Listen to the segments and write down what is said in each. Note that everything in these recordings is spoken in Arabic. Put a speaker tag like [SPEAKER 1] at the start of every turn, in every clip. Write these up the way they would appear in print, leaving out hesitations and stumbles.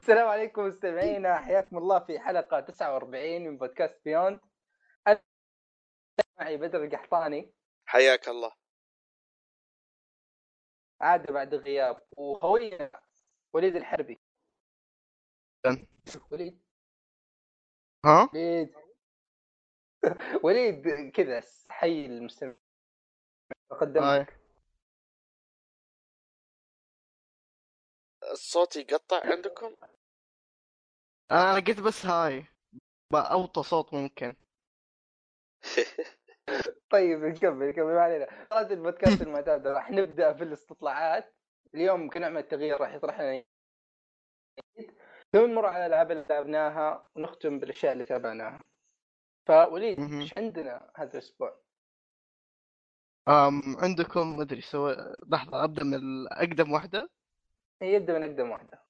[SPEAKER 1] السلام عليكم مستمعينا، حياكم الله في حلقة 49 من بودكاست بيوند. أنا معي بدر القحطاني
[SPEAKER 2] حياك الله.
[SPEAKER 1] عاد بعد غياب، وخوينا وليد الحربي. وليد
[SPEAKER 3] ها
[SPEAKER 1] وليد وليد كذا حي المستمع أقدم
[SPEAKER 3] هاي.
[SPEAKER 1] لك.
[SPEAKER 2] الصوت يقطع عندكم؟
[SPEAKER 3] انا قلت بس هاي بأوطى صوت ممكن.
[SPEAKER 1] طيب نكمل ما علينا. هذا البودكاست المعتاد راح نبدأ في الاستطلاعات. اليوم كنعمل تغيير راح يطرح لنا ثم نمر على الألعاب اللي لعبناها ونختم بالأشياء اللي تابعناها. فوليد ايش عندنا هذا الأسبوع؟
[SPEAKER 3] عندكم ما ادري لحظة ابدا من اقدم واحدة.
[SPEAKER 1] يبدأ من أقدم واحدة.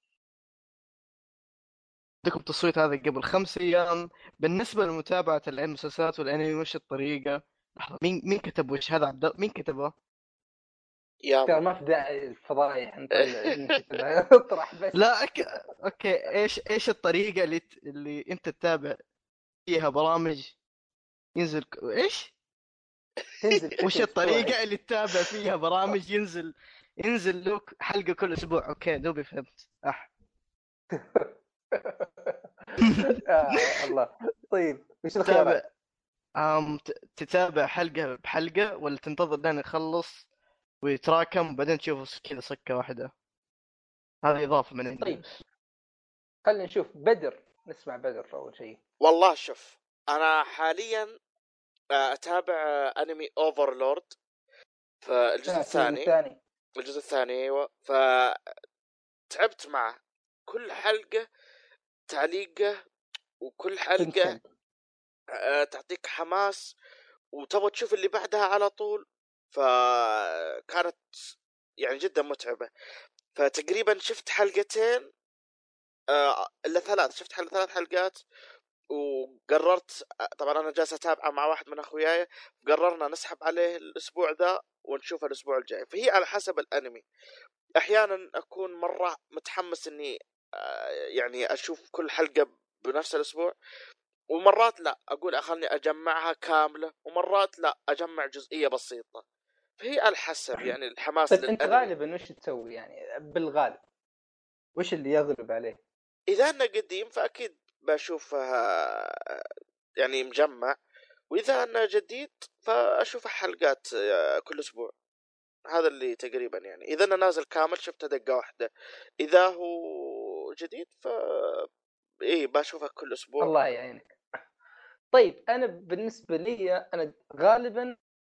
[SPEAKER 3] عندكم تصويت هذا قبل 5 ايام بالنسبة لمتابعة المسلسلات والانمي، وش الطريقة؟ لحظة، مين كتب وش هذا؟ مين كتبه؟
[SPEAKER 1] ترى
[SPEAKER 2] ياما.
[SPEAKER 1] ما في داعي الفضايح نطلع اطرح بس.
[SPEAKER 3] لا اوكي، ايش الطريقة اللي انت تتابع فيها برامج ايش؟
[SPEAKER 1] تنزل بشكل
[SPEAKER 3] وش
[SPEAKER 1] اسبوعي.
[SPEAKER 3] الطريقة اللي تتابع فيها برامج ينزل له حلقة كل اسبوع؟ اوكي دوبي فهمت.
[SPEAKER 1] الله. طيب ايش
[SPEAKER 3] تتابع
[SPEAKER 1] الخيارات؟
[SPEAKER 3] تتابع حلقة بحلقة، ولا تنتظر لين يخلص ويتراكم وبعدين تشوفه كذا سكة واحدة؟ هذه إضافة من عندي
[SPEAKER 1] طيب
[SPEAKER 3] بس.
[SPEAKER 1] خلينا نشوف بدر، نسمع بدر اول شيء.
[SPEAKER 2] والله شوف، انا حاليا اتابع انمي اوفرلورد فالجزء
[SPEAKER 1] السيزون
[SPEAKER 2] الثاني.
[SPEAKER 1] الثاني.
[SPEAKER 2] الجزء الثاني ايوه، فتعبت معه. كل حلقة تعليقه، وكل حلقة
[SPEAKER 1] كونتنت.
[SPEAKER 2] تعطيك حماس وتبغى تشوف اللي بعدها على طول. فكانت يعني جدا متعبة. فتقريبا شفت حلقتين، الا ثلاث، شفت 3 حلقات. وقررت، طبعا انا جالس اتابعه مع واحد من اخوياي، قررنا نسحب عليه الاسبوع ذا ونشوف الاسبوع الجاي. فهي على حسب الانمي. احيانا اكون مره متحمس اني يعني اشوف كل حلقه بنفس الاسبوع، ومرات لا، اقول خلني اجمعها كامله، ومرات لا، اجمع جزئيه بسيطه. فهي على حسب يعني الحماس
[SPEAKER 1] طيب انت
[SPEAKER 2] للانمي.
[SPEAKER 1] غالبا وش تسوي يعني بالغالب؟ وش اللي يغلب عليه؟
[SPEAKER 2] اذا انه قديم فاكيد بشوفها يعني مجمع، واذا انه جديد فاشوف حلقات كل اسبوع. هذا اللي تقريبا يعني، اذا انا نازل كامل شفته دقه واحده. اذا هو جديد ف ايه بشوفه كل اسبوع.
[SPEAKER 1] الله يعينك. طيب انا بالنسبه لي انا غالبا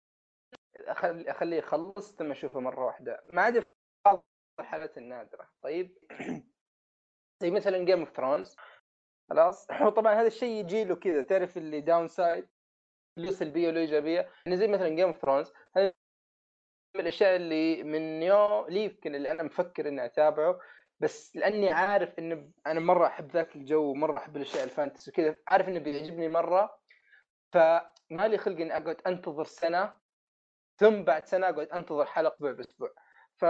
[SPEAKER 1] اخليه يخلص ثم اشوفه مره واحده، ما عدا في بعض الحالات النادره. طيب زي مثلا جيم اوف ثرونز. خلاص هو طبعا هذا الشيء يجي له كذا، تعرف اللي داون سايد، اللي سلبيه ولا ايجابيه. يعني زي مثلا جيم اوف ثرونز، هذا من الاشياء اللي من يوم لي يمكن اللي انا مفكر اني اتابعه، بس لاني عارف ان انا مره احب ذاك الجو، مره احب الاشياء الفانتسي وكذا، عارف انه بيعجبني مره، فما لي خلق اني اقعد انتظر سنه ثم بعد سنه اقعد انتظر حلقه باسبوع. ف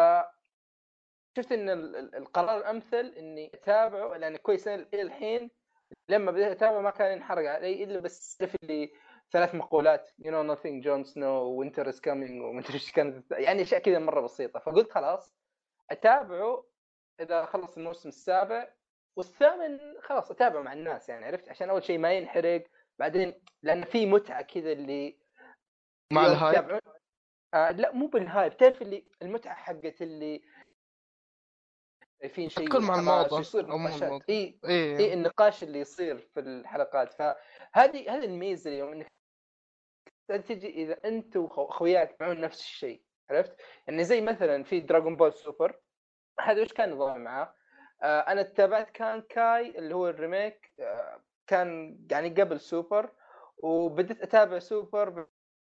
[SPEAKER 1] شفت ان القرار الامثل اني اتابعه، لان كويس الى الحين لما بديت اتابع ما كان ينحرق علي الا بس تعرف اللي 3 مقولات you know nothing Jon Snow winter is coming ومدري ايش كانت، يعني اشياء كذا مره بسيطه. فقلت خلاص اتابعه اذا خلص الموسم السابع والثامن، خلاص اتابعه مع الناس، يعني عرفت، عشان اول شيء ما ينحرق، بعدين لان في متعه كذا اللي
[SPEAKER 3] مع
[SPEAKER 1] يوم
[SPEAKER 3] الهايب.
[SPEAKER 1] تتابعون. لا مو بالهايب، تعرف اللي المتعه حقت اللي شايفين شيء
[SPEAKER 3] تكون مع
[SPEAKER 1] والحماس
[SPEAKER 3] الموضة
[SPEAKER 1] ويصير
[SPEAKER 3] او مو
[SPEAKER 1] نقاشات.
[SPEAKER 3] الموضة.
[SPEAKER 1] اي
[SPEAKER 3] ايه.
[SPEAKER 1] النقاش اللي يصير في الحلقات. فهذه الميزه اليوم، انك تجي اذا انت واخوياك معون نفس الشيء، عرفت يعني. زي مثلا في دراغون بول سوبر، هذا وش كان نظام معاه؟ انا تابعت كان كاي اللي هو الريميك، كان يعني قبل سوبر، وبديت اتابع سوبر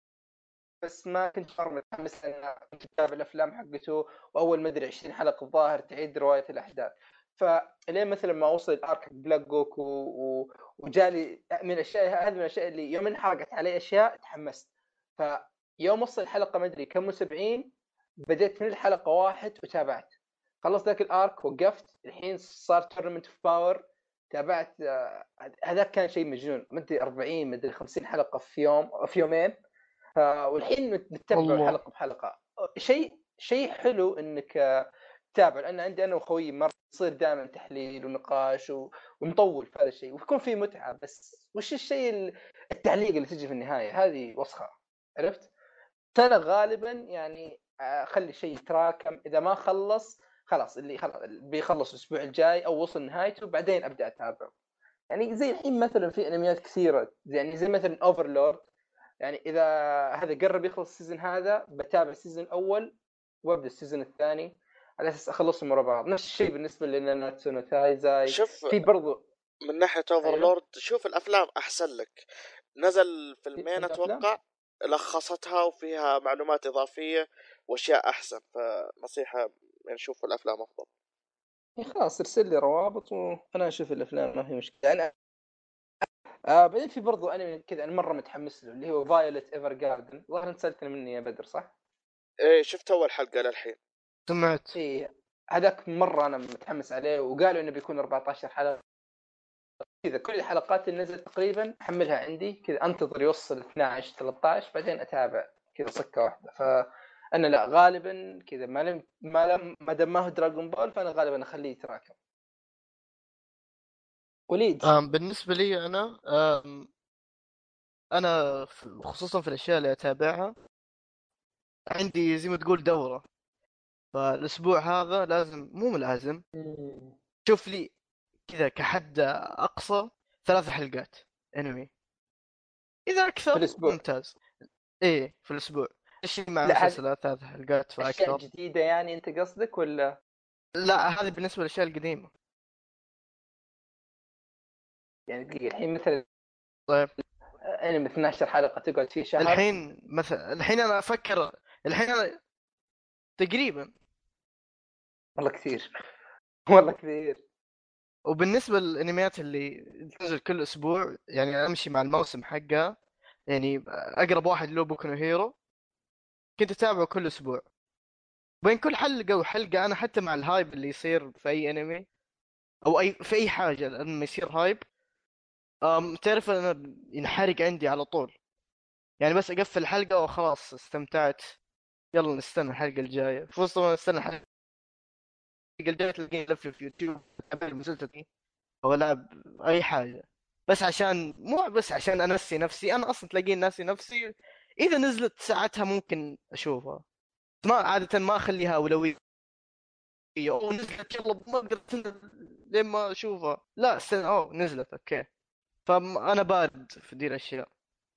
[SPEAKER 1] بس ما كنت مره متحمس، لان كنت اتابع الافلام حقته، واول ما ادري 20 حلقه الظاهر تعيد روايه الاحداث. فلين مثلا ما وصل الارك بلاك جوكو وجالي من الاشياء هذه، من الاشياء اللي يوم انحرقت علي اشياء تحمست. فيوم وصل الحلقه ما ادري كم 70، بديت من الحلقه 1 وتابعت. خلصت ذاك الارك وقفت. الحين صار تورنمنت اوف باور، تابعت هذاك كان شيء مجنون، مدري 40 مدري 50 حلقه في يوم أو في يومين. والحين نتبع
[SPEAKER 3] الله.
[SPEAKER 1] حلقه بحلقه. شيء حلو انك تتابع، لان عندي انا واخوي مره يصير دائما تحليل ونقاش ونطول في هذا الشيء ويكون في متعه. بس وش الشيء التعليق اللي تجي في النهايه هذه وسخه، عرفت؟ فانا غالبا يعني اخلي شيء يتراكم، اذا ما خلص خلاص اللي خلاص بيخلص الاسبوع الجاي او وصل نهايته بعدين ابدا اتابعه. يعني زي الحين مثلا في انميات كثيره، يعني زي مثلا اوفرلورد، يعني اذا هذا قرب يخلص السيزون هذا بتابع السيزون الاول وابدا السيزون الثاني على اساس اخلصهم ورا بعض. نفس الشيء بالنسبه لناناتسو نو تايزاي.
[SPEAKER 2] شوف
[SPEAKER 1] في برضو
[SPEAKER 2] من ناحيه
[SPEAKER 1] ايوه
[SPEAKER 2] اوفرلورد، شوف الافلام احسن لك. نزل
[SPEAKER 1] في
[SPEAKER 2] فيلمين
[SPEAKER 1] الافلام.
[SPEAKER 2] اتوقع، لخصتها وفيها معلومات اضافيه واشياء احسن، فنصيحه يعني شوف الافلام افضل.
[SPEAKER 1] خلاص ارسل لي روابط وانا اشوف الافلام ما في مشكله. يعني بعدين في برضو انمي كذا انا مره متحمس له اللي هو فايولت ايفر جاردن. ظهر انت سالتني مني يا بدر صح؟
[SPEAKER 2] ايه شفت اول حلقه للحين.
[SPEAKER 3] سمعت.
[SPEAKER 1] ايه هذاك مره انا متحمس عليه، وقالوا انه بيكون 14 حلقه كذا. كل الحلقات اللي نزلت تقريبا احملها عندي كذا، انتظر يوصل 12 13 بعدين اتابع كذا صكه واحده. فانا لا غالبا كذا ما دام ما هو دراغون بول فانا غالبا اخليه يتراكم. وليد
[SPEAKER 3] بالنسبة لي أنا أنا خصوصا في الأشياء اللي أتابعها عندي زي ما تقول دورة. فالأسبوع هذا لازم، مو لازم، شوف لي كذا كحد أقصى 3 حلقات أنمي، إذا
[SPEAKER 1] في
[SPEAKER 3] أكثر
[SPEAKER 1] الاسبوع؟
[SPEAKER 3] ممتاز. إيه في الأسبوع. الشيء مع
[SPEAKER 1] لا هذه
[SPEAKER 3] مسلسلات 3 حلقات
[SPEAKER 1] اشياء
[SPEAKER 3] فأكثر.
[SPEAKER 1] جديده يعني انت قصدك ولا؟
[SPEAKER 3] لا هذه بالنسبة للأشياء القديمة.
[SPEAKER 1] يعني دقيقه الحين مثلا
[SPEAKER 3] طيب
[SPEAKER 1] انمي 12 حلقه تقعد فيه شهر؟
[SPEAKER 3] الحين مثلا، الحين أنا أفكر، الحين أنا تقريبا.
[SPEAKER 1] والله كثير والله كثير.
[SPEAKER 3] وبالنسبة للأنميات اللي تنزل كل أسبوع يعني أمشي مع الموسم حقها. يعني أقرب واحد له بوكو نو هيرو، كنت أتابعه كل أسبوع. بين كل حلقة وحلقة أنا حتى مع الهايب اللي يصير في أي أنمي أو أي في أي حاجة لما يصير هايب، تعرف أنا ينحرق عندي على طول. يعني بس أقفل الحلقة وخلاص استمتعت، يلا نستنى الحلقة الجاية. في وسط ما نستنى الحلقة الجاية تلاقيني ألف في يوتيوب أتابع المسلسل دي او العب اي حاجه، بس عشان مو بس عشان انسي نفسي، انا اصلا تلاقيني ناسي نفسي. اذا نزلت ساعتها ممكن اشوفها، ما عاده ما اخليها اولويه. او نزلت يلا ما اقدر تنزل لين ما اشوفها، لا استنى اوه نزلت اوكي. فانا بارد في دي الاشياء.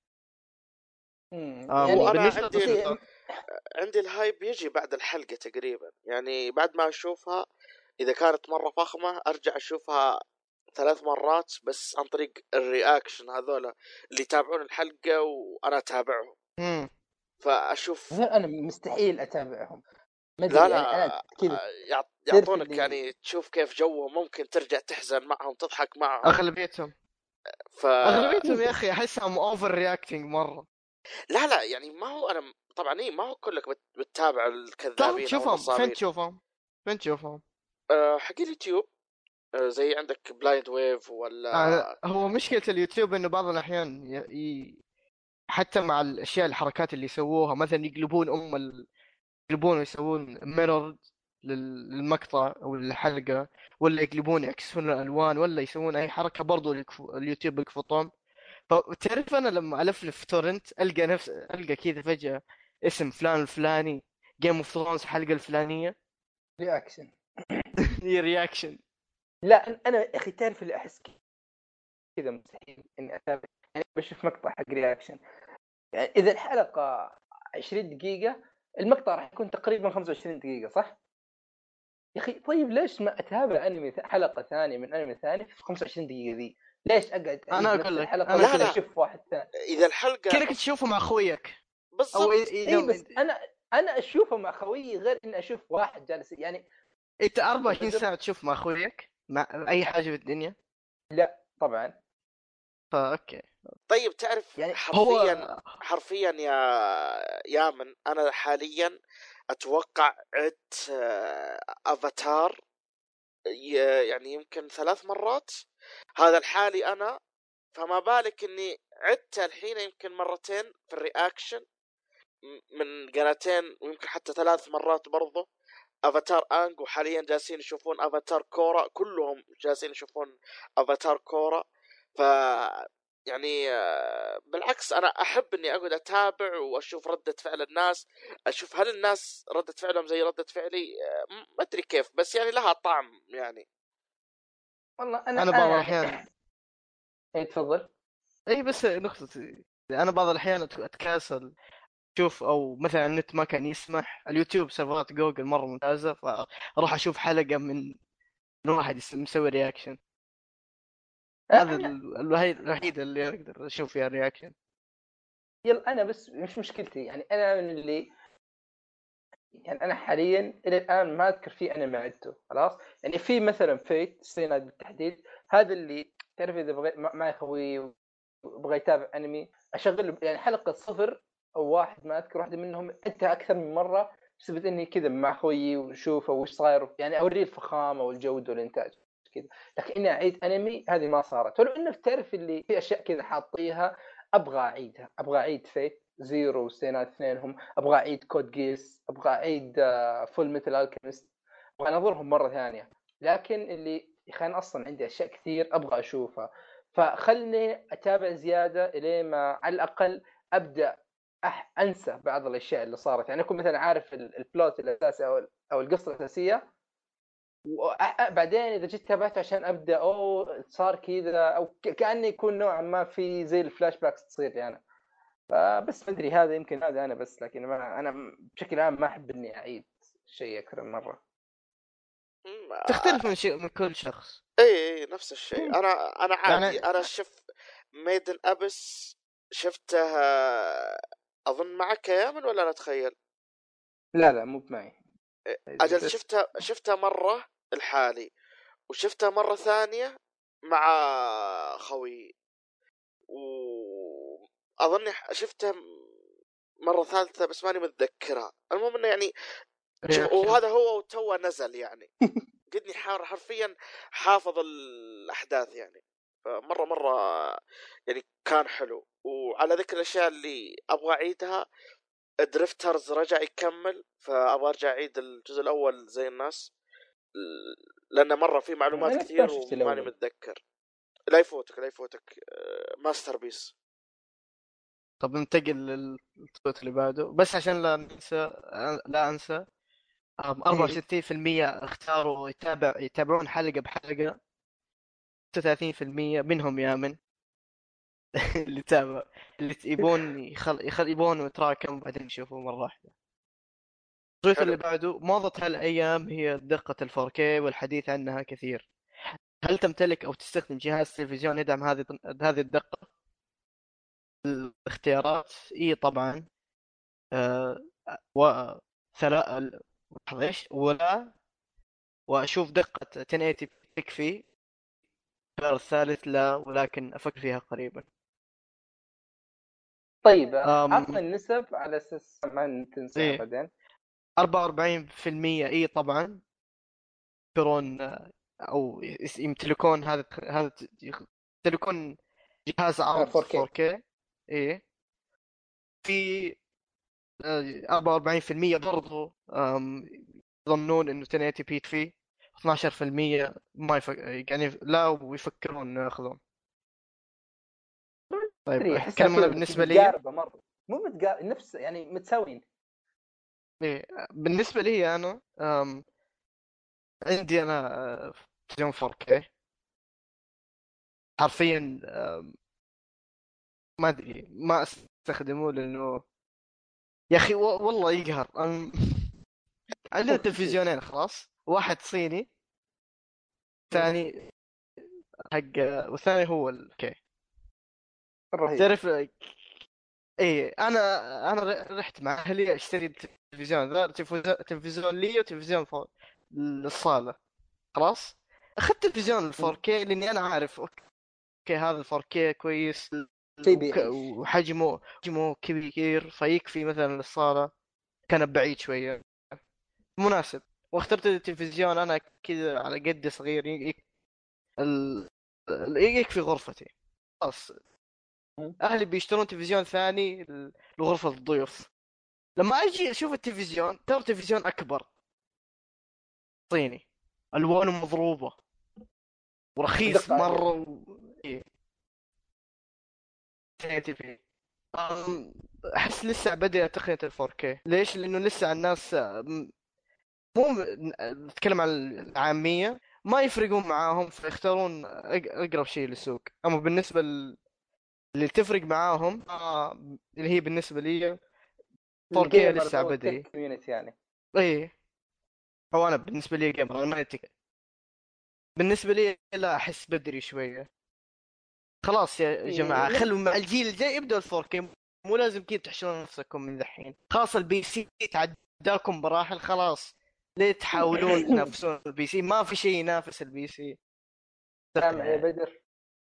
[SPEAKER 1] يعني
[SPEAKER 2] وانا
[SPEAKER 3] بالنسبه
[SPEAKER 2] عندي
[SPEAKER 1] زي
[SPEAKER 2] عندي الهايب يجي بعد الحلقة تقريبا، يعني بعد ما اشوفها اذا كانت مرة فخمة ارجع اشوفها 3 مرات بس عن طريق الرياكشن هذولا اللي يتابعون الحلقة وانا اتابعهم،
[SPEAKER 3] امم
[SPEAKER 2] فاشوف.
[SPEAKER 1] انا مستحيل اتابعهم، ما
[SPEAKER 2] لا
[SPEAKER 1] ادري يعني انا
[SPEAKER 2] لا،
[SPEAKER 1] كذا تعرف
[SPEAKER 2] يعطونك
[SPEAKER 1] اللي.
[SPEAKER 2] يعني تشوف كيف جوهم، ممكن ترجع تحزن معهم تضحك معهم.
[SPEAKER 3] اغلبيتهم
[SPEAKER 2] ف
[SPEAKER 3] اغلبيتهم يا
[SPEAKER 1] بس
[SPEAKER 3] اخي احسهم اوفر رياكتنج مره.
[SPEAKER 2] لا لا، يعني ما هو انا طبعا إيه، ما هو كلك بتتابع
[SPEAKER 3] تعرف
[SPEAKER 2] الكذابين او
[SPEAKER 3] تشوفهم فين
[SPEAKER 2] النصابين.
[SPEAKER 3] تشوفهم؟ فين تشوفهم؟
[SPEAKER 2] حق اليوتيوب، زي عندك بلايند ويف ولا.
[SPEAKER 3] هو مشكلة اليوتيوب انه بعض الاحيان حتى مع الاشياء الحركات اللي يسووها، مثلا يقلبون ويسوون ميرور للمقطع او الحلقة، ولا يقلبون يعكسون الالوان، ولا يسوون اي حركة برضو اليوتيوب يقفطهم. فتعرف انا لما الفلف في تورنت القى كذا فجأة اسم فلان الفلاني جيم اوف ثرونز الحلقة الفلانية
[SPEAKER 1] رياكشن.
[SPEAKER 3] هي رياكشن.
[SPEAKER 1] لا انا يا اخي تعرف اللي احس كذا مستحيل اني اتابع. يعني بشوف مقطع حق رياكشن، يعني اذا الحلقه 20 دقيقه المقطع راح يكون تقريبا 25 دقيقه صح؟ يا اخي طيب ليش ما اتابع انمي حلقه ثانيه من انمي ثاني في 25 دقيقه ذي؟ ليش اقعد
[SPEAKER 3] انا
[SPEAKER 1] اعيد نفس
[SPEAKER 3] اقول لك
[SPEAKER 1] الحلقه
[SPEAKER 3] انا
[SPEAKER 2] لا
[SPEAKER 3] اقول
[SPEAKER 1] ويمكن
[SPEAKER 3] لك
[SPEAKER 2] لا،
[SPEAKER 1] اشوف واحد ثاني؟
[SPEAKER 2] اذا الحلقة
[SPEAKER 3] كأنك تشوفه مع اخويك، او
[SPEAKER 2] بالضبط.
[SPEAKER 1] اي
[SPEAKER 3] اذا
[SPEAKER 1] بس انا اشوفه مع خويي غير اني اشوف واحد جالس يعني.
[SPEAKER 3] انت
[SPEAKER 1] يا
[SPEAKER 3] 24
[SPEAKER 1] بدر
[SPEAKER 3] ساعة تشوف مع اخويك مع اي حاجة في الدنيا.
[SPEAKER 1] لا طبعا.
[SPEAKER 3] فاوكي.
[SPEAKER 2] طيب تعرف
[SPEAKER 1] يعني
[SPEAKER 3] هو
[SPEAKER 2] حرفيا، حرفيا يا يامن، انا حاليا اتوقع عدت افاتار يعني يمكن 3 مرات، هذا الحالي انا. فما بالك اني عدت الحين يمكن مرتين في الرياكشن من قناتين، ويمكن حتى 3 مرات برضو افاتار انج، وحاليا جالسين يشوفون افاتار كورا، كلهم جالسين يشوفون افاتار كورا. ف يعني بالعكس انا احب اني اقعد اتابع واشوف ردة فعل الناس، اشوف هل الناس ردة فعلهم زي ردة فعلي، ما ادري كيف، بس يعني لها طعم يعني.
[SPEAKER 1] والله انا
[SPEAKER 3] انا بعض
[SPEAKER 1] يعني
[SPEAKER 3] الاحيان
[SPEAKER 1] تفضل.
[SPEAKER 3] اي بس نقطتي، انا بعض الاحيان اتكاسل شوف، او مثلا النت ما كان يسمح، اليوتيوب سيرفرات جوجل مره ممتازه، فاروح اشوف حلقه من واحد مسوي رياكشن. هذا
[SPEAKER 1] انا
[SPEAKER 3] الوحيد اللي اقدر اشوف فيها رياكشن.
[SPEAKER 1] يلا انا بس مش مشكلتي، يعني انا من اللي يعني انا حاليا الى الان ما اذكر فيه انا ما عدته خلاص. يعني في مثلا فيت ستينا بالتحديد، هذا اللي تعرف اذا بغيت معي خوي وبغى يتابع انمي اشغل يعني حلقه صفر او واحد ما اذكر واحده منهم عدتها اكثر من مره بسبب اني كذا مع خوي وشوفه وش صاير، يعني اوريه الفخامه والجوده والانتاج كذا. لكن اني اعيد انمي هذه ما صارت، ولو انه تعرف اللي في اشياء كذا حاطيها ابغى اعيدها، ابغى اعيد فيت زيرو وستينات اثنينهم، ابغى اعيد كود جيس، ابغى اعيد فول ميتال الكيمست، ابغى انظرهم مره ثانيه. لكن اللي يخليني اصلا عندي اشياء كثير ابغى اشوفها، فخلني اتابع زياده الين ما على الاقل ابدا انسى بعض الاشياء اللي صارت. يعني اكون مثلا عارف البلوت الاساسي او القصه الاساسيه، وبعدين اذا جيت تابعت عشان ابدا صار كذا، او كاني يكون نوعا ما في زي الفلاش باكس تصير لي انا. فبس ما ادري، هذا يمكن هذا انا بس، لكن ما انا بشكل عام ما احب اني اعيد شيء اكثر من مره.
[SPEAKER 2] مم،
[SPEAKER 3] تختلف من شيء من كل شخص.
[SPEAKER 2] اي نفس الشيء. انا عادي،
[SPEAKER 3] يعني
[SPEAKER 2] انا شفت ميدن ابس، شفتها اظن معك يا يامن ولا انا اتخيل؟
[SPEAKER 1] لا لا مو معي.
[SPEAKER 2] اجل
[SPEAKER 1] بس
[SPEAKER 2] شفتها مره الحالي، وشفتها مره ثانيه مع خوي، واظن شفتها مره ثالثه بس ماني متذكرها. المهم انه يعني شوف،
[SPEAKER 3] رياكشن.
[SPEAKER 2] وهذا هو تو نزل يعني، قدني حرفيا حافظ الاحداث يعني. فمره يعني كان حلو. وعلى ذكر الاشياء اللي ابغى اعيدها، درفترز رجع يكمل، فابغى ارجع اعيد الجزء الاول زي الناس، لانه مره في معلومات
[SPEAKER 1] انا ما
[SPEAKER 2] كثير
[SPEAKER 1] شفت
[SPEAKER 2] وماني
[SPEAKER 1] الاول.
[SPEAKER 2] متذكر. لا يفوتك لا يفوتك، ماستر بيس.
[SPEAKER 3] طب ننتقل للصوت اللي بعده، بس عشان لا ننسى، لا انسى.
[SPEAKER 1] إيه.
[SPEAKER 3] 64% اختاروا يتابعون حلقة بحلقة. 36% منهم يامن اللي تابع، اللي يبون يبون يتراكم وبعدين يشوفوا مرة واحدة. الصوت اللي
[SPEAKER 2] حلو.
[SPEAKER 3] بعده، موضة هالأيام هي دقة ال 4K والحديث عنها كثير. هل تمتلك أو تستخدم جهاز تلفزيون يدعم هذه الدقة؟ الاختيارات إي طبعا. آه و لحظة إيش، ولا، وأشوف دقة 1080 تكفي. الخيار الثالث لا، ولكن أفكر فيها قريبا.
[SPEAKER 1] طيب
[SPEAKER 3] أم
[SPEAKER 1] عطنا النسب على اساس ما تنساها
[SPEAKER 3] إيه،
[SPEAKER 1] بعدين.
[SPEAKER 3] 44% إي طبعا يذكرون، أو يمتلكون يمتلكون جهاز عرض
[SPEAKER 1] 4K.
[SPEAKER 3] 4K. إيه. في 44% برضو يظنون انه 1080 بي تفي. 12% ما يعني لا، ويفكرون انه ياخذون. طيب
[SPEAKER 1] ادري احسها
[SPEAKER 3] اتكلم انا
[SPEAKER 1] كذا
[SPEAKER 3] بالنسبه لي.
[SPEAKER 1] متقاربه مره، مو متقاربه نفس يعني متساويين.
[SPEAKER 3] إيه، بالنسبه لي انا عندي انا تلفزيون 4K حرفيا. ما ادري ما استخدمه لانه يا اخي والله يقهر. عندنا تلفزيونين خلاص، واحد صيني، ثاني حق، والثاني هو الكي.
[SPEAKER 1] رهيب.
[SPEAKER 3] تعرف، ايه، انا رحت مع اهلي اشتري التلفزيون ذا، تلفزيون لي وتلفزيون للصاله. خلاص اخذت تلفزيون ال 4K لاني انا عارف اوكي هذا ال 4K كويس،
[SPEAKER 1] شيء بيعيش.
[SPEAKER 3] وحجمه كبير فيكفي مثلا للصاله. كان بعيد شويه. مناسب. واخترت التلفزيون انا كذا على قد صغير ال... يكفي غرفتي خلاص. اهلي بيشترون تلفزيون ثاني لغرفة الضيوف. لما اجي اشوف التلفزيون ترى تلفزيون اكبر صيني، الوانه مضروبة ورخيص
[SPEAKER 1] بدقة عالية.
[SPEAKER 3] مرة إيه. 1080p. احس لسه بدأ تقنية ال 4K. ليش؟ لانه لسه الناس مو نتكلم عن العامية، ما يفرقون معاهم فيختارون اقرب شيء للسوق. اما بالنسبة اللي تفرق معاهم اللي هي بالنسبة لي 4K
[SPEAKER 1] الجيمرز
[SPEAKER 3] لسه
[SPEAKER 1] او التك
[SPEAKER 3] بدري.
[SPEAKER 1] كوميونتي يعني.
[SPEAKER 3] ايه، او انا بالنسبة لي جيمر، انا ما أتك... بالنسبة لي لا، احس بدري شوية. خلاص يا
[SPEAKER 1] إيه،
[SPEAKER 3] جماعة خلوا مع الجيل الجاي يبدأ ال 4K. مو لازم كذا تحشرون نفسكم من الحين. خلاص البي سي تعداكم براحل خلاص. ليه تحاولون تنافسون البي سي؟ ما في شيء ينافس البي سي
[SPEAKER 1] سامع يا
[SPEAKER 3] تقنية.
[SPEAKER 1] بدر؟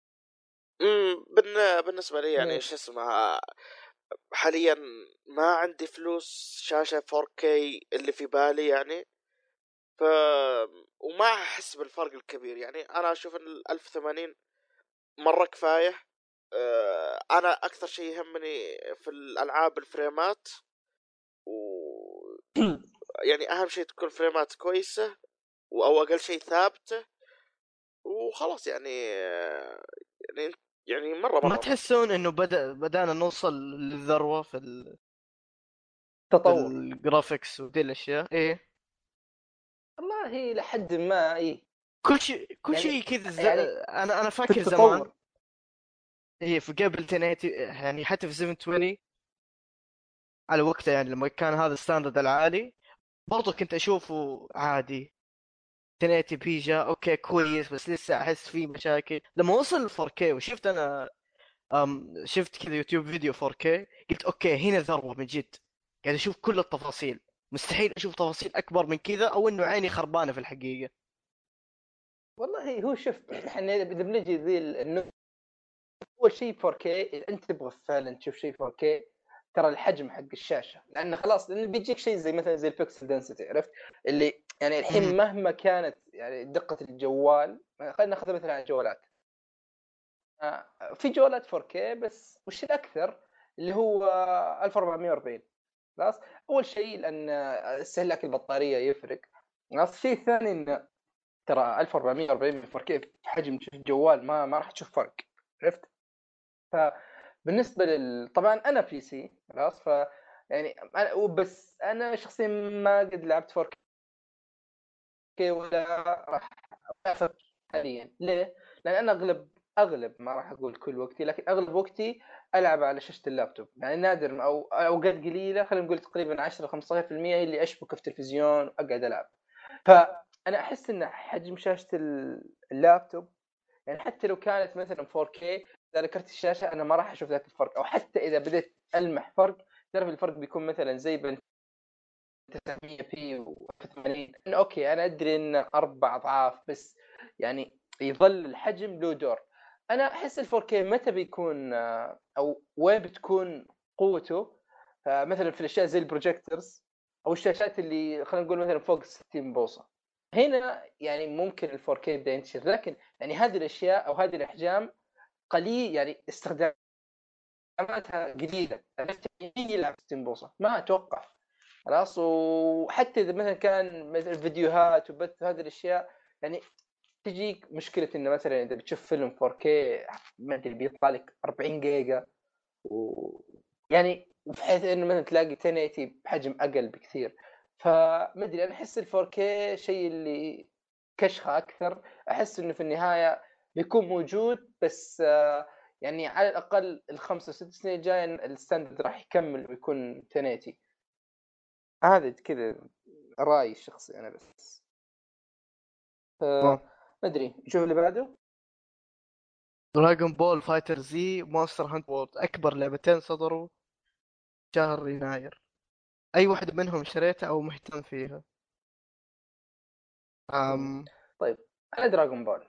[SPEAKER 2] بالنسبه لي يعني
[SPEAKER 1] إيه.
[SPEAKER 2] شو اسمها، حاليا ما عندي فلوس شاشه 4K اللي في بالي يعني. ف وما احس بالفرق الكبير يعني. انا اشوف ان ال 1080 مره كفايه. انا اكثر شيء يهمني في الالعاب الفريمات، و يعني اهم شيء تكون فريمات كويسه او اقل شيء ثابته، وخلاص يعني. يعني يعني
[SPEAKER 3] ما
[SPEAKER 2] مره
[SPEAKER 3] تحسون انه بدأنا نوصل للذروة في
[SPEAKER 1] تطور.
[SPEAKER 3] الجرافيكس ودي الاشياء؟ ايه،
[SPEAKER 1] والله لحد ما ايه.
[SPEAKER 3] كل شيء
[SPEAKER 1] يعني
[SPEAKER 3] كذا
[SPEAKER 1] يعني
[SPEAKER 3] انا
[SPEAKER 1] في
[SPEAKER 3] فاكر زمان.
[SPEAKER 1] التطور.
[SPEAKER 3] ايه، في قبل 1080 يعني حتى في 720 على وقته، يعني لما كان هذا الستاندرد العالي برضو كنت اشوفه عادي. 1080 بي جا اوكي كويس، بس لسه احس فيه مشاكل. لما وصل ل 4K وشفت انا شفت كذا يوتيوب فيديو 4K، قلت اوكي هنا ذروة من جد. قاعد اشوف كل التفاصيل. مستحيل اشوف تفاصيل اكبر من كذا، او انه عيني خربانة في الحقيقة.
[SPEAKER 1] والله هو شوف، احنا اذا بنجي ذي اول شيء 4K، اذا انت تبغى فعلا تشوف شيء 4K، ترى الحجم حق الشاشه، لانه خلاص لانه بيجيك شيء زي مثلا زي البكسل دنسيتي، عرفت؟ اللي يعني
[SPEAKER 3] مم.
[SPEAKER 1] الحين مهما كانت يعني دقه الجوال، خلينا ناخذ مثلا على الجوالات. في جوالات 4K بس وش الاكثر؟ اللي هو 1440. خلاص. اول شيء لان استهلاك البطاريه يفرق. خلاص. الشيء الثاني ان ترى 1440 من 4K في حجم تشوف الجوال ما راح تشوف فرق، عرفت؟ فبالنسبه طبعا انا بي سي. خلاص. يعني بس انا شخصيا ما قد لعبت 4K ولا راح افكر حاليا. ليه؟ لان انا اغلب ما راح اقول كل وقتي، لكن اغلب وقتي العب على شاشه اللابتوب. يعني نادر او اوقات قليله، خلينا نقول تقريبا 10 15% اللي اشبك في التلفزيون واقعد العب. فانا احس ان حجم شاشه اللابتوب، يعني حتى لو كانت مثلا 4K، اذا كرت الشاشه انا ما راح اشوف ذاك الفرق، او حتى اذا بديت المح فرق، تعرف الفرق بيكون مثلا زي بين 900 بي و 80. اوكي انا ادري ان 4 اضعاف، بس يعني يظل الحجم له دور. انا احس ال 4K متى بيكون او وين بتكون قوته؟ مثلا في الاشياء زي البروجيكتورز، او الشاشات اللي خلينا نقول مثلا فوق 60 بوصه. هنا يعني ممكن ال 4K يبدا ينتشر، لكن يعني هذه الاشياء او هذه الاحجام قليل، يعني استخداماتها قليله. عرفت؟ مين يلعب 60 بوصه؟ ما اتوقع. خلاص. وحتى اذا مثلا كان مثلا فيديوهات وبث هذه الاشياء، يعني تجيك مشكله انه مثلا اذا بتشوف فيلم 4K ما ادري بيطلع لك 40 جيجا، يعني بحيث انه مثلا تلاقي 1080 بحجم اقل بكثير. فما ادري، انا احس ال 4K شيء اللي كشخه اكثر. احس انه في النهايه بيكون موجود، بس يعني على الاقل الخمس ست سنين الجايه الستاندرد راح يكمل ويكون 1080. هذا كذا رايي الشخصي انا بس.
[SPEAKER 3] تمام.
[SPEAKER 1] ما ادري، نشوف اللي بعده.
[SPEAKER 3] دراغون بول فايتر زي مونستر هانت وورد اكبر لعبتين صدروا شهر يناير. اي واحد منهم شريته او مهتم فيها. أم...
[SPEAKER 1] طيب انا دراغون بول.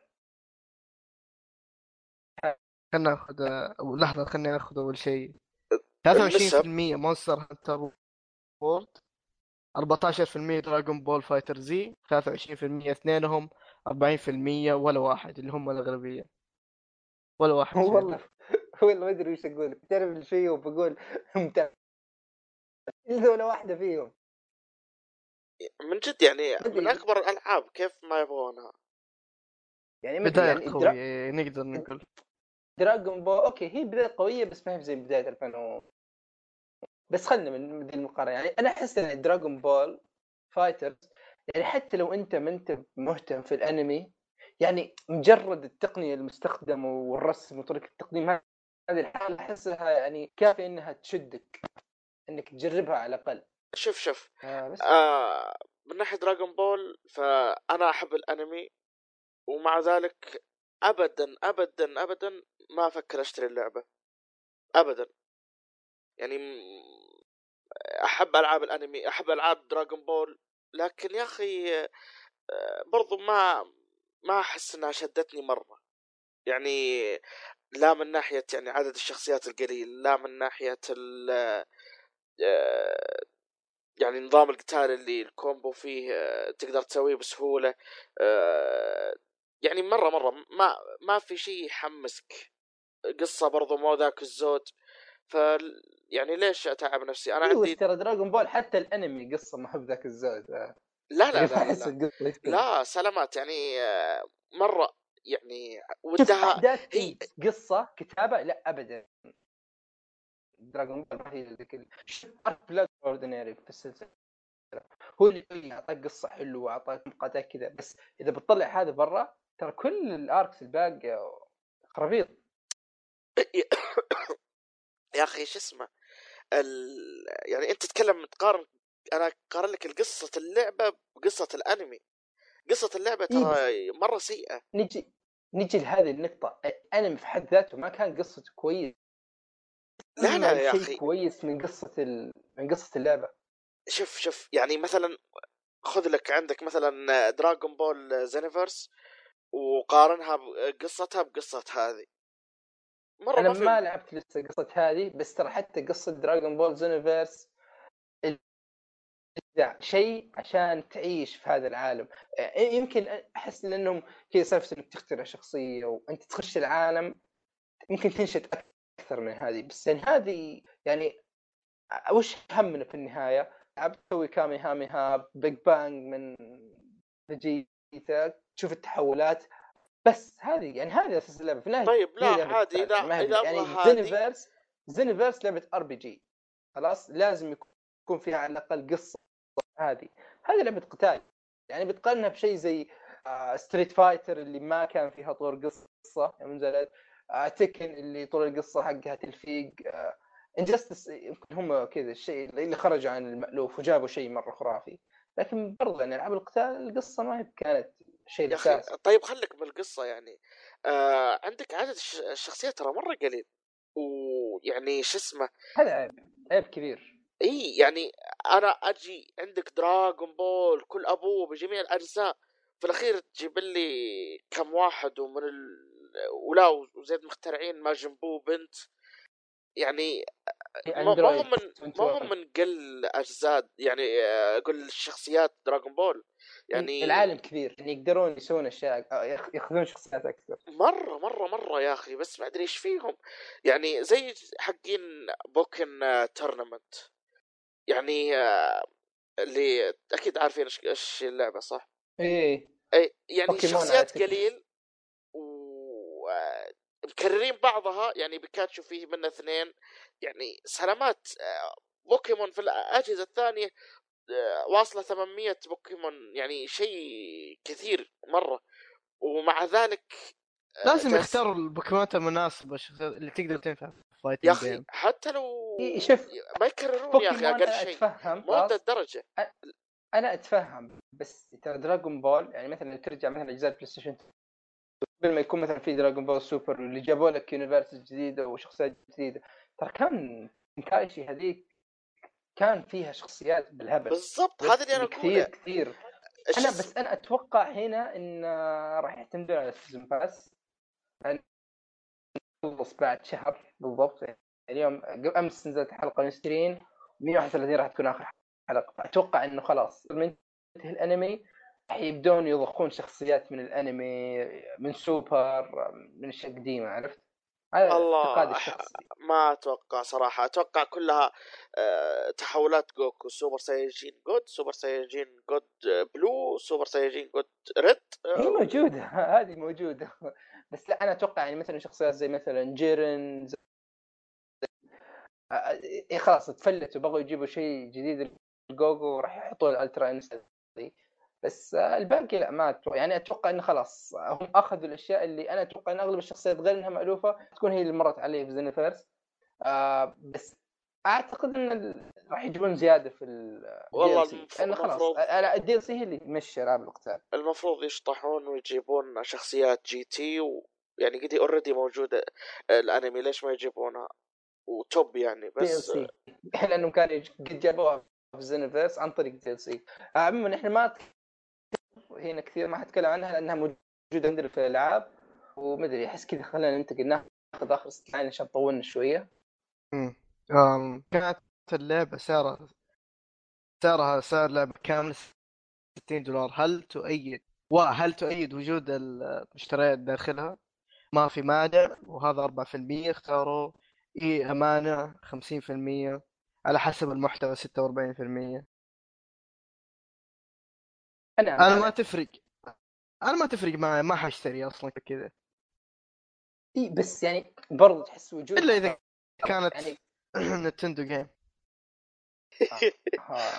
[SPEAKER 3] خلنا ناخذ لحظة، خلينا ناخذ اول شيء.
[SPEAKER 2] النسب.
[SPEAKER 3] 23% مونستر هانتر وورد، 14% دراغون بول فايتر زي، 23% اثنينهم، 40% ولا واحد اللي هم الأغلبية، ولا واحد فيهم.
[SPEAKER 1] والله والله ما ادري وش اقول، تعرف الشيء وبقول ممتاز الا ولا واحده فيهم.
[SPEAKER 2] من جد يعني
[SPEAKER 1] ما
[SPEAKER 2] من
[SPEAKER 1] ادري
[SPEAKER 2] اكبر الالعاب كيف ما يبغونها.
[SPEAKER 1] يعني ما ادري
[SPEAKER 3] بداية
[SPEAKER 1] يعني
[SPEAKER 3] قوية نقدر نقول.
[SPEAKER 1] دراغون بول اوكي هي بدايه قويه بس ما هي زي بدايه 2000 بس خلنا من ذي المقارنه. يعني انا احس ان دراغون بول فايترز يعني حتى لو انت ما انت مهتم في الانمي، يعني مجرد التقنيه المستخدمه والرسم وطريقه التقديم هذه الحاله احسها يعني كافيه انها تشدك انك تجربها على الاقل.
[SPEAKER 2] شوف
[SPEAKER 1] بس
[SPEAKER 2] من ناحيه دراغون بول فانا احب الانمي، ومع ذلك ابدا ابدا ابدا ما افكر اشتري اللعبه ابدا. يعني احب العاب الانمي، احب العاب دراغون بول، لكن يا اخي برضو ما احس انها شدتني مره. يعني لا من ناحيه يعني عدد الشخصيات القليل، لا من ناحيه آه، يعني نظام القتال اللي الكومبو فيه تقدر تسويه بسهوله. يعني مره ما في شيء يحمسك. قصه برضو مو ذاك الزود. ف يعني ليش اتعب نفسي انا
[SPEAKER 1] ايوه
[SPEAKER 2] عندي.
[SPEAKER 1] ترى دراغون بول حتى الانمي قصه ما هو بذاك الزود.
[SPEAKER 2] لا لا
[SPEAKER 1] يعني ما
[SPEAKER 2] لا لا
[SPEAKER 1] احس
[SPEAKER 2] لا
[SPEAKER 1] القصه كذا.
[SPEAKER 2] لا سلامات يعني مرة يعني
[SPEAKER 1] شوف
[SPEAKER 2] ودها
[SPEAKER 1] احداث
[SPEAKER 2] هي.
[SPEAKER 1] قصه كتابه لا ابدا. دراغون بول ما هي ذيك شوف بلاك اوردينري في السلسله هو اللي يعطيك قصه حلوه واعطاك مقاطع كذا، بس اذا بتطلع هذا برا ترى كل الاركس الباقيه خرابيط.
[SPEAKER 2] يا اخي شو اسمه يعني انت تتكلم تقارن. انا قارن لك قصة اللعبة بقصة الانمي. قصة اللعبة
[SPEAKER 1] اي بس
[SPEAKER 2] ترى مرة سيئة.
[SPEAKER 1] نجي لهذه النقطه. الانمي في حد ذاته ما كان قصته كويس،
[SPEAKER 2] لا لا
[SPEAKER 1] اجمل
[SPEAKER 2] يا
[SPEAKER 1] شيء
[SPEAKER 2] اخي
[SPEAKER 1] كويس من من قصه اللعبه.
[SPEAKER 2] شوف يعني مثلا خذ لك عندك مثلا دراغون بول زينيفرس وقارنها بقصتها بقصة هذه، مرة
[SPEAKER 1] انا
[SPEAKER 2] ما في.
[SPEAKER 1] ما لعبت لسه قصه هذه، بس ترى حتى قصه دراغون بول زونيفيرس شيء عشان تعيش في هذا العالم. يمكن احس انهم كذا سالفه انك تخترع شخصيه وانت تخش العالم يمكن تنشط اكثر من هذه. بس يعني هذه يعني وش همنا في النهايه؟ تسوي كامي هامي هاب بيج بانج من فيجيتا تشوف التحولات، بس هذه يعني هذه اساس اللعبه في النهايه.
[SPEAKER 2] طيب لا
[SPEAKER 1] هي لعبه
[SPEAKER 2] عادي،
[SPEAKER 1] قتال يعني ما هي
[SPEAKER 2] اذا ابغى
[SPEAKER 1] يعني
[SPEAKER 2] هذه.
[SPEAKER 1] زينيفيرس لعبه ار بي جي، خلاص لازم يكون فيها على الاقل قصه. هذه لعبه قتال يعني بتقارنها بشيء زي ستريت فايتر اللي ما كان فيها طور قصه يعني نزلت، تكن اللي طول القصه حقها تلفيق، انجستس يمكن هم كذا الشيء اللي خرجوا عن المألوف وجابوا شيء مره خرافي. لكن برضه يعني العاب القتال القصه ما هي كانت الشيء
[SPEAKER 2] يا اخي
[SPEAKER 1] الاساسي.
[SPEAKER 2] طيب خليك بالقصة يعني. عندك عدد الشخصيات ترى مرة قليل، ويعني شو اسمه.
[SPEAKER 1] هذا عيب كبير.
[SPEAKER 2] اي يعني انا اجي عندك دراغون بول كل ابوه بجميع الاجزاء، في الاخير تجيب لي كم واحد ومن ولا وزيد مخترعين ماجن بو بنت. يعني ما
[SPEAKER 1] اندرويد
[SPEAKER 2] هم من ما هم من قل اجزاء يعني اقول الشخصيات دراغون بول يعني.
[SPEAKER 1] العالم كبير يعني يقدرون يسوون اشياء ياخذون شخصيات اكثر.
[SPEAKER 2] مرة يا أخي بس ما أدري إيش فيهم. يعني زي حقين بوكن تورنمنت يعني اللي أكيد عارفين إيش اللعبة صح؟
[SPEAKER 1] ايه
[SPEAKER 2] أي يعني
[SPEAKER 1] بوكيمون على
[SPEAKER 2] الشخصيات
[SPEAKER 1] تكنس.
[SPEAKER 2] قليل ومكررين بعضها. يعني بيكاتشو فيه منه اثنين. يعني سلامات بوكيمون في الأجهزة الثانية واصلة 800 بوكيمون، يعني شيء كثير مرة. ومع ذلك
[SPEAKER 3] لازم
[SPEAKER 2] جالس.
[SPEAKER 3] يختاروا البوكيمونات المناسبة اللي تقدر تنفع في
[SPEAKER 2] يا
[SPEAKER 3] فايتنج
[SPEAKER 2] اخي
[SPEAKER 3] جيم.
[SPEAKER 2] حتى لو
[SPEAKER 1] شوف
[SPEAKER 2] ما يكررون يا اخي
[SPEAKER 1] بوكيمون
[SPEAKER 2] اقل
[SPEAKER 1] انا
[SPEAKER 2] شيء
[SPEAKER 1] اتفهم
[SPEAKER 2] مو ذا
[SPEAKER 1] خلاص.
[SPEAKER 2] الدرجه.
[SPEAKER 1] انا اتفهم بس ترى دراغون بول يعني مثلا ترجع مثلا اجزاء بلاي ستيشن قبل ما يكون مثلا في دراغون بول سوبر اللي جابوا لك يونيفرس جديده وشخصيات جديده، ترى كان كايشي هذيك كان فيها شخصيات بالهبل
[SPEAKER 2] بالضبط هذا اللي
[SPEAKER 1] بس
[SPEAKER 2] انا
[SPEAKER 1] يعني كثير
[SPEAKER 2] اقوله.
[SPEAKER 1] كثير.
[SPEAKER 2] ايش
[SPEAKER 1] انا بس انا اتوقع هنا ان راح يعتمدون على السيزون باس يعني خلص بعد شهر بالضبط. يعني اليوم امس نزلت حلقه 20 131 راح تكون اخر حلقة. اتوقع انه خلاص من ينتهي الانمي راح يبدون يضخون شخصيات من الانمي، من سوبر، من اشياء قديمة، عرفت؟ هذا اعتقادي
[SPEAKER 2] الله
[SPEAKER 1] الشخصي.
[SPEAKER 2] ما اتوقع صراحة. اتوقع كلها تحولات جوكو: سوبر سايجين جود، سوبر سايجين جود بلو، سوبر سايجين جود ريد.
[SPEAKER 1] هي موجودة هذه موجودة بس لا، انا اتوقع يعني مثلا شخصيات زي مثلا جيرن إيه خلاص تفلتوا، بغوا يجيبوا شيء جديد الجوجو، راح يحطوا الالترا انستنت دي. بس الباقي لا، ما أتوقع. يعني اتوقع انه خلاص هم اخذوا الاشياء اللي انا اتوقع ان اغلب الشخصيات غير انها مألوفة تكون هي اللي مرت عليه في زينيفيرس. بس اعتقد ان راح يجيبون زيادة في الدي
[SPEAKER 2] والله
[SPEAKER 1] ال سي، لانه خلاص
[SPEAKER 2] المفروض
[SPEAKER 1] الدي ال سي هي اللي تمشي العاب القتال.
[SPEAKER 2] يشطحون ويجيبون شخصيات جي تي يعني قد اوريدي موجودة الانمي، ليش ما يجيبونها وتوب يعني؟
[SPEAKER 1] دي ال
[SPEAKER 2] بس
[SPEAKER 1] سي لانهم كانوا قد جابوها في زينيفيرس عن طريق دي ال سي. عموما احنا ما هنا كثير ما حتكلم عنها لانها موجوده عندنا في الالعاب، ومدري احس كذا خلينا ننتقل ناخذ اخر استعانه عشان طولنا شويه.
[SPEAKER 3] كانت اللعبة سعرها سعر لعبة كاملة $60. هل تؤيد وجود المشتريات داخلها؟ ما في مانع، وهذا 4% اختاروا. أمانة 50%، على حسب المحتوى 46%.
[SPEAKER 1] انا
[SPEAKER 3] أنا ما
[SPEAKER 1] مانع.
[SPEAKER 3] تفرق أنا ما تفرق معي، ما حاشتري أصلا كذا،
[SPEAKER 1] اي بس يعني برضو تحس
[SPEAKER 3] إلا
[SPEAKER 1] وجودها
[SPEAKER 3] إذا كانت
[SPEAKER 1] يعني
[SPEAKER 3] نتندو جيم.
[SPEAKER 1] آه.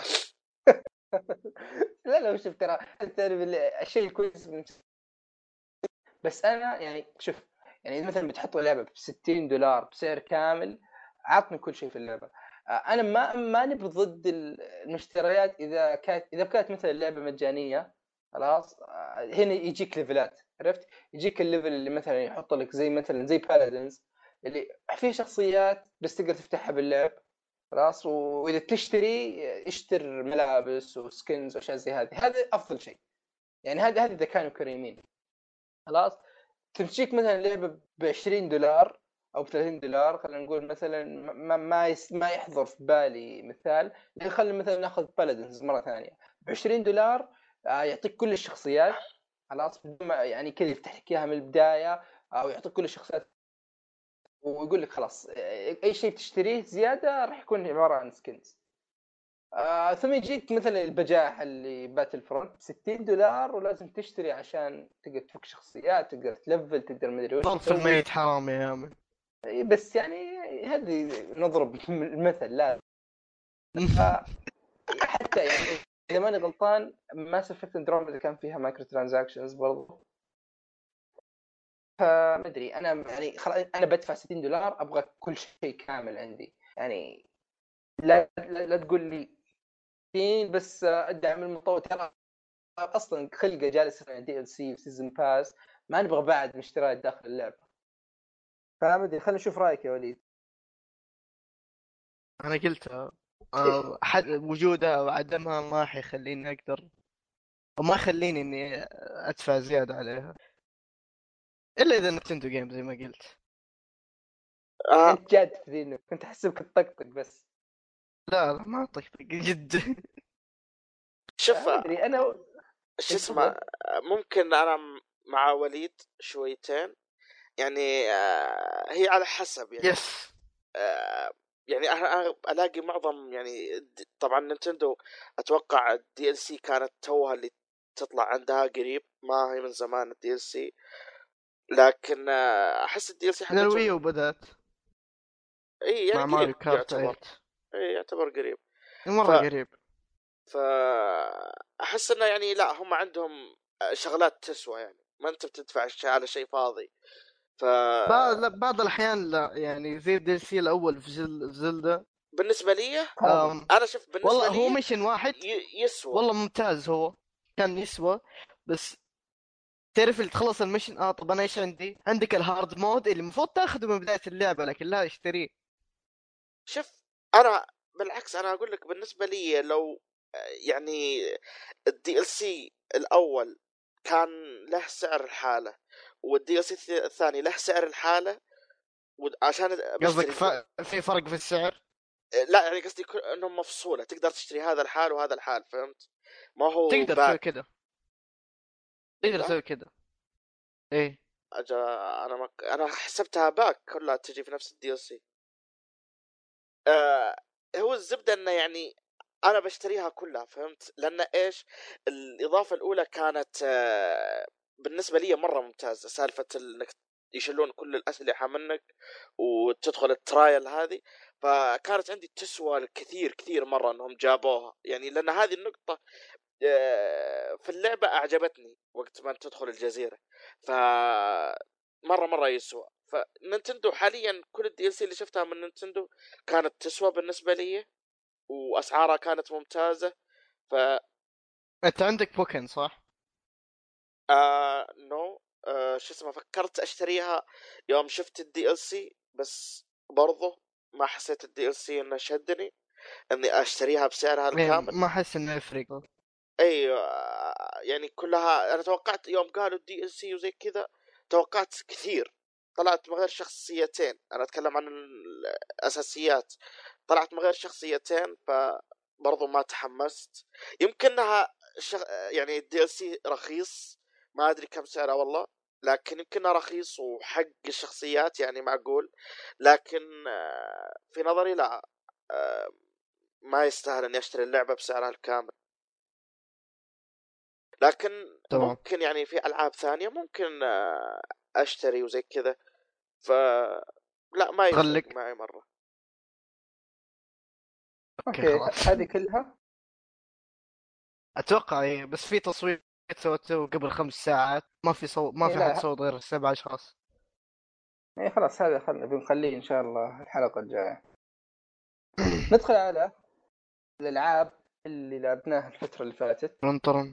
[SPEAKER 1] لا لا، شوف ترى تعرف الشيء الكويس بس انا يعني شوف، يعني إذا مثلا بتحطوا لعبه ب $60 بسعر كامل، عطني كل شيء في اللعبه. انا ما نبي ضد المشتريات اذا كانت مثلا اللعبه مجانيه خلاص. هنا يجيك ليفلات، عرفت؟ يجيك الليفل اللي مثلا يحط لك زي مثلا زي بارادنز اللي فيه شخصيات بس تقدر تفتحها باللعب خلاص، واذا تشتري اشتر ملابس وسكنز واشياء زي هذا افضل شيء. يعني هذه اذا كانوا كريمين خلاص. تمشيك مثلا لعبه $20 او $30، خلينا نقول مثلا ما يحضر في بالي مثال، خلينا مثلا ناخذ بالادنز مره ثانيه $20. يعطيك كل الشخصيات خلاص بدون يعني كذا يفتح لك اياها من البدايه، او يعطيك كل الشخصيات ويقول لك خلاص اي شيء تشتريه زياده راح يكون عباره عن سكنز. ثم يجيك مثلا البجاحة اللي باتل فرونت $60 ولازم تشتري عشان تقدر تفك شخصيات، تقدر تلفل، تقدر مدري وش
[SPEAKER 3] ضرب في
[SPEAKER 1] تسوي.
[SPEAKER 3] الميت حرام يا يامن.
[SPEAKER 1] بس يعني هذه نضرب المثل لا. حتى يعني اذا ماني غلطان ماس افكت اندروميدا كان فيها مايكرو ترانزاكشنز برضو. فما ادري انا يعني انا بدفع $60 ابغى كل شيء كامل عندي يعني. لا تقول لي بس ادعم المطور ترى اصلا خلقه جالس يسمع دي ال سي وسيزون باس، ما نبغى بعد مشتريات داخل اللعبه. فما ادري، خلينا نشوف رايك يا وليد.
[SPEAKER 3] أنا قلت وجودها وعدمها ما حيخليني أقدر، وما يخليني إني أدفع زيادة عليها، إلا إذا نتندو جيم زي ما قلت.
[SPEAKER 2] آه
[SPEAKER 1] انت جاد في ذي، كنت احسبك تطقطق بس.
[SPEAKER 3] لا لا، ما طقطق جد.
[SPEAKER 2] شوف،
[SPEAKER 1] ما ادري انا.
[SPEAKER 2] شو اسمه،
[SPEAKER 1] تفضل.
[SPEAKER 2] ممكن انا مع وليد شويتين يعني. هي على حسب يعني.
[SPEAKER 3] يس.
[SPEAKER 2] يعني انا الاقي معظم يعني طبعا نينتندو اتوقع الدي ال سي كانت توها اللي تطلع عندها قريب، ما هي من زمان الدي ال سي. لكن احس الدي ال سي
[SPEAKER 3] من
[SPEAKER 2] حقتهم
[SPEAKER 3] الويو بدأت
[SPEAKER 2] اي يعني
[SPEAKER 3] مع
[SPEAKER 2] قريب
[SPEAKER 3] ماريو كارت
[SPEAKER 2] يعتبر.
[SPEAKER 3] 8.
[SPEAKER 2] اي يعتبر قريب. ف
[SPEAKER 3] مرة قريب.
[SPEAKER 2] ف احس انه يعني لا، هم عندهم شغلات تسوى يعني، ما انت بتدفع على شيء فاضي. ف
[SPEAKER 3] بعض الأحيان لا، يعني زي الدي سي الأول في زلدة.
[SPEAKER 2] بالنسبه لي
[SPEAKER 1] خالص.
[SPEAKER 2] انا شوف، بالنسبه
[SPEAKER 3] والله هو
[SPEAKER 2] لي
[SPEAKER 3] ميشن واحد،
[SPEAKER 2] يسوى.
[SPEAKER 3] والله ممتاز، هو كان يسوى. بس تعرف اللي تخلص المشن، طب انا ايش عندك الهارد مود اللي المفروض تاخذه من بداية اللعبة، لكن لا اشتريه.
[SPEAKER 2] شوف انا بالعكس، انا اقول لك بالنسبه لي لو يعني الدي ال سي الاول كان له سعر الحاله، والدي ال سي الثاني له سعر الحاله، عشان
[SPEAKER 3] قصدك
[SPEAKER 2] بشتري
[SPEAKER 3] في فرق في السعر؟
[SPEAKER 2] لا يعني قصدي انهم مفصوله، تقدر تشتري هذا الحال وهذا الحال، فهمت؟ ما هو
[SPEAKER 3] تقدر تسوي
[SPEAKER 2] باك.
[SPEAKER 3] كذا، تقدر
[SPEAKER 2] والله
[SPEAKER 3] تسوي كذا. ايه
[SPEAKER 2] أجا انا حسبتها باك كلها تجي في نفس الدي ال سي. هو الزبده انه يعني انا بشتريها كلها، فهمت؟ لان ايش الاضافه الاولى كانت بالنسبه لي مره ممتازه، سالفه انك يشيلون كل الاسلحه منك وتدخل الترايل هذه، فكانت عندي تسوى الكثير كثير مره انهم جابوها، يعني لان هذه النقطه في اللعبه اعجبتني وقت ما تدخل الجزيره، ف مره يسوى. فنينتندو حاليا كل الدي ال سي اللي شفتها من نينتندو كانت تسوى بالنسبه لي، واسعارها كانت ممتازه. ف
[SPEAKER 3] انت عندك بوكن صح؟
[SPEAKER 2] نو شو اسمه، فكرت اشتريها يوم شفت الدي ال سي، بس برضه ما حسيت الدي ال سي انه شدني اني اشتريها بسعرها
[SPEAKER 3] إيه،
[SPEAKER 2] الكامل.
[SPEAKER 3] ما احس انه يفرق.
[SPEAKER 2] اي يعني كلها انا توقعت يوم قالوا الدي ال سي وزي كذا، توقعت كثير، طلعت من غير شخصيتين. انا اتكلم عن الاساسيات، طلعت من غير شخصيتين، فبرضو ما تحمست. يمكنها يعني الدي ال سي رخيص، ما ادري كم سعره والله، لكن يمكنها رخيص وحق الشخصيات يعني معقول، لكن في نظري لا، آه، ما يستاهل اني اشتري اللعبة بسعرها الكامل. لكن
[SPEAKER 3] تمام.
[SPEAKER 2] ممكن يعني في العاب ثانيه ممكن اشتري وزي كذا، ف لا ما يفرق
[SPEAKER 3] تغلق.
[SPEAKER 2] معي مره.
[SPEAKER 3] اوكي
[SPEAKER 1] اوكي
[SPEAKER 3] خلاص.
[SPEAKER 1] هذه كلها.
[SPEAKER 3] اتوقع إيه، بس في تصويت سويته قبل 5 ساعات، ما
[SPEAKER 1] إيه
[SPEAKER 3] في حد
[SPEAKER 1] لا
[SPEAKER 3] صوت غير 7 اشخاص.
[SPEAKER 1] إيه خلاص هذا خلنا بنخليه ان شاء الله الحلقه الجايه. ندخل على الالعاب اللي لعبناها الفتره اللي فاتت،
[SPEAKER 3] طرن.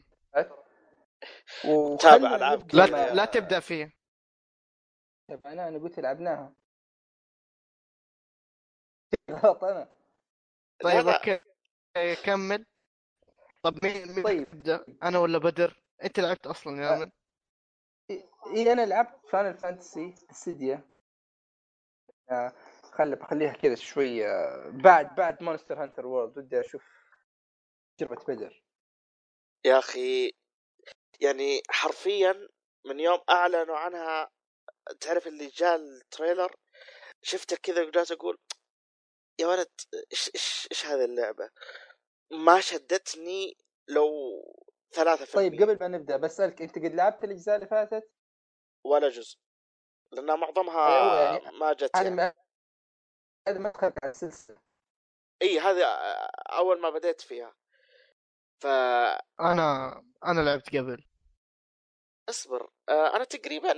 [SPEAKER 2] متابع
[SPEAKER 1] وخلنا
[SPEAKER 2] العاب
[SPEAKER 1] نبدا
[SPEAKER 3] لا
[SPEAKER 2] كثيره
[SPEAKER 1] مع.
[SPEAKER 3] لا
[SPEAKER 2] يا
[SPEAKER 3] تبدا فيه.
[SPEAKER 1] طيب انا قلت لعبناها غلط انا.
[SPEAKER 2] لا
[SPEAKER 3] طيب
[SPEAKER 2] لا
[SPEAKER 3] اوكي كمل. طب مين
[SPEAKER 1] طيب
[SPEAKER 3] يبدا، انا ولا بدر؟ انت لعبت اصلا يا من؟
[SPEAKER 1] إيه انا لعبت فاينل فانتسي السيديا. بخليها كذا شويه بعد مونستر هانتر وورلد، ودي اشوف تجربه بدر.
[SPEAKER 2] يا اخي، يعني حرفيا من يوم اعلنوا عنها، تعرف اللي جاء التريلر شفته كذا وجالس اقول يا ولد ايش هذه اللعبه، ما شدتني لو 3%.
[SPEAKER 1] طيب قبل ما نبدا بسالك، انت قد لعبت الاجزاء اللي فاتت؟
[SPEAKER 2] ولا جزء، لان
[SPEAKER 1] او
[SPEAKER 2] معظمها
[SPEAKER 1] يعني
[SPEAKER 2] ما جت
[SPEAKER 1] هذه
[SPEAKER 2] يعني.
[SPEAKER 1] هذا ما دخلت على السلسله.
[SPEAKER 2] اي هذه اول ما بديت فيها. ف
[SPEAKER 3] انا لعبت قبل.
[SPEAKER 2] اصبر، انا تقريبا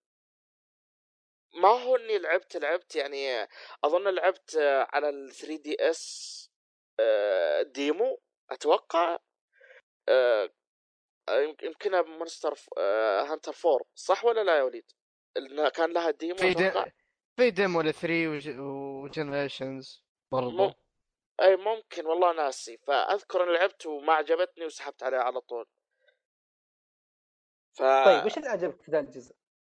[SPEAKER 2] ما هو اني لعبت يعني، اظن لعبت على ال 3 دي اس ديمو اتوقع، آه، يمكنها مونستر هانتر 4، صح ولا لا يا وليد؟ إنها كان لها ديمو
[SPEAKER 3] في
[SPEAKER 2] اتوقع.
[SPEAKER 3] في ديمو ل 3 وجنريشنز
[SPEAKER 2] مم...
[SPEAKER 3] برضو.
[SPEAKER 2] اي ممكن والله ناسي، فاذكر اني لعبت وما عجبتني وسحبت عليها على طول. ف
[SPEAKER 1] طيب وش اللي عجبك في ذا الجزء؟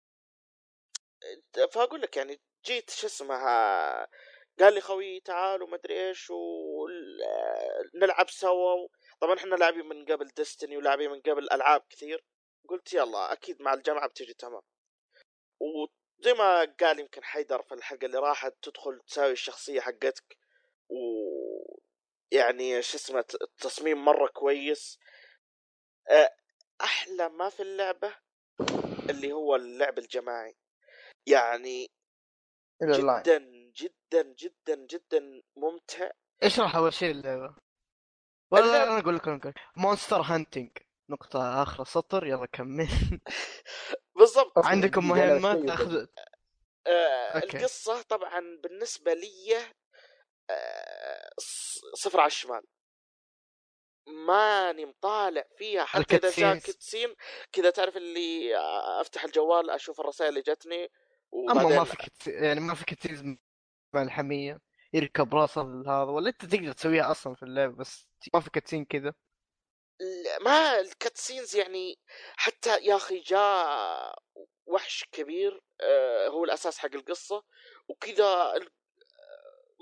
[SPEAKER 2] فاقول لك يعني جيت شو اسمها، قال لي خوي تعال وما ادري ايش ونلعب سوا. طبعا احنا لاعبين من قبل ديستني ولاعبين من قبل العاب كثير، قلت يلا اكيد مع الجامعه بتجي تمام. وزي ما قال يمكن حيدر في الحلقه اللي راحت، تدخل تساوي الشخصيه حقتك، و يعني شو اسمه التصميم مره كويس. احلى ما في اللعبه اللي هو اللعب الجماعي، يعني
[SPEAKER 1] الاونلاين.
[SPEAKER 2] جدا جدا جدا جدا ممتع.
[SPEAKER 3] اشرح اول شيء اللعبه. ولا لا،
[SPEAKER 2] اللعب
[SPEAKER 3] انا اقول لك مونستر هانتنج نقطة اخر سطر، يلا كمل.
[SPEAKER 2] بالضبط.
[SPEAKER 1] اصبر
[SPEAKER 3] عندكم
[SPEAKER 1] دقيقه لا
[SPEAKER 3] مهمة
[SPEAKER 1] شوي وبجي.
[SPEAKER 3] تاخذ. اوكي.
[SPEAKER 2] القصة طبعا بالنسبة لي صفر على الشمال، ماني مطالع فيها حتى إذا جاء
[SPEAKER 3] الكاتسينز.
[SPEAKER 2] كتسين كذا، تعرف اللي أفتح الجوال أشوف الرسائل اللي جتني
[SPEAKER 3] اما ما
[SPEAKER 2] وبعدين.
[SPEAKER 3] في يعني ما في كاتسينز مع الحمية يركب راس هذا، ولا انت تقدر تسويها اصلا في اللعبة بس ما في كاتسين كذا.
[SPEAKER 2] ما الكاتسينز يعني، حتى يا أخي جاء وحش كبير هو الأساس حق القصة وكذا،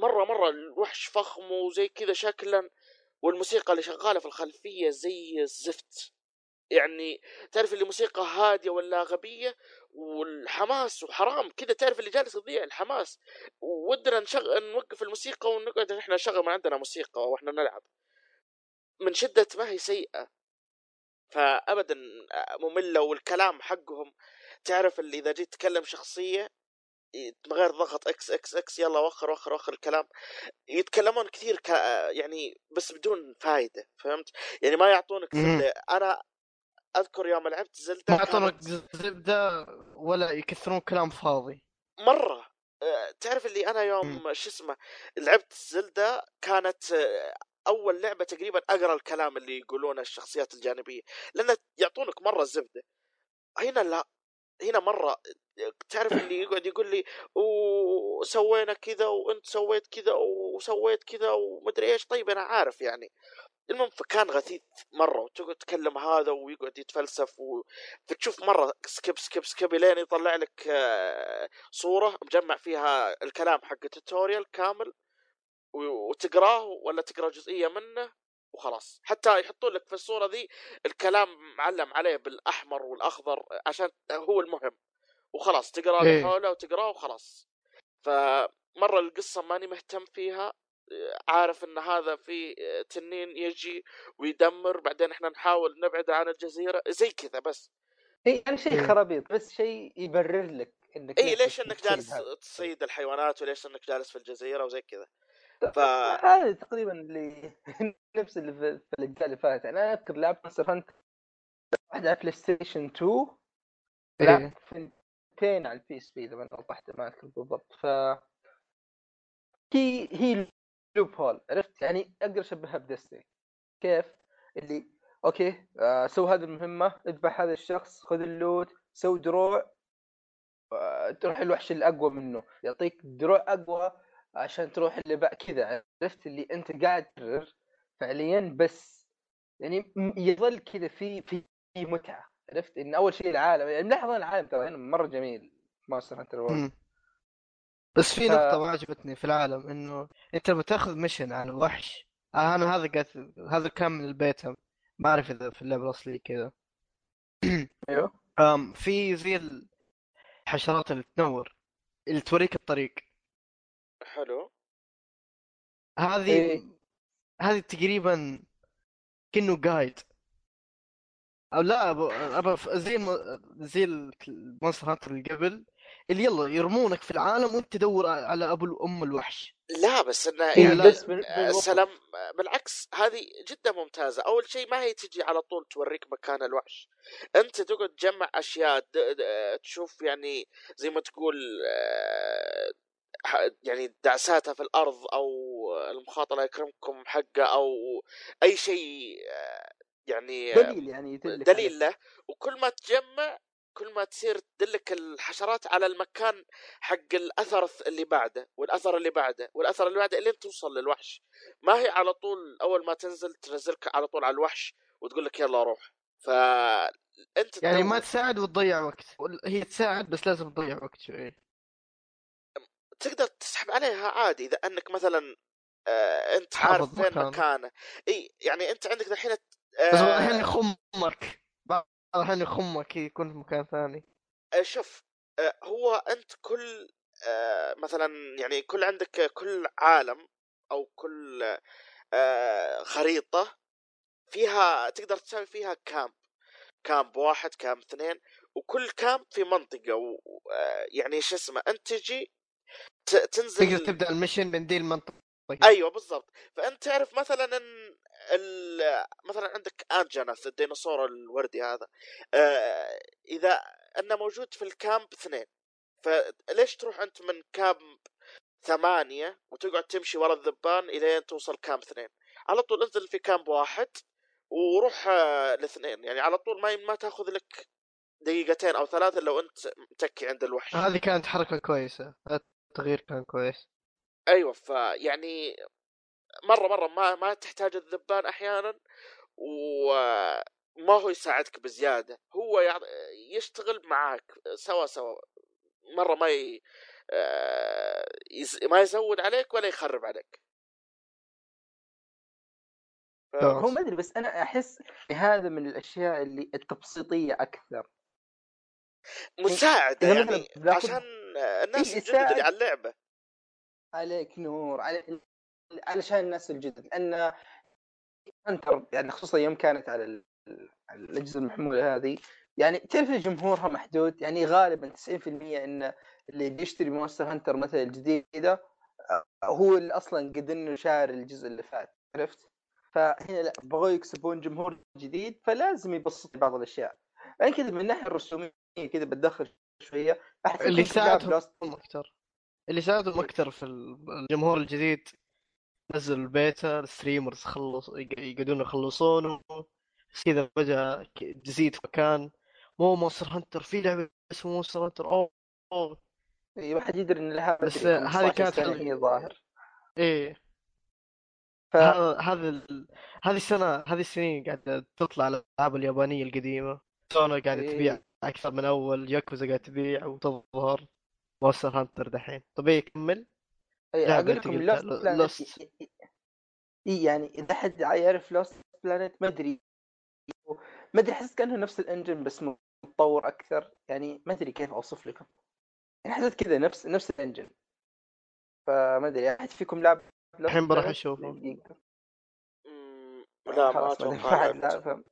[SPEAKER 2] مرة الوحش فخم وزي كذا شكلا، والموسيقى اللي شغالة في الخلفية زي الزفت. يعني تعرف اللي موسيقى هادية ولا غبية، والحماس وحرام كذا، تعرف اللي جالس يضيع الحماس، ودنا نوقف الموسيقى ونقعد احنا نشغل ما عندنا موسيقى واحنا نلعب من شدة ما هي سيئة. فأبدا مملة، والكلام حقهم تعرف اللي إذا جيت تكلم شخصية من غير ضغط اكس اكس اكس يلا وخر الكلام، يتكلمون كثير يعني بس بدون فايدة، فهمت؟ يعني ما يعطونك زبدة. أنا أذكر يوم لعبت زلدة
[SPEAKER 3] ما يعطونك
[SPEAKER 2] كانت
[SPEAKER 3] زبده ولا يكثرون كلام فاضي
[SPEAKER 2] مرة تعرف اللي أنا يوم شو اسمه لعبت زلدة كانت أول لعبة تقريبا أقرأ الكلام اللي يقولونه الشخصيات الجانبية، لأن يعطونك مرة زبدة. هنا لا، هنا مرة تعرف اللي يقعد يقول لي وسوينا كذا وانت سويت كذا وسويت كذا ومدري ايش. طيب انا عارف يعني. المهم فكان غثيث مرة، وتقعد تكلم هذا ويقعد يتفلسف فتشوف مرة سكيب لين يطلع لك صورة مجمع فيها الكلام حق التوتوريال كامل، وتقراه ولا تقرا جزئية منه وخلاص. حتى يحطون لك في الصورة ذي الكلام معلم عليه بالأحمر والأخضر عشان هو المهم، وخلاص تقرا اللي
[SPEAKER 3] إيه.
[SPEAKER 2] حوله وتقراه وخلاص. فمرة القصة ماني مهتم فيها، عارف ان هذا في تنين يجي ويدمر، بعدين احنا نحاول نبعد عن الجزيرة زي كذا بس.
[SPEAKER 1] هي يعني شيء
[SPEAKER 3] إيه.
[SPEAKER 1] خرابيط، بس شيء يبرر لك انك
[SPEAKER 2] اي
[SPEAKER 1] ليش
[SPEAKER 2] ليش انك
[SPEAKER 1] تصيد
[SPEAKER 2] جالس
[SPEAKER 1] هذا.
[SPEAKER 2] تصيد الحيوانات، وليش انك جالس في الجزيرة وزي كذا. ف
[SPEAKER 1] هذا تقريبا اللي نفس اللي في الاجزاء اللي فاتت. يعني انا اذكر لعبت مونستر هانت واحده على بلاي ستيشن 2،
[SPEAKER 3] إيه.
[SPEAKER 1] لعبت فين على البي اس بي اذا ما وضحت، ما اذكر بالضبط. هي لوب هول، عرفت؟ يعني اقدر اشبهها بدستني. كيف؟ اللي اوكي سوي هذه المهمه، اذبح هذا الشخص، خذ اللوت، سوي دروع، تروح الوحش الاقوى منه يعطيك دروع اقوى عشان تروح اللي بقى كذا. عرفت اللي انت قاعد تكرر فعليا، بس يعني يظل كذا في متعه. عرفت ان اول شيء العالم، يعني ملاحظ العالم ترى هنا مره جميل مونستر هانتر وورلد.
[SPEAKER 3] مم. بس في
[SPEAKER 1] ف
[SPEAKER 3] نقطة ما عجبتني في العالم، انه انت بتاخذ ميشن عن وحش. انا هذا هذا كان من البيتا، ما اعرف اذا في اللعبة الاصلية كذا.
[SPEAKER 1] ايوه
[SPEAKER 3] في زي الحشرات اللي تنور، اللي توريك الطريق.
[SPEAKER 2] حلو.
[SPEAKER 3] هذه
[SPEAKER 1] ايه
[SPEAKER 3] هذه تقريبا كأنه جايد، او لا زي زي المونستر هانتر اللي قبل، اللي يلا يرمونك في العالم وانت تدور على ابو الام الوحش.
[SPEAKER 2] لا بس انه
[SPEAKER 1] ايه
[SPEAKER 2] يعني
[SPEAKER 1] بس بالوقت.
[SPEAKER 2] سلام. بالعكس هذه جدا ممتازة. اول شيء ما هي تجي على طول توريك مكان الوحش، انت تقعد تجمع اشياء تشوف يعني زي ما تقول يعني دعساتها في الارض، او المخاطره يكرمكم حقه، او اي شيء يعني
[SPEAKER 1] دليل يعني يدلك عليه.
[SPEAKER 2] دليل له. وكل ما تجمع كل ما تصير تدلك الحشرات على المكان حق الاثر اللي بعده والاثر اللي بعده والاثر اللي بعده لين توصل للوحش. ما هي على طول اول ما تنزل تنزلك على طول على الوحش وتقول لك يلا روح. فانت
[SPEAKER 3] يعني ما
[SPEAKER 2] تدور.
[SPEAKER 3] تساعد وتضيع وقت، هي تساعد بس لازم تضيع وقت شوي.
[SPEAKER 2] تقدر تسحب عليها عادي اذا انك مثلا انت عارف
[SPEAKER 3] حافظ
[SPEAKER 2] فين
[SPEAKER 3] مكانه.
[SPEAKER 2] مكانه. اي يعني انت عندك الحين
[SPEAKER 3] بس بعض الحين يخمك، بعض الحين يخمك يكون في مكان ثاني.
[SPEAKER 2] شوف هو انت كل مثلا يعني كل عندك كل عالم او كل خريطة فيها تقدر تسوي فيها كامب واحد كامب اثنين، وكل كامب في منطقة يعني شو اسمه انت تجي
[SPEAKER 3] تقدر
[SPEAKER 2] تنزل.
[SPEAKER 3] تبدا المشن من دي المنطقه.
[SPEAKER 2] ايوه بالضبط. فانت تعرف مثلا ان مثلا عندك انجنث الديناصور الوردي هذا اذا انه موجود في الكامب اثنين، فليش تروح انت من كامب 8 وتقعد تمشي ورا الذبان الين توصل كامب 2؟ على طول انزل في كامب واحد وروح الاثنين، يعني على طول ما تاخذ لك دقيقتين او ثلاثة لو انت متكي عند الوحش.
[SPEAKER 3] هذه كانت حركه كويسه، التغيير كان كويس.
[SPEAKER 2] ايوه فيعني مرة ما تحتاج الذبان احيانا، وما هو يساعدك بزيادة، هو يشتغل معاك سوا. مرة ما يزود عليك ولا يخرب عليك.
[SPEAKER 1] هو ما ادري، بس انا احس هذا من الاشياء اللي التبسيطيه اكثر
[SPEAKER 2] مساعده
[SPEAKER 1] إذا
[SPEAKER 2] يعني
[SPEAKER 1] مثلا بناخذ
[SPEAKER 2] عشان الناس
[SPEAKER 1] اي
[SPEAKER 2] الجدد اللي
[SPEAKER 1] يساعد
[SPEAKER 2] على اللعبه.
[SPEAKER 1] عليك نور علشان الناس الجدد، لان انتر يعني خصوصا يوم كانت على الاجهزه المحموله هذه، يعني تعرف جمهورها محدود، يعني غالبا 90% ان اللي بيشتري مونستر هانتر مثلا الجديده هو اللي اصلا قد انه شاري الجزء اللي فات، عرفت؟ فهنا لا، بغوا يكسبون جمهور جديد فلازم يبسط بعض الاشياء. يعني كذا من الناحيه الرسوميه كذا بتدخل شويه،
[SPEAKER 3] اللي
[SPEAKER 1] احسكم لاعب
[SPEAKER 3] يساعدهم
[SPEAKER 1] لوست.
[SPEAKER 3] اكثر اللي يساعدهم اكثر في الجمهور الجديد، نزل البيتا الستريمرز يقعدون يخلصونه، بس كذا فجأة تزيد في مكان مو مونستر هانتر، في لعبة اسمها مونستر هانتر، أوه.
[SPEAKER 1] اي واحد يدري ان لها
[SPEAKER 3] بس
[SPEAKER 1] مدري
[SPEAKER 3] هذه
[SPEAKER 1] 15
[SPEAKER 3] كانت
[SPEAKER 1] سنه هي ظاهر.
[SPEAKER 3] ايه.
[SPEAKER 1] ف
[SPEAKER 3] هذه السنة، هذه السنين قاعدة تطلع الألعاب اليابانية القديمة، سونا قاعدة تبيع
[SPEAKER 1] إيه.
[SPEAKER 3] أكثر من أول، ياكوزا قاعدة تبيع وتظهر، مونستر هانتر دحين. طب إيه كمل. لعبة
[SPEAKER 1] اقول
[SPEAKER 3] أنت
[SPEAKER 1] لكم
[SPEAKER 3] قلتها
[SPEAKER 1] لوست بلانت،
[SPEAKER 3] لوست.
[SPEAKER 1] اي يعني اذا حد يعرف لوست بلانت ما ادري احس كانه نفس الانجن بس متطور اكثر، يعني ما ادري كيف اوصف لكم، يعني حسيت كذا نفس الانجن. فما ادري احد فيكم لعب لوست
[SPEAKER 3] الحين بروح
[SPEAKER 1] بلانت
[SPEAKER 3] أشوفه.
[SPEAKER 1] يقدر؟
[SPEAKER 2] لا ما
[SPEAKER 1] خلاص ما دام
[SPEAKER 2] اتوقع
[SPEAKER 1] ما حد
[SPEAKER 2] لعبته.
[SPEAKER 1] لعب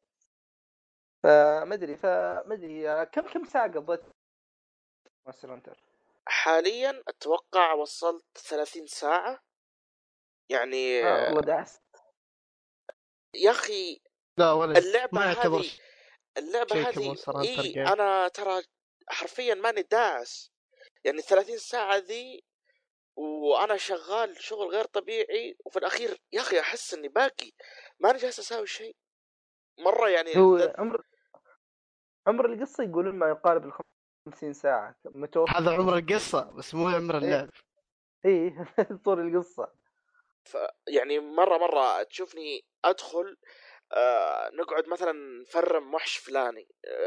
[SPEAKER 1] فما ادري كم ساعه قضيت مونستر هانتر؟
[SPEAKER 2] حاليا اتوقع وصلت 30 ساعة يعني.
[SPEAKER 1] والله دعست.
[SPEAKER 2] يا اخي
[SPEAKER 3] لا ولد،
[SPEAKER 2] اللعبة
[SPEAKER 3] ما يعتبر
[SPEAKER 2] هذه اللعبة
[SPEAKER 3] شيء
[SPEAKER 2] هذه
[SPEAKER 3] كمونستر هانتر
[SPEAKER 2] اي
[SPEAKER 3] جيم.
[SPEAKER 2] انا ترى حرفيا ماني داعس يعني 30 ساعة ذي وانا شغال شغل غير طبيعي، وفي الاخير يا اخي احس اني باقي ماني جالس اسوي شيء مرة يعني
[SPEAKER 1] هو عمر القصه يقولون ما يقارب ال 50 ساعه متوسط.
[SPEAKER 3] هذا عمر القصة بس مو عمر
[SPEAKER 1] ايه
[SPEAKER 3] اللعب.
[SPEAKER 1] ايه طول القصه.
[SPEAKER 2] يعني مرة تشوفني ادخل نقعد مثلا نفرم وحش فلاني،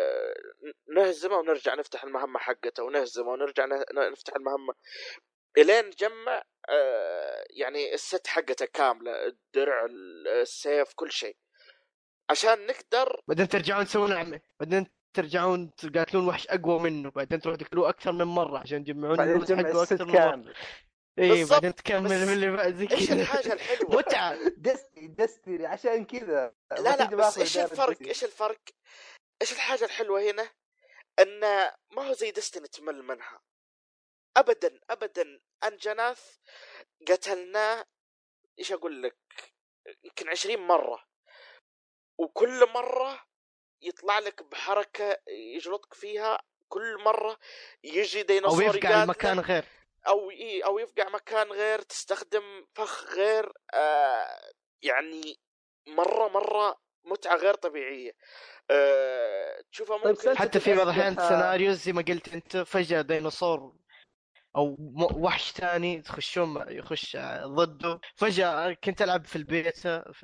[SPEAKER 2] نهزمه ونرجع نفتح المهمة حقته، ونهزمه ونرجع نفتح المهمة الين نجمع يعني الست حقته كاملة، الدرع السيف كل شيء، عشان نقدر
[SPEAKER 3] بعدين ترجعون تسوون بعدين ترجعون تقاتلون وحش اقوى منه، بعدين تروح تقتلوه اكثر من مره عشان تجمعون
[SPEAKER 1] بعدين
[SPEAKER 3] الفلوس
[SPEAKER 1] تجمع
[SPEAKER 3] حقه
[SPEAKER 1] الست
[SPEAKER 3] اكثر من مره.
[SPEAKER 1] كامل.
[SPEAKER 3] اي
[SPEAKER 2] بالضبط.
[SPEAKER 3] بعدين تكمل من
[SPEAKER 2] بس
[SPEAKER 3] اللي بعد زي
[SPEAKER 2] ايش
[SPEAKER 3] كذا.
[SPEAKER 2] الحاجة الحلوة؟
[SPEAKER 3] متعه.
[SPEAKER 1] دستني عشان كذا ما
[SPEAKER 2] لا
[SPEAKER 1] كنت
[SPEAKER 2] بس
[SPEAKER 1] باخذ
[SPEAKER 2] ايش
[SPEAKER 1] دار
[SPEAKER 2] الفرق؟
[SPEAKER 1] الدستني.
[SPEAKER 2] ايش الحاجة الحلوة هنا؟ ان ما هو زي دستني تمل منها ابدا. انجناث قتلناه ايش اقول لك يمكن 20 مرة، وكل مرة يطلع لك بحركة يجلطك فيها، كل مرة يجي
[SPEAKER 3] او
[SPEAKER 2] ديناصور
[SPEAKER 3] يفقع المكان
[SPEAKER 2] يقاتلك،
[SPEAKER 3] غير.
[SPEAKER 2] او يفقع مكان غير، تستخدم فخ غير، يعني مرة متعة غير طبيعية. تشوفها
[SPEAKER 1] طيب
[SPEAKER 2] ممكن
[SPEAKER 3] حتى في بعض الاحيان
[SPEAKER 1] الاسلحه.
[SPEAKER 3] سيناريوز زي ما قلت انت، فجاه ديناصور او وحش ثاني يخش ضده. فجاه كنت العب في البيت،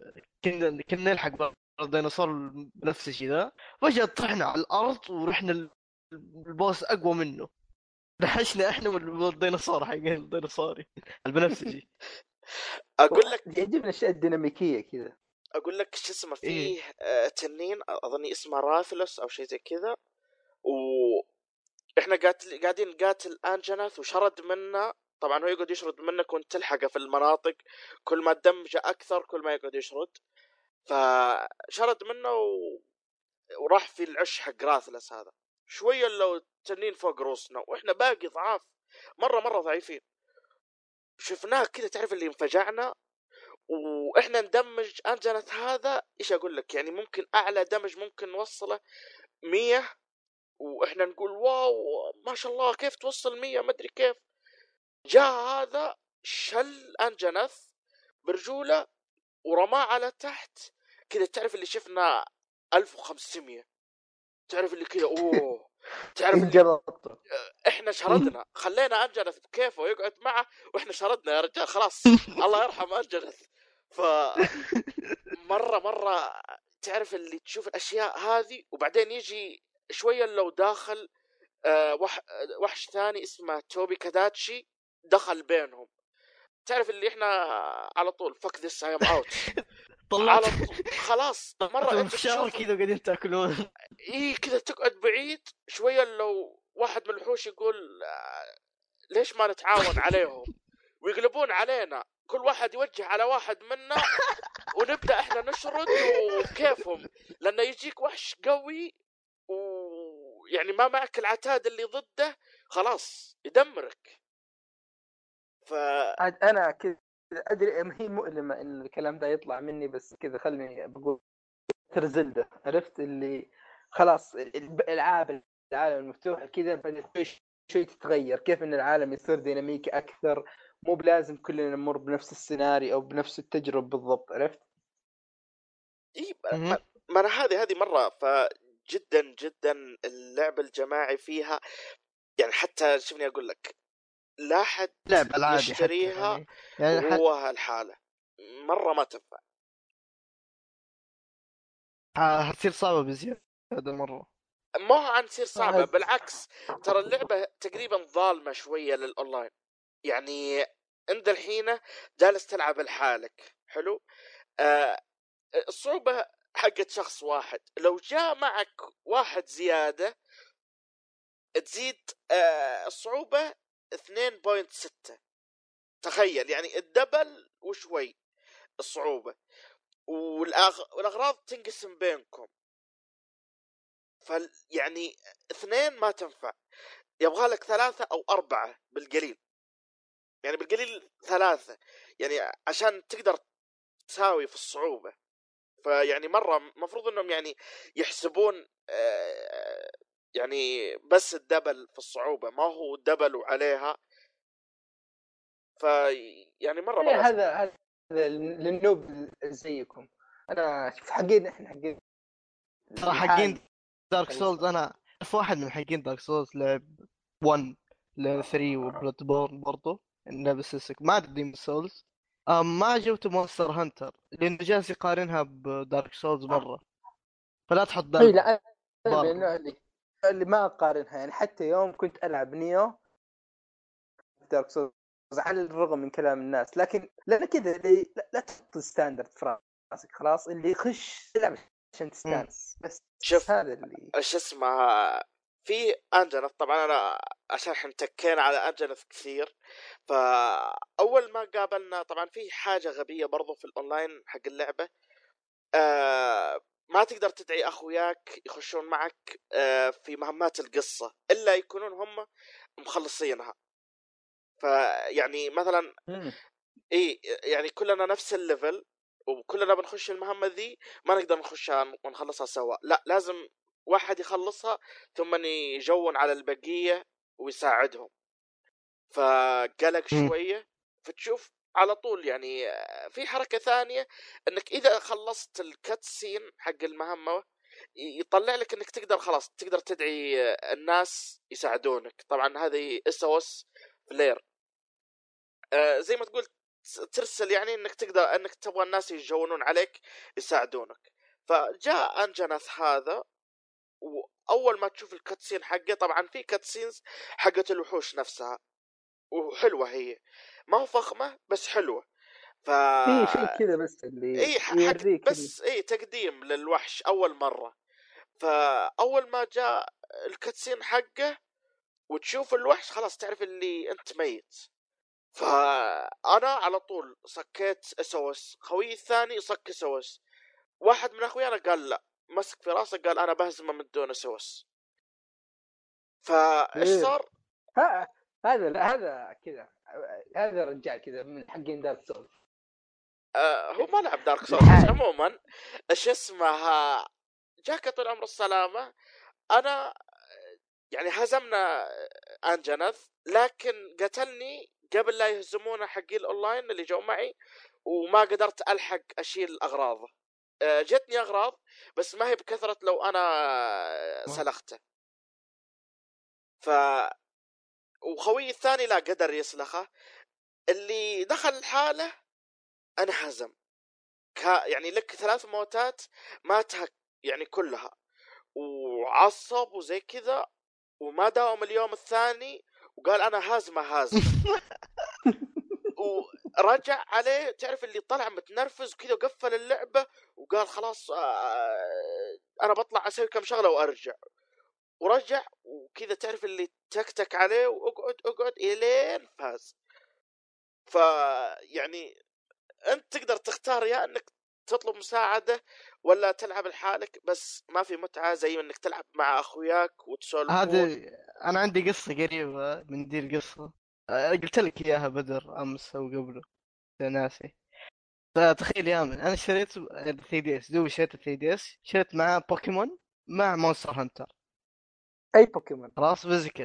[SPEAKER 3] كنا نلحق بعض الديناصور بنفس الشيء ذا، فجاه طحنا على الارض ورحنا البوس اقوى منه، دحشنا احنا والديناصور حق الديناصوري البنفسجي.
[SPEAKER 2] اقول لك
[SPEAKER 1] يعجبني الاشياء الديناميكيه كذا.
[SPEAKER 2] شو اسمه،
[SPEAKER 3] ايه
[SPEAKER 2] فيه تنين اظني اسمه راثلوس او شيء زي كذا، واحنا قاعدين نقاتل انجنث وشرد منا. طبعا هو يقعد يشرد منك وانت تلحقه في المناطق، كل ما الدمج اكثر كل ما يقعد يشرد، فشرد منه وراح في العش حق راثلس هذا. شويه لو التنين فوق روسنا واحنا باقي ضعاف، مره ضعيفين، شفناه كذا تعرف اللي انفجعنا. واحنا ندمج انجنت هذا ايش اقول لك، يعني ممكن اعلى دمج ممكن نوصله 100، واحنا نقول واو ما شاء الله كيف توصل 100 ما ادري كيف. جاء هذا شل انجنث برجوله ورماه على تحت كذا، تعرف اللي شفنا 1500، تعرف اللي كذا اوه، تعرف اللي
[SPEAKER 1] انجلطت.
[SPEAKER 2] احنا شردنا، خلينا انجنث بكيفه ويقعد معه واحنا شردنا يا رجال خلاص الله يرحم انجنث. ف مرة تعرف اللي تشوف الاشياء هذه، وبعدين يجي شويه لو داخل وحش ثاني اسمه توبي كاداتشي دخل بينهم. تعرف اللي احنا على طول فك ذس اي ام اوت
[SPEAKER 3] طلعت
[SPEAKER 2] على طول خلاص. مره انت
[SPEAKER 3] فشار
[SPEAKER 2] تشوف
[SPEAKER 3] كذا وقاعدين تاكلون.
[SPEAKER 2] ايه كذا تقعد بعيد شويه، لو واحد من الوحوش يقول ليش ما نتعاون عليهم، ويقلبون علينا كل واحد يوجه على واحد منا ونبدا احنا نشرد وكيفهم، لانه يجيك وحش قوي ويعني ما معك العتاد اللي ضده خلاص يدمرك. ف
[SPEAKER 1] عاد انا كذا ادري ما هي مؤلمه ان الكلام ده يطلع مني، بس كذا خلني بقول ترزلده، عرفت اللي خلاص العالم المفتوح كذا بدأت شوي تتغير، كيف ان العالم يصير ديناميكي اكثر، مو بلازم كلنا نمر بنفس السيناريو او بنفس التجربه بالضبط، عرفت؟
[SPEAKER 2] إيه ما أنا هذه مرة فجدا جدا اللعب الجماعي فيها، يعني حتى شوفني أقول لك لا حد
[SPEAKER 3] لعب العادي حتى
[SPEAKER 2] يشتريها
[SPEAKER 3] يعني
[SPEAKER 2] وهو هالحالة مرة ما تنفع.
[SPEAKER 3] حتصير صعبة بزيادة مرة.
[SPEAKER 2] ما هو عن تصير صعبة،
[SPEAKER 1] عاد
[SPEAKER 2] بالعكس ترى اللعبة تقريبا ظالمة شوية للأونلاين. يعني أنت الحين جالس تلعب لحالك حلو، الصعوبة حقت شخص واحد، لو جاء معك واحد زيادة تزيد الصعوبة 2.6. تخيل يعني الدبل وشوي الصعوبة، والأغراض تنقسم بينكم. يعني 2 ما تنفع، يبغالك 3 أو 4 بالقليل، يعني بالقليل 3 يعني عشان تقدر تساوي في الصعوبة. فيعني مرة مفروض انهم يعني يحسبون يعني بس الدبل في الصعوبة، ما هو دبل وعليها. يعني مرة
[SPEAKER 1] هذا للنوب زيكم. انا شوف حقين احنا حقين
[SPEAKER 3] ترى حقين
[SPEAKER 1] الحال
[SPEAKER 3] دارك سولز،
[SPEAKER 1] خلصنا.
[SPEAKER 3] انا اعرف واحد من حقين دارك سولز لعب 1 ل 3 وبلاد بورن برضه، لعب السلسلة ما عاد ديم سولز. ما عجبته مونستر هانتر لانه جالس يقارنها بدارك سولز مرة، فلا تحط ذا
[SPEAKER 1] اي لا، انا من
[SPEAKER 3] البار.
[SPEAKER 1] النوع اللي ما اقارنها، يعني حتى يوم كنت العب نيو دارك سولز على الرغم من كلام الناس، لكن لأن كذا لا تحط ستاندرد في راسك، خلاص اللي يخش يلعب عشان تستانس بس.
[SPEAKER 2] شوف
[SPEAKER 1] هذا اللي
[SPEAKER 2] ايش اسمها في انجنث. طبعا انا عشان احنا متكين على انجنث كثير، فاول ما قابلنا طبعا في حاجه غبيه برضو في الاونلاين حق اللعبه، ما تقدر تدعي اخوياك يخشون معك في مهمات القصه الا يكونون هم مخلصينها. فيعني مثلا ايه يعني كلنا نفس الليفل وكلنا بنخش المهمة ذي، ما نقدر نخشها ونخلصها سوا، لا لازم واحد يخلصها ثم يجون على البقية ويساعدهم. فقلق شوية. فتشوف على طول يعني في حركة ثانية، انك اذا خلصت الكاتسين حق المهمة يطلع لك انك تقدر خلاص تقدر تدعي الناس يساعدونك. طبعا هذه اس فلير زي ما تقول ترسل يعني انك تقدر انك تبغى الناس يجونون عليك يساعدونك. فجاء انجنث هذا، واول ما تشوف الكاتسين حقه، طبعا في كاتسينز حقت الوحوش نفسها وحلوه، هي ما هو فخمه بس حلوه. ف
[SPEAKER 1] في شيء كذا بس اللي
[SPEAKER 2] اي حق
[SPEAKER 1] يوريك
[SPEAKER 2] بس اي تقديم للوحش اول مره. فاول ما جاء الكاتسين حقه وتشوف الوحش خلاص تعرف اللي انت ميت. فانا على طول صكيت اس خوي الثاني صك اس واحد من اخويانا قال لا، مسك في راسه قال انا بهزمه من دون اس. فايش صار؟
[SPEAKER 1] هذا كذا، هذا رجال كذا من حقين دارك سولز
[SPEAKER 2] هو ما لعب دارك سولز بس
[SPEAKER 1] الحالي.
[SPEAKER 2] عموما ايش اسمها جاك طول عمر السلامه. انا يعني هزمنا انجنث، لكن قتلني قبل لا يهزمونا حقي الاونلاين اللي جو معي، وما قدرت الحق اشيل اغراضه. جتني اغراض بس ما هي بكثرة لو انا سلخته. ف وخوي الثاني لا قدر يسلخه، اللي دخل الحالة انهزم. يعني لك 3 موتات ماتها يعني كلها، وعصب وزي كذا. وما داوم اليوم الثاني وقال انا هازمه ورجع عليه، تعرف اللي طلع متنرفز وكذا وقفل اللعبة وقال خلاص انا بطلع اسوي كم شغلة وارجع، ورجع وكذا تعرف اللي تكتك عليه واقعد الين فاز. فيعني انت تقدر تختار يا انك تطلب مساعدة ولا تلعب لحالك، بس ما في متعة زي انك تلعب مع اخوياك وتسولفون.
[SPEAKER 3] هذا انا عندي قصه قريبه من دي القصه. قلت لك اياها بدر امس او قبله، ناسي. فتخيل يا من انا اشتريت 3 دي اس، دوبي شريت 3 دي اس، شريت معاه بوكيمون مع مونستر هانتر.
[SPEAKER 1] اي بوكيمون؟
[SPEAKER 3] خلاص فيزيكال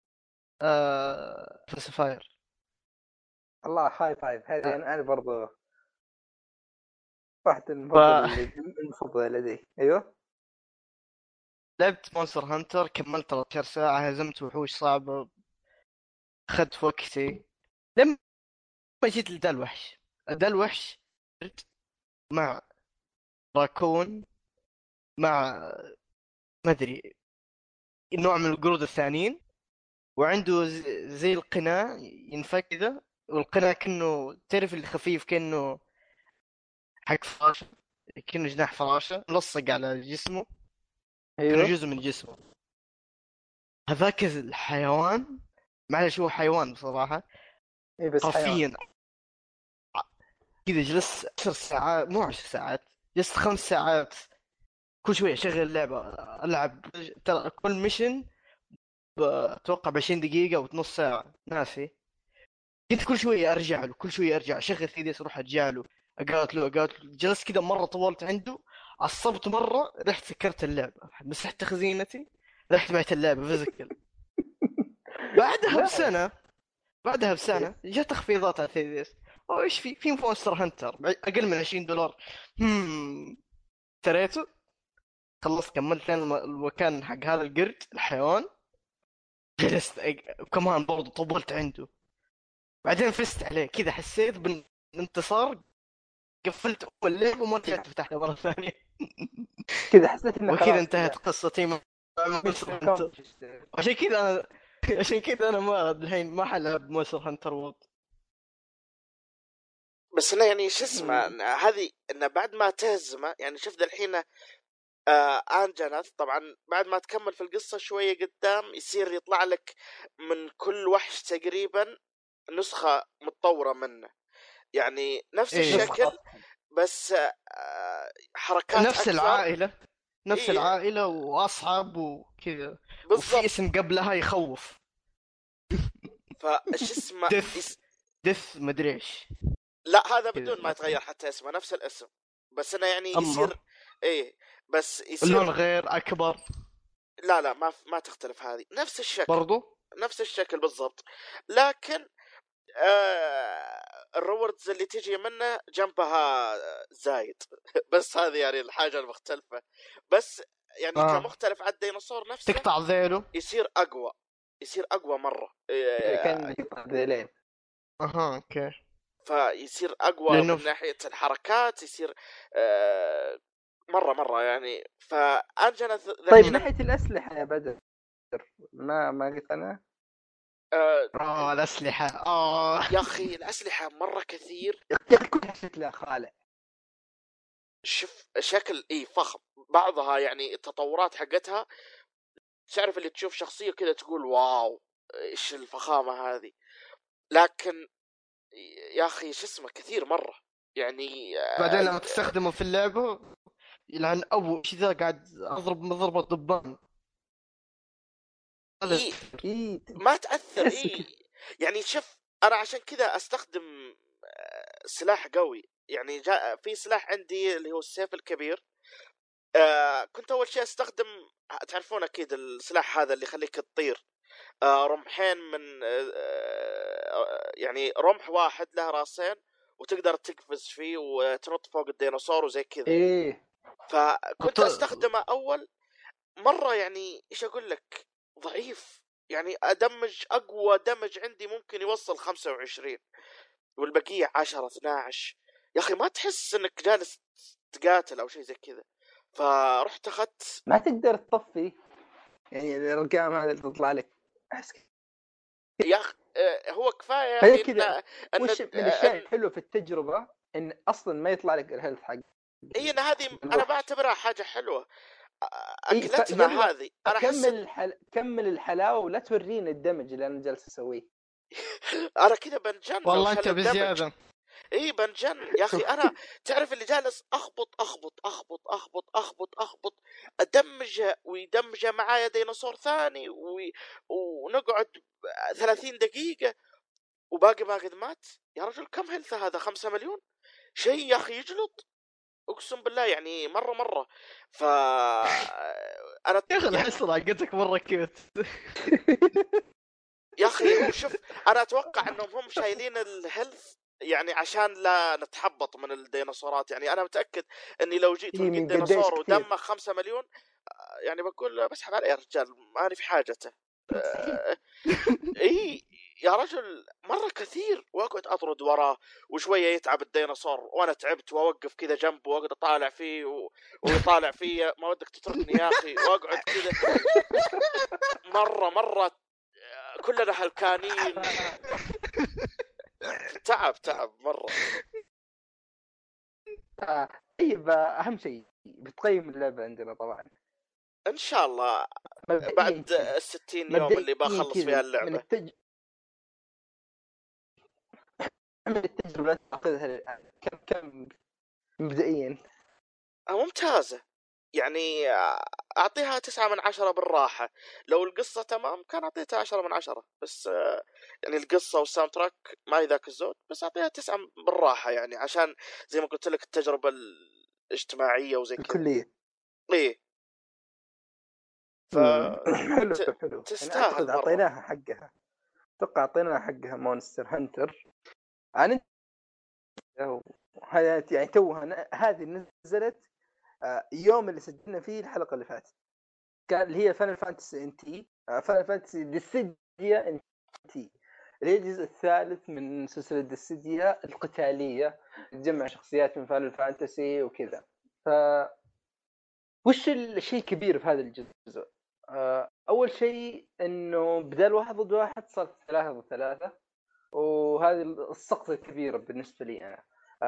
[SPEAKER 3] فاير.
[SPEAKER 1] الله، هاي فايف. هذه انا برضو واحد
[SPEAKER 3] ف
[SPEAKER 1] المفضله لدي. ايوه.
[SPEAKER 3] لعبت مونستر هانتر، كملت 13 ساعة، هزمت وحوش صعبة، أخذت وقتي. لما جيت لدا الوحش، دا الوحش مع راكون، مع ما أدري نوع من القرود الثانيين، وعنده زي القناع ينفك كذا، والقناع كأنه تعرف اللي خفيف، كأنه حق فراشة، كأنه جناح فراشة ملصق على جسمه، كأنه
[SPEAKER 1] ايوه.
[SPEAKER 3] جزء من جسمه. هذاك الحيوان، معلش هو حيوان بصراحة،
[SPEAKER 1] اي بس حيوان.
[SPEAKER 3] حرفيا كذا جلست 10 ساعات، مو 10 ساعات، جلست 5 ساعات كل شوية أشغل اللعبة ألعب. ترى كل ميشن أتوقع ب20 دقيقة أو نص ساعة، ناسي. كنت كل شوية أرجع له، كل شوية أرجع أشغل 3DS أروح أرجع له، أقاتله. جلست كذا مرة طولت عنده، عصبت مرة، رحت سكرت اللعبة، مسحت خزينتي، رحت بعت اللعبة فيزيكال. بعدها
[SPEAKER 1] لا.
[SPEAKER 3] بسنة بعدها
[SPEAKER 1] إيه.
[SPEAKER 3] بسنة جت تخفيضات على 3DS. أو إيش في مونستر هانتر أقل من $20. اشتريته، خلصت، كملت لين المكان حق هذا القرد الحيوان، جلست كمان برضو طولت عنده، بعدين فزت عليه كذا، حسيت بالانتصار، قفلت اول لعبه وما رجعت فتحتها مره ثانيه.
[SPEAKER 1] كذا حسيت انه
[SPEAKER 3] وكذا
[SPEAKER 1] خلاص
[SPEAKER 3] انتهت
[SPEAKER 1] كذا
[SPEAKER 3] قصتي مع
[SPEAKER 1] مش
[SPEAKER 3] مونستر هانتر.
[SPEAKER 1] accomplished.
[SPEAKER 3] عشان كذا انا عشان كذا انا ما الحين ما حلعب مونستر هانتر وورد.
[SPEAKER 2] بس انا يعني شو اسمه هذه انه بعد ما تهزمه، يعني شوف ذا الحين أنجنث طبعا بعد ما تكمل في القصة شوية قدام يصير يطلع لك من كل وحش تقريبا نسخة متطورة منه، يعني نفس
[SPEAKER 3] ايه،
[SPEAKER 2] الشكل بس حركات
[SPEAKER 3] نفس
[SPEAKER 2] أكثر.
[SPEAKER 3] العائله نفس
[SPEAKER 2] إيه
[SPEAKER 3] العائله واصعب وكذا، وفي
[SPEAKER 2] بالضبط.
[SPEAKER 3] اسم قبلها يخوف.
[SPEAKER 2] فش اسمه
[SPEAKER 3] دث مدري ايش
[SPEAKER 2] لا هذا
[SPEAKER 3] كذا.
[SPEAKER 2] بدون ما يتغير حتى اسمه نفس الاسم، بس أنا يعني
[SPEAKER 3] اما
[SPEAKER 2] يصير إيه بس
[SPEAKER 3] اللون
[SPEAKER 2] يصير
[SPEAKER 3] غير اكبر
[SPEAKER 2] لا ما تختلف، هذه نفس الشكل،
[SPEAKER 3] برضو.
[SPEAKER 2] نفس الشكل بالضبط، لكن الروردز اللي تجي منه جنبها زايد بس هذه يعني الحاجة المختلفة، بس يعني كمختلف على الديناصور نفسه
[SPEAKER 3] تقطع ذيله.
[SPEAKER 2] يصير أقوى، يصير أقوى مرة
[SPEAKER 1] كان يقطع ذيلين.
[SPEAKER 3] اها اوكي.
[SPEAKER 2] فيصير أقوى
[SPEAKER 3] لانه
[SPEAKER 2] من ناحية الحركات، يصير مرة يعني فأنجنا ذا
[SPEAKER 1] طيب
[SPEAKER 2] الحين
[SPEAKER 1] ناحيه الاسلحه يا بدر، ما قلت انا.
[SPEAKER 3] الاسلحه
[SPEAKER 2] يا أخي الأسلحة مرة كثير.
[SPEAKER 1] يا اخي كلها شكلها خالع.
[SPEAKER 2] شوف شكل فخم، بعضها يعني التطورات حقتها تعرف اللي تشوف شخصية كذا تقول واو ايش الفخامة هذه، لكن يا اخي شو اسمه كثير مرة يعني
[SPEAKER 3] بعدين لما تستخدمه في اللعبه يلعن ابو ايش ذا، قاعد اضرب مضربه ضبان.
[SPEAKER 2] إيه ما تأثر
[SPEAKER 1] تحس
[SPEAKER 2] يعني شوف انا عشان كذا استخدم سلاح قوي، يعني جاء في سلاح عندي اللي هو السيف الكبير. كنت اول شيء استخدم، تعرفون اكيد السلاح هذا اللي يخليك تطير، رمحين من يعني رمح واحد له راسين وتقدر تقفز فيه وتنط فوق الديناصور وزي كذا.
[SPEAKER 1] ايه.
[SPEAKER 2] فكنت استخدمه اول مرة، يعني ايش اقول لك ضعيف، يعني ادمج اقوى دمج عندي ممكن يوصل 25 والبقية 10 12. يا اخي ما تحس انك جالس تقاتل او شيء زي كذا، فرحت اخذت
[SPEAKER 1] ما تقدر تطفي يعني الارقام هذه اللي تطلع لك احس
[SPEAKER 2] يا اخي هو كفايه يا
[SPEAKER 1] هي
[SPEAKER 2] اخي
[SPEAKER 1] كذا.
[SPEAKER 2] ان
[SPEAKER 1] وش من الاشياء الحلوه في التجربه ان اصلا ما يطلع لك الهيلث حق
[SPEAKER 2] هي إن هذه انا
[SPEAKER 1] الوحش.
[SPEAKER 2] بعتبرها حاجه حلوه.
[SPEAKER 1] اي
[SPEAKER 2] اكلتنا
[SPEAKER 1] فيلا
[SPEAKER 2] هذه انا حسيت
[SPEAKER 1] كمل الحلاوه ولا تورينا الدمج اللي انا جالس اسويه.
[SPEAKER 2] انا كذا بنجن لو
[SPEAKER 3] والله
[SPEAKER 2] شل
[SPEAKER 3] انت
[SPEAKER 2] الدمج.
[SPEAKER 3] بزياده.
[SPEAKER 2] اي بنجن يا اخي. انا تعرف اللي جالس اخبط ادمجه ويدمجه معايا ديناصور ثاني ونقعد 30 دقيقة وباقي ما قد مات. يا رجل كم هيلث هذا؟ 5 مليون شيء يا اخي يجلط اقسم بالله يعني مرة انا
[SPEAKER 3] يا اخي
[SPEAKER 2] يعني
[SPEAKER 3] احس راقتك مره كيوت.
[SPEAKER 2] يا اخي وشوف انا اتوقع انهم هم شايلين الهيلث يعني عشان لا نتحبط من الديناصورات. يعني انا متاكد اني لو جيت
[SPEAKER 1] هي
[SPEAKER 2] ولقيت
[SPEAKER 1] من قديش
[SPEAKER 2] ديناصور
[SPEAKER 1] كثير
[SPEAKER 2] ودمه 5 مليون يعني بقول بسحب عليه يا رجال ماني في حاجته. اي يا رجل مره كثير واقعد اطرد وراه وشويه يتعب الديناصور وانا تعبت واوقف كذا جنبه واقعد اطالع فيه ويطالع فيا ما ودك تتركني يا اخي واقعد كذا مره كلنا هلكانين. تعب مره.
[SPEAKER 1] طيب اهم شيء بتقيم اللعبه عندنا طبعا
[SPEAKER 2] ان شاء الله
[SPEAKER 1] مبدئيا
[SPEAKER 2] بعد
[SPEAKER 1] كذا.
[SPEAKER 2] 60 يوم اللي
[SPEAKER 1] مبدئيا
[SPEAKER 2] بخلص فيها
[SPEAKER 1] كذا
[SPEAKER 2] اللعبه.
[SPEAKER 1] من التجربه اللي تاخذها الان كم مبدئيا؟
[SPEAKER 2] ممتازه يعني اعطيها 9 من 10 بالراحه. لو القصه تمام كان اعطيتها 10 من 10 بس يعني القصه والساوند تراك ما هي ذاك الزود بس اعطيها 9 بالراحه يعني عشان زي ما قلت لك التجربه الاجتماعيه وزي كذا.
[SPEAKER 1] الكليه
[SPEAKER 2] ايه ف
[SPEAKER 1] حلو حلو. انا
[SPEAKER 2] تستاهل
[SPEAKER 1] اعتقد
[SPEAKER 2] مره.
[SPEAKER 1] اعطيناها حقها. اتوقع اعطيناها حقها مونستر هانتر. انا هذا يعني توها هذه نزلت يوم اللي سجلنا فيه الحلقه اللي فاتت كان اللي هي فاينل فانتسي ان تي فاينل فانتسي ديسيديا ان تي اللي هي الجزء الثالث من سلسله ديسيديا القتاليه تجمع شخصيات من فاينل فانتسي وكذا. ف وش الشيء الكبير في هذا الجزء؟ اول شيء انه بدل 1 ضد 1 صارت 3 ضد 3 وهذه السقطه الكبيره بالنسبه لي انا.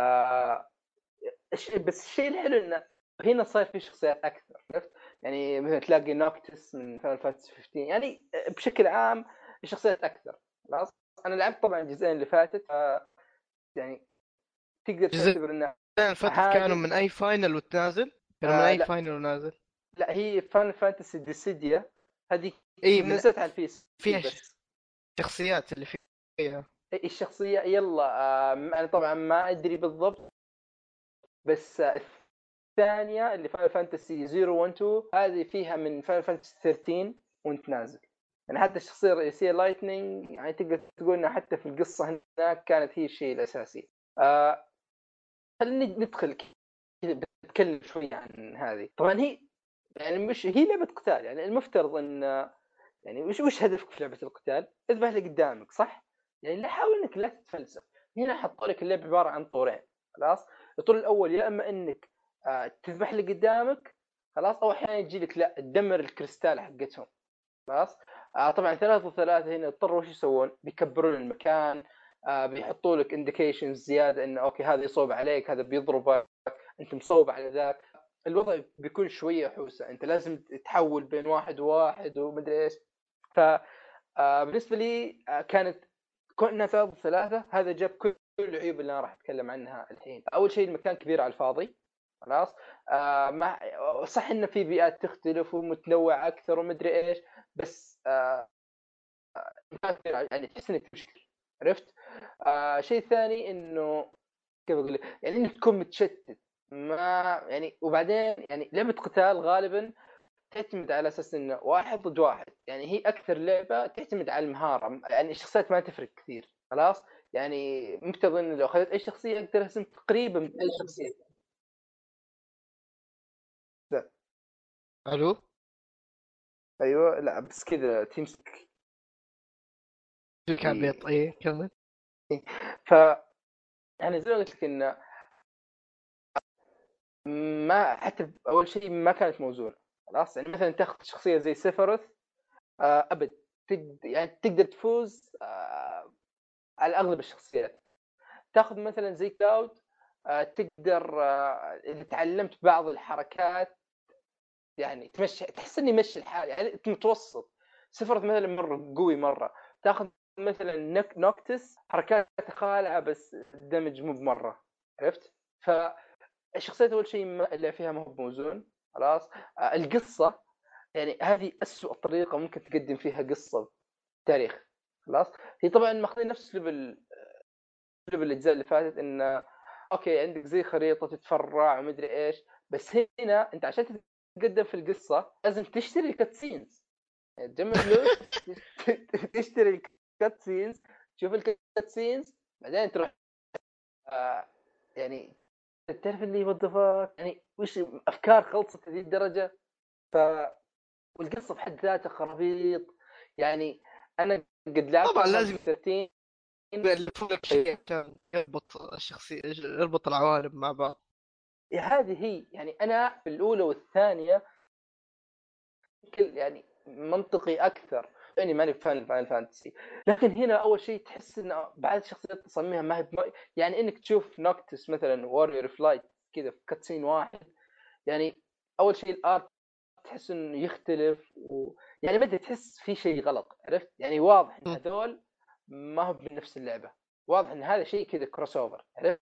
[SPEAKER 1] بس الشيء الحلو انه هنا صار في شخصيات اكثر عرفت يعني مثلا تلاقي نوكتس من فاينل فانتسي 15 يعني بشكل عام الشخصيات اكثر. خلاص انا لعبت طبعا الجزئين اللي فاتت يعني تقدر
[SPEAKER 3] الجزئين
[SPEAKER 1] تعتبر انه
[SPEAKER 3] الفتت كانوا
[SPEAKER 1] هذه
[SPEAKER 3] من اي فاينل وتنازل؟ كانوا من اي
[SPEAKER 1] لا
[SPEAKER 3] فاينل ونازل؟
[SPEAKER 1] لا هي فاينل فانتسي ديسيديا هذه
[SPEAKER 3] اي من
[SPEAKER 1] نزلت على البي سي
[SPEAKER 3] فيها
[SPEAKER 1] بس.
[SPEAKER 3] شخصيات اللي فيها.
[SPEAKER 1] الشخصيه يلا انا طبعا ما ادري بالضبط بس الثانيه اللي فاينل فانتسي 012 هذه فيها من فاينل فانتسي 13 وانت نازل يعني حتى الشخصيه الرئيسيه لايتنينج يعني تقدر تقول انها حتى في القصه هناك كانت هي الشيء الاساسي. خلينا ندخل كذا بتكلم شوي عن هذه. طبعا هي يعني مش هي لعبه قتال يعني المفترض ان يعني وش هدفك في لعبه القتال؟ اذبح اللي قدامك صح؟ يعني لا حاول انك لا تتفلسف. هنا حطوا لك اللعبه عباره عن طورين. خلاص الطور الاول يا اما انك تذبح اللي قدامك خلاص او احيانا يجي لك لا تدمر الكريستال حقتهم. خلاص طبعا 3 و3 هنا اضطروا وش يسوون؟ بيكبرون المكان بيحطوا لك انديكيشنز زياده انه اوكي هذا يصوب عليك هذا بيضربك انت مصوب على ذاك. الوضع بيكون شويه حوسه انت لازم تحول بين واحد وواحد ومدري ايش. ف بالنسبه لي كانت كنا 3 هذا جاب كل العيوب اللي انا راح اتكلم عنها الحين. اول شيء المكان كبير على الفاضي. خلاص مع صح ان في بيئات تختلف ومتنوعه اكثر ومدري ايش بس يعني تحس انك تمشي عرفت. شيء ثاني انه كيف اقول يعني انك تكون متشتت ما يعني وبعدين يعني لعبه قتال غالبا تعتمد على اساس انه 1 ضد 1 يعني هي اكثر لعبه تعتمد على المهاره يعني الشخصيات ما تفرق كثير. خلاص يعني مفترض انه لو اخذت اي شخصيه اقدر ارسم تقريبا من اي شخصيه. لا.
[SPEAKER 3] الو
[SPEAKER 1] ايوه لا بس كذا تمسك
[SPEAKER 3] كان بيط ايه كمل.
[SPEAKER 1] ف يعني زي ما قلت لك انه ما حتى اول شيء ما كانت موزونه. خلاص يعني مثلا تاخذ شخصيه زي سيفروث ابد يعني تقدر تفوز على اغلب الشخصيات. تاخذ مثلا زي كلاود، تقدر اذا تعلمت بعض الحركات يعني تمشي، تحس اني مشي الحال يعني متوسط. سفرت مثلا مره قوي مره، تاخذ مثلا نوكتس حركات خالعه بس الدمج مو بمره، عرفت؟ فالشخصيات اول شيء اللي فيها ما هو موزون خلاص. القصه يعني هذه أسوأ طريقه ممكن تقدم فيها قصه تاريخ خلاص. هي طبعا ماخذين نفس ليفل الاجزاء اللي فاتت، ان اوكي عندك زي خريطه تتفرع ومدري ايش، بس هنا انت عشان تتقدم في القصه لازم تشتري الكاتسينز، يعني تجمع فلوس تشتري الكاتسينز، تشوف الكاتسينز بعدين تروح يعني تعرف اللي وظفك يعني وش افكار خلصت هذه الدرجه. ف والقصه في حد ذاتها خرابيط يعني. انا قد لعبت
[SPEAKER 3] طبعا
[SPEAKER 1] فاينل
[SPEAKER 3] لازم
[SPEAKER 1] 13.
[SPEAKER 3] يألفون لك شيء عشان يربط الشخصية، يربط العوالم مع بعض.
[SPEAKER 1] هذه هي يعني انا في الاولى والثانيه يعني منطقي اكثر، يعني ماني فان فاينل فانتسي. لكن هنا اول شيء تحس ان بعض الشخصيات تصميمها ما هي يعني انك تشوف نوكتس مثلا واريور فلايت كذا في كاتسين واحد، يعني اول شيء الارت تحس انه يختلف يعني بدأت تحس في شيء غلط، عرفت؟ يعني واضح ان هذول ما هو بنفس اللعبه، واضح ان هذا شيء كذا كروس اوفر، عرفت؟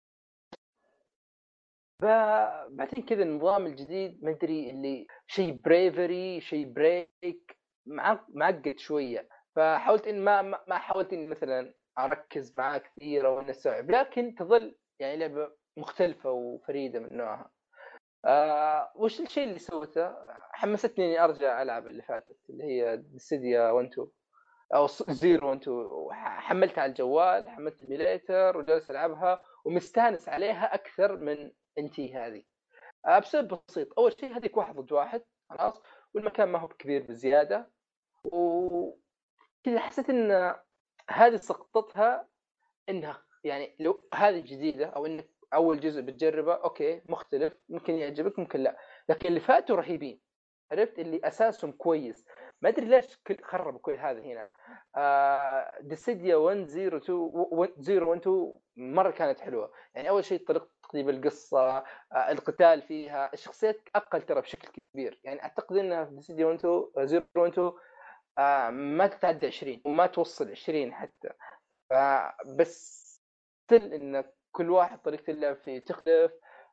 [SPEAKER 1] بعدين كذا النظام الجديد ما ادري اللي شيء بريفري شيء بريك معقد شويه. فحاولت ان ما حاولت ان مثلا اركز معاه كثير او اني استوعب، لكن تظل يعني لعبه مختلفه وفريده من نوعها. وش الشيء اللي سوته حمستني اني ارجع العب اللي فاتت اللي هي ديسيديا 1 2 او 0 1 2. حملتها على الجوال، حملت الميليتر وجالس العبها ومستانس عليها اكثر من انتي هذه. بسبب بسيط، اول شيء هذيك واحد ضد واحد خلاص، والمكان ما هو كبير بزياده، وكذا حسيت ان هذه سقطتها. انها يعني لو هذه جديده او انك اول جزء بتجربه اوكي مختلف ممكن يعجبك ممكن لا، لكن اللي فاتوا رهيبين، عرفت؟ اللي اساسهم كويس. ما ادري ليش خربوا كل هذا هنا. ديسيديا 1 0 2 0 1 2 مره كانت حلوه، يعني اول شيء طريقه تقديم القصه، القتال فيها، الشخصيات اقل ترى بشكل كبير، يعني اعتقد انها في ديسيديا 1 2 0 1 2 ما تتعدى 20 وما توصل 20 حتى. بس ان كل واحد طريقه اللعب فيه تختلف.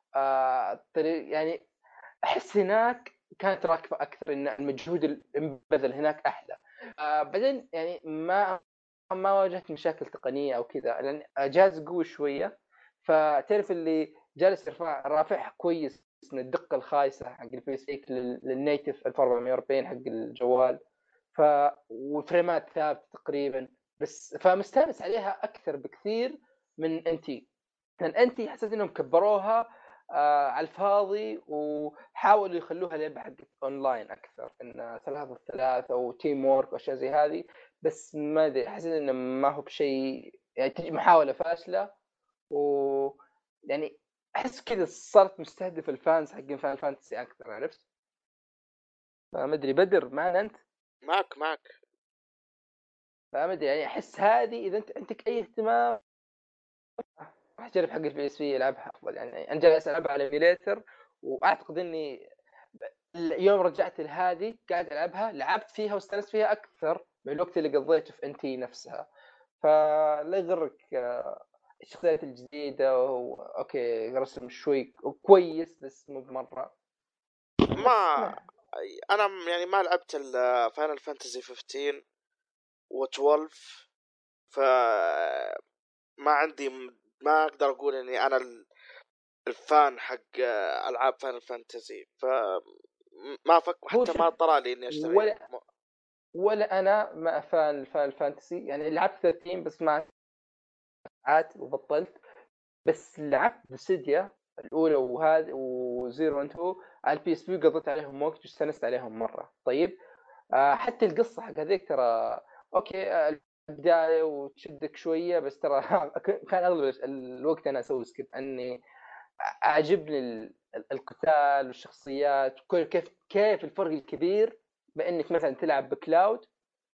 [SPEAKER 1] يعني احس هناك كانت راكبه اكثر، ان المجهود المبذل هناك احلى. بعدين يعني ما واجهت مشاكل تقنيه او كذا، لان جهاز قوي شويه، فتعرف اللي جالس رافعها كويس من الدقه الخايسه حق البي اس للنيتف 1440 حق الجوال. ف والفريمات ثابته تقريبا، بس فمستانس عليها اكثر بكثير من انتي. لان انتي حسيت انهم كبروها على الفاضي، وحاولوا يخلوها لعبه حقت اونلاين اكثر، ان 3 ضد 3 او تيم وورك واشياء زي هذه. بس ما ادري حسيت انه ما هو بشيء، يعني تجي محاوله فاشله. و يعني احس كذا صارت مستهدف الفانز حقين فان فانتسي اكثر، عرفت؟ فما ادري بدر معنا انت.
[SPEAKER 2] معك.
[SPEAKER 1] فما ادري يعني احس هذه اذا انت عندك اي اهتمام راح اجرب حق البي اس في العبها افضل. يعني انا جالس العبها على ايميليتر، واعتقد اني يوم رجعت لهذه قاعد العبها، لعبت فيها واستانست فيها اكثر من الوقت اللي قضيته في انتي نفسها. فلا يغرك الشخصيات الجديده اوكي رسم شوي كويس بس مو بمره. بس
[SPEAKER 2] ما انا يعني ما لعبت فاينل فانتزي 15 و12، ف ما عندي ما اقدر اقول اني انا الفان حق العاب فاينل فانتزي، ف ما
[SPEAKER 1] هو
[SPEAKER 2] حتى ما طرى لي اني اشتريها.
[SPEAKER 1] ولا انا ما فان فانتسي، يعني لعبت 13 بس ما عاد وبطلت. بس لعبت بسيديا الاولى وهذا وزيرو 1 2 على البي اس بي، قضيت عليهم وقت واستانست عليهم مره. طيب حتى القصه حق هذيك ترى اوكي البدايه وتشدك شويه، بس ترى كان اغلب الوقت انا اسوي سكيب، اني اعجبني القتال والشخصيات، كيف الفرق الكبير بانك مثلا تلعب بكلاود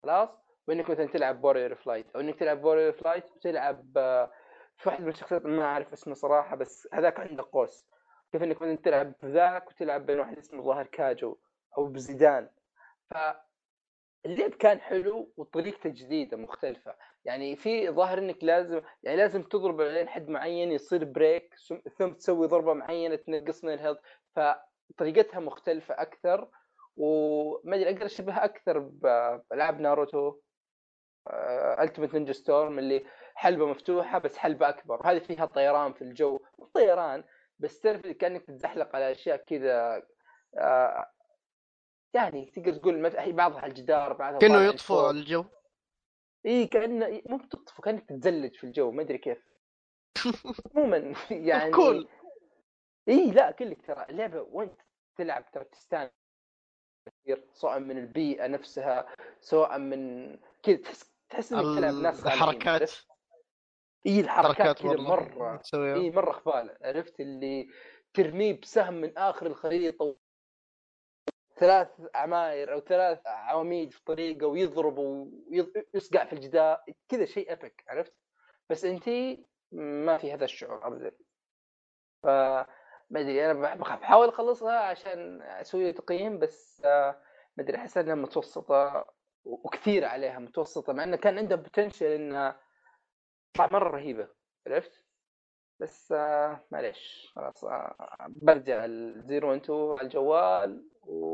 [SPEAKER 1] خلاص، وانك مثلا تلعب وورير فلايت، او انك تلعب وورير فلايت وتلعب في واحد من الشخصيات ما اعرف اسمه صراحه، بس هذاك عنده قوس. كيف انك مثلا تلعب بذاك وتلعب بين واحد اسمه ظاهر كاجو او بزيدان. فاللعب كان حلو وطريقته جديده مختلفه. يعني في ظاهر انك لازم تضرب لين حد معين يصير بريك، ثم تسوي ضربه معينه تنقص من الهيلث. فطريقتها مختلفه اكثر، وما ادري اقدر اشبهها اكثر بالعاب ناروتو التيمت نينجا ستورم، اللي حلبه مفتوحه بس حلبه اكبر. هذه فيها طيران في الجو، مو طيران بس تعرف كانك تتزحلق على اشياء كذا. آه، يعني تقدر تقول هي بعضها على الجدار، بعضها
[SPEAKER 3] كأنه
[SPEAKER 1] طالع
[SPEAKER 3] يطفو
[SPEAKER 1] لفوق.
[SPEAKER 3] الجو.
[SPEAKER 1] اي كانه مو بتطفو، كانك تتزلج في الجو، ما ادري كيف. عموما
[SPEAKER 3] طب
[SPEAKER 1] يعني
[SPEAKER 3] كول.
[SPEAKER 1] اي لا كلك ترى اللعبه وانت تلعب ترى تستانس كثير، سواء من البيئه نفسها، سواء من كذا تحس انك تلعب ناس صالحين،
[SPEAKER 3] الحركات،
[SPEAKER 1] عرفت؟ اي الحركات
[SPEAKER 3] حركات
[SPEAKER 1] كذا
[SPEAKER 3] برضه
[SPEAKER 1] مره،
[SPEAKER 3] تسويها.
[SPEAKER 1] اي مره خبالة، عرفت اللي ترميه بسهم من اخر الخريطه، ثلاث عماير او ثلاث عواميد في طريقه ويضرب ويصقع في الجدار كذا، شيء ابك، عرفت؟ بس انتي ما في هذا الشعور ابدا. ف ما ادري، انا بحاول اخلصها عشان اسوي تقييم، بس ما ادري، احس انها متوسطه وكثير عليها متوسطه، مع انه كان عندها بوتنشل انها تطلع مره رهيبه، عرفت؟ بس معليش خلاص، برجع الزيرو انتو على الجوال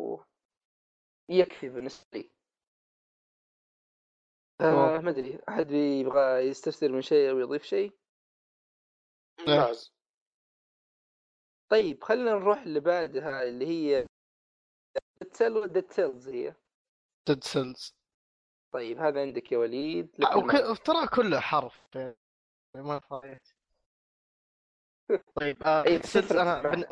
[SPEAKER 1] ويكفي بالنسبة لي.
[SPEAKER 3] تمام.
[SPEAKER 1] ما ادري احد يبغى يستفسر من شيء او يضيف شيء؟
[SPEAKER 3] إيه.
[SPEAKER 2] ممتاز.
[SPEAKER 1] طيب خلينا نروح اللي بعدها، اللي هي ديد سيل ولا ديد سيلز هي؟
[SPEAKER 3] ديد سيلز.
[SPEAKER 1] طيب هذا عندك يا وليد، لك المايك.
[SPEAKER 3] ترى كله حرف يعني، ما فايت. طيب
[SPEAKER 1] اي
[SPEAKER 3] ديد سيلز
[SPEAKER 1] تفرق
[SPEAKER 3] انا
[SPEAKER 1] معه.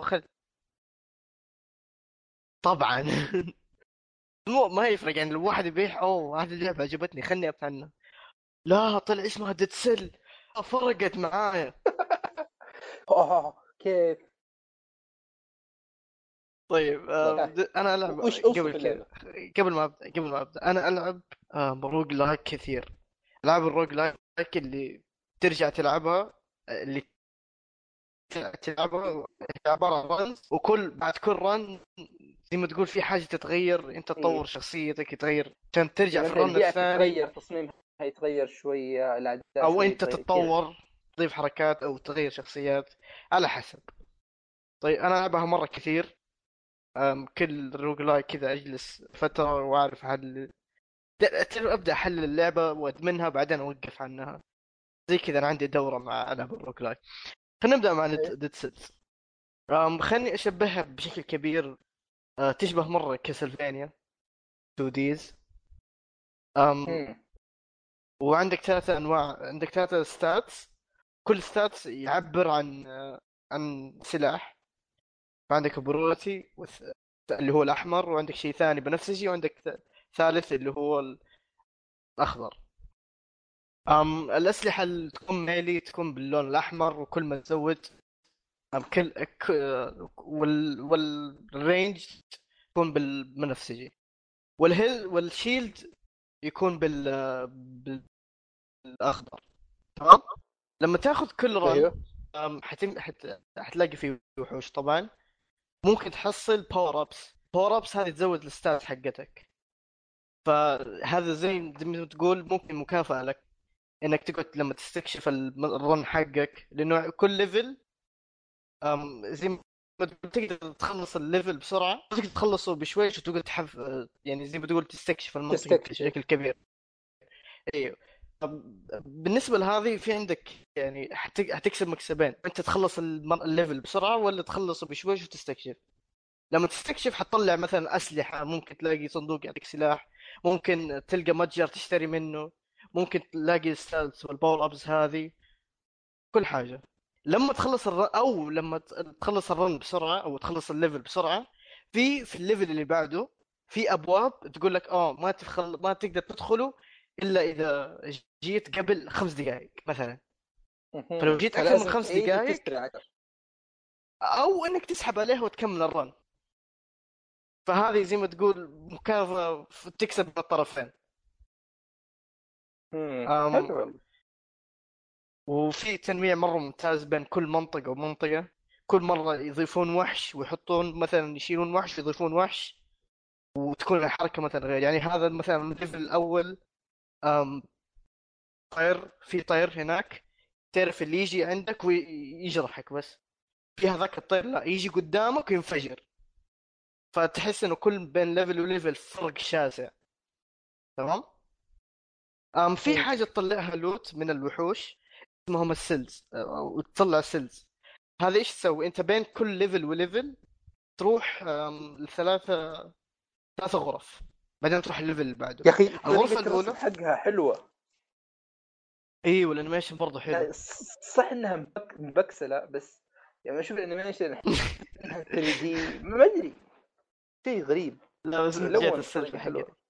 [SPEAKER 3] طبعا. مو ما يفرق يعني، الواحد يبيح اوه هذه اللعبه عجبتني خلني افهم. لا طلع اسمها ديد سيل، فرقت معايا.
[SPEAKER 1] كيف؟
[SPEAKER 3] طيب
[SPEAKER 1] طيب
[SPEAKER 3] انا العب
[SPEAKER 1] وش
[SPEAKER 3] قبل
[SPEAKER 1] اوصف
[SPEAKER 3] كذا،
[SPEAKER 1] اللعبة؟
[SPEAKER 3] قبل ما ابدا انا العب روج لايك كثير. العاب الروج لايك اللي ترجع تلعبها، اللي تلعبها هي عباره عن رنز، وكل بعد كل رن زي ما تقول في حاجه تتغير، انت
[SPEAKER 1] إيه.
[SPEAKER 3] تطور شخصيتك يتغير عشان ترجع
[SPEAKER 1] يعني
[SPEAKER 3] في
[SPEAKER 1] مثلا
[SPEAKER 3] الرن
[SPEAKER 1] البيئة
[SPEAKER 3] الثاني،
[SPEAKER 1] تتغير، تصميمها يتغير شوية، الأعداء
[SPEAKER 3] او
[SPEAKER 1] شوية
[SPEAKER 3] انت
[SPEAKER 1] يتغير كذا.
[SPEAKER 3] تتطور تضيف حركات او تغير شخصيات على حسب. طيب انا العبها مره كثير. كل روج لايك كذا اجلس فتره واعرف هل ابدا احلل اللعبه وادمنها بعدين اوقف عنها. زي كذا انا عندي دوره مع العاب الروج لايك. خلينا نبدا مع
[SPEAKER 1] إيه.
[SPEAKER 3] ديد سيلز. خلني اشبهها بشكل كبير. تشبه مره كاسلفانيا 2 ديز. أم
[SPEAKER 1] مم.
[SPEAKER 3] وعندك ثلاثة انواع، عندك ثلاثة ستاتس، كل ستاتس يعبر عن عن سلاح. فعندك بروتي اللي هو الاحمر، وعندك شيء ثاني بنفسجي، وعندك ثالث اللي هو الاخضر. الاسلحه اللي تكون ميلي تكون باللون الاحمر، وكل ما تزود كل والرينج يكون بالبنفسجي، والهيل والشيلد يكون بالاخضر. تمام. لما تاخذ كل رن
[SPEAKER 1] ايوه.
[SPEAKER 3] حتلاقي فيه وحوش طبعا. ممكن تحصل باور ابس، هذه تزود الستات حقتك. فهذا زي ما تقول ممكن مكافأة لك، انك تقعد لما تستكشف الرن حقك، لانه كل ليفل زي ما تقول تقدر تخلص الليفل بسرعه، تقدر تخلصه بشويش وتقعد يعني زي ما تقول تستكشف المنطقه
[SPEAKER 1] تستكشف.
[SPEAKER 3] بشكل كبير. ايوه. طب بالنسبه لهذه في عندك يعني حتكسب مكسبين، انت تخلص الليفل بسرعه ولا تخلصه بشويش وتستكشف. لما تستكشف حتطلع مثلا اسلحه، ممكن تلاقي صندوق يعطيك سلاح، ممكن تلقى متجر تشتري منه، ممكن تلاقي الستالز والباور ابز هذه، كل حاجه. لما تخلص او لما تخلص الرن بسرعه او تخلص الليفل بسرعه، في الليفل اللي بعده في ابواب تقول لك ما تقدر تدخله الا اذا جيت قبل 5 دقائق مثلا. فلو جيت اكثر من
[SPEAKER 1] فلازم
[SPEAKER 3] خمس
[SPEAKER 1] تعيد
[SPEAKER 3] دقائق
[SPEAKER 1] وتشتري عشر.
[SPEAKER 3] او انك تسحب عليها وتكمل الرن. فهذه زي ما تقول مكافأة تكسب من الطرفين.
[SPEAKER 1] حلو والله.
[SPEAKER 3] وفي تنويع مرة ممتاز بين كل منطقة ومنطقة. كل مرة يضيفون وحش ويحطون مثلا، يشيلون وحش ويضيفون وحش، وتكون الحركة مثلا غير. يعني هذا مثلا الليفل الأول أم طير، في طير هناك تعرف اللي يجي عندك ويجرحك، بس في هذاك الطير لا، يجي قدامك وينفجر. فتحس انه كل بين ليفل وليفل فرق شاسع. تمام. في
[SPEAKER 1] مم.
[SPEAKER 3] حاجة تطلعها لوت من الوحوش اسمهم السيلز، وتطلع سيلز. هذا ايش تسوي انت بين كل ليفل وليفل؟ تروح ثلاثة غرف، بعدين تروح الليفل اللي بعده.
[SPEAKER 1] يا اخي
[SPEAKER 3] الغرفة
[SPEAKER 1] طريقة الرسم
[SPEAKER 3] الأولى
[SPEAKER 1] حقها حلوة.
[SPEAKER 3] اي، والانيميشن برضه حلو.
[SPEAKER 1] يعني صح انها مبكسلة، بس يعني اشوف الانيميشن انها 3 دي، ما ادري، شيء غريب.
[SPEAKER 3] لا بس جات
[SPEAKER 1] ملون
[SPEAKER 3] السالفة
[SPEAKER 1] بطريقة
[SPEAKER 3] حقتي.
[SPEAKER 1] حلوة.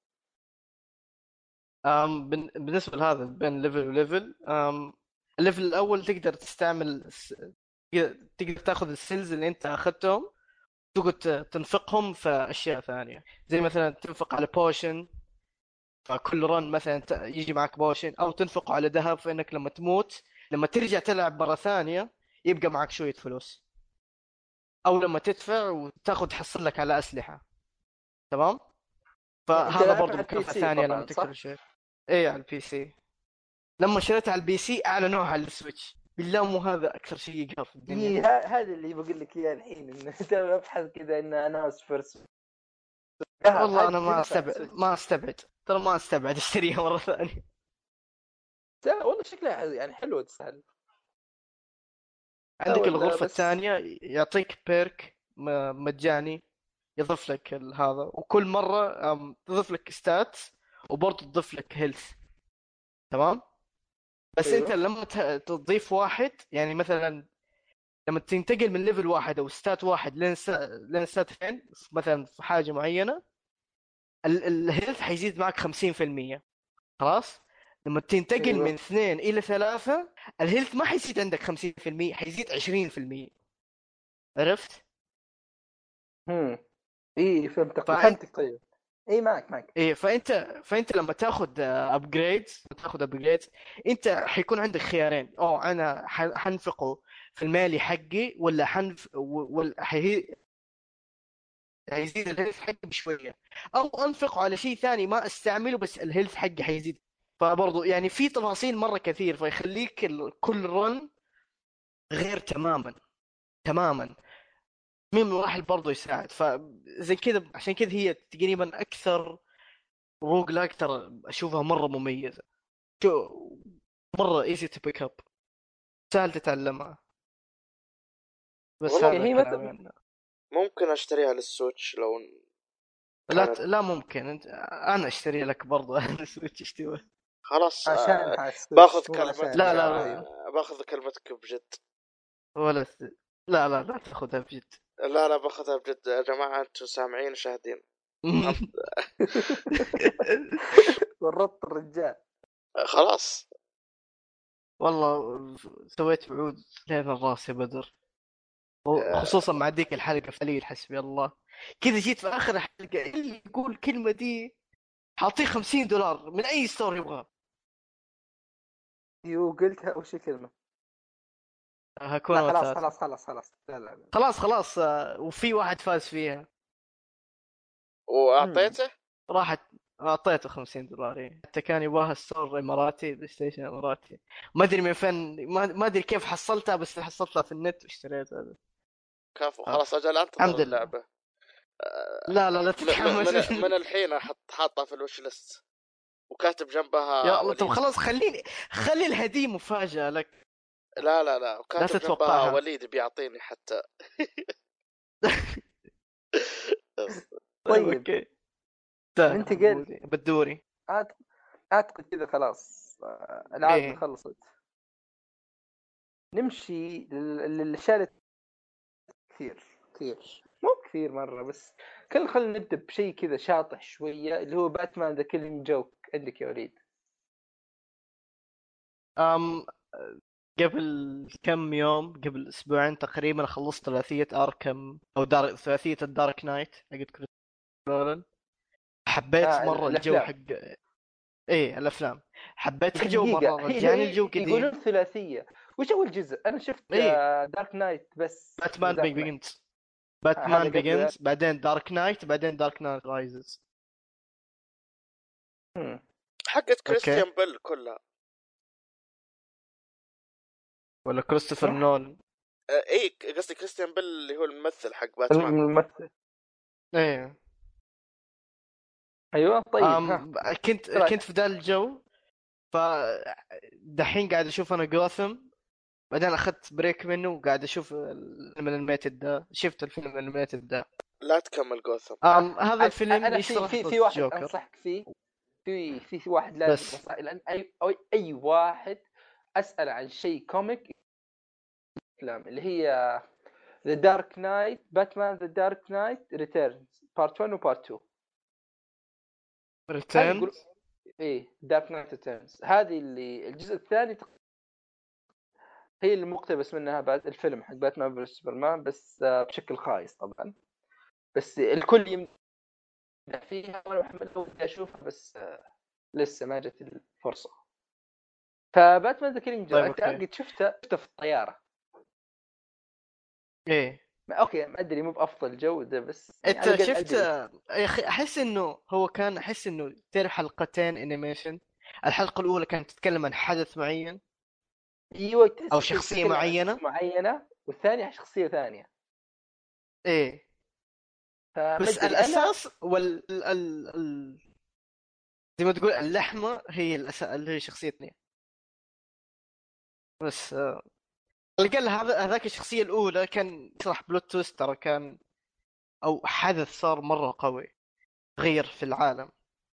[SPEAKER 3] بالنسبة لهذا بين ليفل وليفل، الليفل الأول تقدر تستعمل تقدر تاخذ السيلز اللي انت اخذتهم، تقعد تنفقهم في اشياء ثانيه، زي مثلا تنفق على بوشن، فكل رن مثلا يجي معك بوشن، او تنفق على ذهب، فانك لما تموت لما ترجع تلعب مره ثانيه يبقى معك شويه فلوس، او لما تدفع وتاخذ تحصل لك على اسلحه. تمام.
[SPEAKER 1] انت
[SPEAKER 3] فهذا
[SPEAKER 1] لعبها
[SPEAKER 3] برضو
[SPEAKER 1] على البي
[SPEAKER 3] مكافاه
[SPEAKER 1] سي
[SPEAKER 3] ثانيه لما
[SPEAKER 1] طبعا
[SPEAKER 3] تقتل
[SPEAKER 1] صح؟
[SPEAKER 3] شيء. ايه على البي سي. لما شريتها على البي سي اعلنوها على السويتش، بالله مو هذا اكثر شيء يقهر في الدنيا.
[SPEAKER 1] هذا اللي بقول لك اياه الحين، ان انت ابحث كذا ان اناس فيرس
[SPEAKER 3] والله
[SPEAKER 1] هذه
[SPEAKER 3] انا ما
[SPEAKER 1] تنفع
[SPEAKER 3] استبعد،
[SPEAKER 1] سويتش.
[SPEAKER 3] ما استبعد، ترى ما استبعد اشتريها مره ثانيه.
[SPEAKER 1] والله شكلها يعني حلوة تستاهل.
[SPEAKER 3] عندك
[SPEAKER 1] ولا
[SPEAKER 3] الغرفة
[SPEAKER 1] بس.
[SPEAKER 3] الثانية يعطيك بيرك مجاني، يضيف لك هذا، وكل مرة تضيف لك ستات، وبرضه تضيف لك هيلث. تمام. بس انت
[SPEAKER 1] ايوه.
[SPEAKER 3] لما تضيف واحد، يعني مثلا لما تنتقل من ليفل واحد او ستات واحد لين ستات اثنين مثلا في حاجة معينة، الهيلث حيزيد معك 50%. خلاص. لما تنتقل من
[SPEAKER 1] ايوه.
[SPEAKER 3] اثنين الى ثلاثة، الهيلث ما حيزيد عندك 50%، حيزيد 20%. عرفت؟
[SPEAKER 1] امم اي فهمتك
[SPEAKER 3] فانت
[SPEAKER 1] فهمتك طيب. اي معك.
[SPEAKER 3] ايه، فانت لما تاخذ ابجريدز انت حيكون عندك خيارين: انا حنفقه في المالي حقي، ولا ولا حيزيد الهيلث حقي بشويه، او انفقه على شيء ثاني ما استعمله بس الهيلث حقي حيزيد. فبرضو يعني في تفاصيل مره كثير، فيخليك كل رن غير تماما تماما. مين راح برضو يساعد، فزي كذا عشان كذا هي تقريبا اكثر روج لايك ترى اشوفها مره مميزه. شو مرة ايزي تو بيك اب، سهل تتعلمها. بس
[SPEAKER 2] والله
[SPEAKER 3] هذا
[SPEAKER 1] هي
[SPEAKER 3] كلامي
[SPEAKER 1] متى؟
[SPEAKER 3] عنها.
[SPEAKER 2] ممكن اشتريها للسويتش لو
[SPEAKER 3] لا
[SPEAKER 2] كانت.
[SPEAKER 3] لا ممكن انت، انا اشتري لك برضه انا سويتش اشتري.
[SPEAKER 2] خلاص
[SPEAKER 1] عشان
[SPEAKER 2] باخذ
[SPEAKER 1] السويتش مو
[SPEAKER 3] لا
[SPEAKER 2] كلمتك
[SPEAKER 1] عشاني
[SPEAKER 3] لا
[SPEAKER 1] انا.
[SPEAKER 3] لا
[SPEAKER 1] ايوه.
[SPEAKER 2] باخذ كلمتك بجد.
[SPEAKER 3] ولا لا لا لا تاخذها بجد.
[SPEAKER 2] لا لا باخذها بجد يا جماعة، انتم سامعين شاهدين.
[SPEAKER 1] ورطت الرجال.
[SPEAKER 2] خلاص.
[SPEAKER 3] والله سويت وعود لين الراس يا بدر،
[SPEAKER 2] آه،
[SPEAKER 3] وخصوصا مع ديك الحلقة في قليل حسبي الله. كذا جيت في اخر الحلقة اللي يقول الكلمة دي حاعطيه $50 من اي ستور يبغاه.
[SPEAKER 1] ايوه قلتها وش الكلمة؟
[SPEAKER 3] هكون
[SPEAKER 1] لا خلاص
[SPEAKER 3] وتاتا.
[SPEAKER 1] خلاص خلاص خلاص، لا لا لا.
[SPEAKER 3] خلاص وفي واحد فاز فيها.
[SPEAKER 1] امم
[SPEAKER 2] واعطيته.
[SPEAKER 3] راحت، اعطيته $50. إيه. حتى كان يبغاها ستور اماراتي، بلاي ستيشن اماراتي. ما ادري من فين، ما ادري كيف حصلتها، بس حصلتها في النت واشتريتها.
[SPEAKER 2] كفو
[SPEAKER 3] آه.
[SPEAKER 2] خلاص، اجل انتظر
[SPEAKER 3] الحمد لله.
[SPEAKER 2] اللعبة.
[SPEAKER 3] لا تتحمس.
[SPEAKER 2] من الحين حاطها في الوش ليست، وكاتب جنبها
[SPEAKER 3] يا الله، طب
[SPEAKER 2] وليد.
[SPEAKER 3] خلاص خلي الهدية مفاجأة لك.
[SPEAKER 2] لا
[SPEAKER 3] لا
[SPEAKER 2] وكاتب جنبها
[SPEAKER 3] تتوقعها.
[SPEAKER 2] وليد بيعطيني حتى. بس.
[SPEAKER 3] طيب
[SPEAKER 1] طيب
[SPEAKER 3] اوكي. سهل
[SPEAKER 1] ننتقل.
[SPEAKER 3] بدوري.
[SPEAKER 1] اعتقد كذا خلاص، العابنا
[SPEAKER 3] ايه.
[SPEAKER 1] خلصت. نمشي للاشياء كثير كثير، مو كثير مرة، بس خلينا نبدأ بشيء كذا شاطح شوية، اللي هو باتمان ذا كيلينج جوك. عندك يا وليد؟
[SPEAKER 3] أم قبل كم يوم، قبل اسبوعين تقريبا، خلصت ثلاثية اركم او ثلاثية الدارك نايت حقت كريستوفر نولان. حبيت مرة الجو
[SPEAKER 1] الافلام.
[SPEAKER 3] حق. ايه الافلام حبيت الجو
[SPEAKER 1] دقيقة،
[SPEAKER 3] مره، رجعني الجو
[SPEAKER 1] يقولون
[SPEAKER 3] قديم.
[SPEAKER 1] ثلاثية. وش أول جزء؟ أنا شفت
[SPEAKER 3] ايه
[SPEAKER 1] دارك نايت بس. ذا
[SPEAKER 3] باتمان
[SPEAKER 1] دارك نايت
[SPEAKER 3] بيجنز،
[SPEAKER 1] هذا
[SPEAKER 3] باتمان
[SPEAKER 1] قبله.
[SPEAKER 3] بيجنز بعدين دارك نايت بعدين دارك نايت رايزز.
[SPEAKER 1] يعني
[SPEAKER 2] حقت
[SPEAKER 3] اوكي،
[SPEAKER 2] كريستيان بيل كلها.
[SPEAKER 3] ولا كريستوفر
[SPEAKER 1] صح.
[SPEAKER 3] نول.
[SPEAKER 2] اي قصدي كريستيان بيل اللي هو الممثل حق باتمان.
[SPEAKER 1] الممثل.
[SPEAKER 3] ايه
[SPEAKER 1] أيوة طيب ها.
[SPEAKER 3] كنت في ذا الجو. ف دحين قاعد اشوف انا جوثم، بعدين اخذت بريك منه وقاعد اشوف الفيلم الانيميتد ده. شفت الفيلم الانيميتد ده.
[SPEAKER 2] لا تكمل جوثم.
[SPEAKER 3] هذا الفيلم
[SPEAKER 1] أنا في
[SPEAKER 3] يشرح
[SPEAKER 1] في
[SPEAKER 3] قصة
[SPEAKER 1] في واحد
[SPEAKER 3] جوكر
[SPEAKER 1] أنصحك فيه. في واحد لازم
[SPEAKER 3] بس.
[SPEAKER 1] لأن أي واحد أسأل عن شيء كوميك أفلام اللي هي ذا دارك نايت، باتمان ذا دارك نايت ريتيرنز بارت 1 وبارت 2. هذه يقول
[SPEAKER 3] ريتيرنز.
[SPEAKER 1] ايه دارك نايت ريتيرنز، هذه اللي الجزء الثاني هي اللي مقتبس منها بعد الفيلم حق باتمان فيرس سوبرمان، بس بشكل خايس طبعا. بس الكل يمدح فيها وانا محملها ودي اشوفها، بس لسه ما جت الفرصه. فباتمان ذا كيلينج
[SPEAKER 3] طيب
[SPEAKER 1] انت
[SPEAKER 3] اوكي.
[SPEAKER 1] قد شفته في الطياره.
[SPEAKER 3] ايه
[SPEAKER 1] اوكي ما ادري مو بافضل جوده، بس يعني على
[SPEAKER 3] انت
[SPEAKER 1] الاقل
[SPEAKER 3] شفت
[SPEAKER 1] ادري.
[SPEAKER 3] يا اخي احس انه هو كان، احس انه تعرف حلقتين انيميشن. الحلقة الاولى كانت تتكلم عن حدث معين
[SPEAKER 1] ايوه
[SPEAKER 3] او
[SPEAKER 1] تحس
[SPEAKER 3] شخصية
[SPEAKER 1] تتكلم عن شخصيه
[SPEAKER 3] معينة.
[SPEAKER 1] معينه، والثانيه شخصيه ثانيه.
[SPEAKER 3] ايه
[SPEAKER 1] فما
[SPEAKER 3] بس
[SPEAKER 1] ادري انا.
[SPEAKER 3] الاساس زي ما تقول اللحمة هي اللي هي شخصية اثنين بس. على الأقل هذاك الشخصية الأولى كان يشرح بلوت تويست ترى، كان أو حدث صار مرة قوي غير في العالم.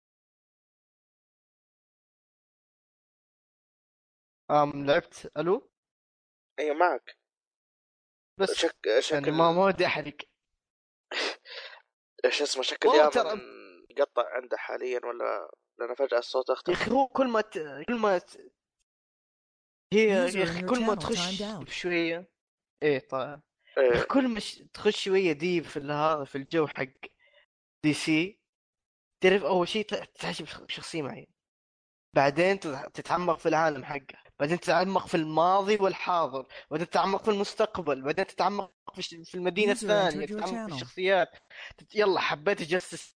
[SPEAKER 3] لعبت ألو
[SPEAKER 2] اي معك.
[SPEAKER 3] بس. يعني
[SPEAKER 2] شكل
[SPEAKER 3] ما ودي أحرق.
[SPEAKER 2] ايش اسمه، شكل
[SPEAKER 3] والله
[SPEAKER 2] يا من
[SPEAKER 3] ترى
[SPEAKER 2] يقطع عنده حاليا ولا؟ لأن فجأة الصوت
[SPEAKER 3] يا
[SPEAKER 2] اختفى.
[SPEAKER 3] أخي هو كل ما هي يا
[SPEAKER 4] User in
[SPEAKER 3] أخي
[SPEAKER 4] your
[SPEAKER 3] كل ما
[SPEAKER 4] channel timed
[SPEAKER 3] تخش
[SPEAKER 4] out.
[SPEAKER 3] شوية. إيه طيب. يا أخي
[SPEAKER 2] ايه.
[SPEAKER 3] كل ما تخش شوية ديب في هذا في الجو حق دي سي، تعرف أول شيء تعجب شخصية معينة، بعدين تتعمق في العالم حقه، بعدين تتعمق في الماضي والحاضر، بعدين تتعمق في المستقبل، بعدين تتعمق في المدينة
[SPEAKER 4] User
[SPEAKER 3] الثانية،
[SPEAKER 4] entered your
[SPEAKER 3] تتعمق في
[SPEAKER 4] channel.
[SPEAKER 3] الشخصيات. يلا حبيت جاستس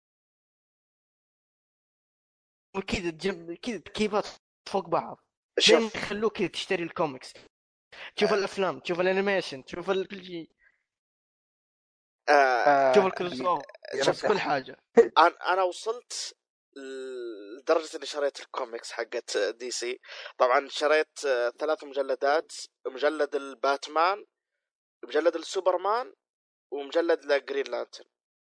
[SPEAKER 3] كذا كذا تركيبات فوق بعض. زي ما
[SPEAKER 2] شوف.
[SPEAKER 3] يخلوك كذا تشتري الكوميكس، تشوف الافلام، تشوف الانيميشن، تشوف كل شيء، تشوف
[SPEAKER 2] آه
[SPEAKER 3] الكروس اوفر،
[SPEAKER 2] شوف.
[SPEAKER 3] كل حاجة.
[SPEAKER 2] انا وصلت لدرجة اني شريت الكوميكس حقت دي سي. طبعا شريت 3 مجلدات: مجلد الباتمان، مجلد السوبرمان، ومجلد لجرين لانترن.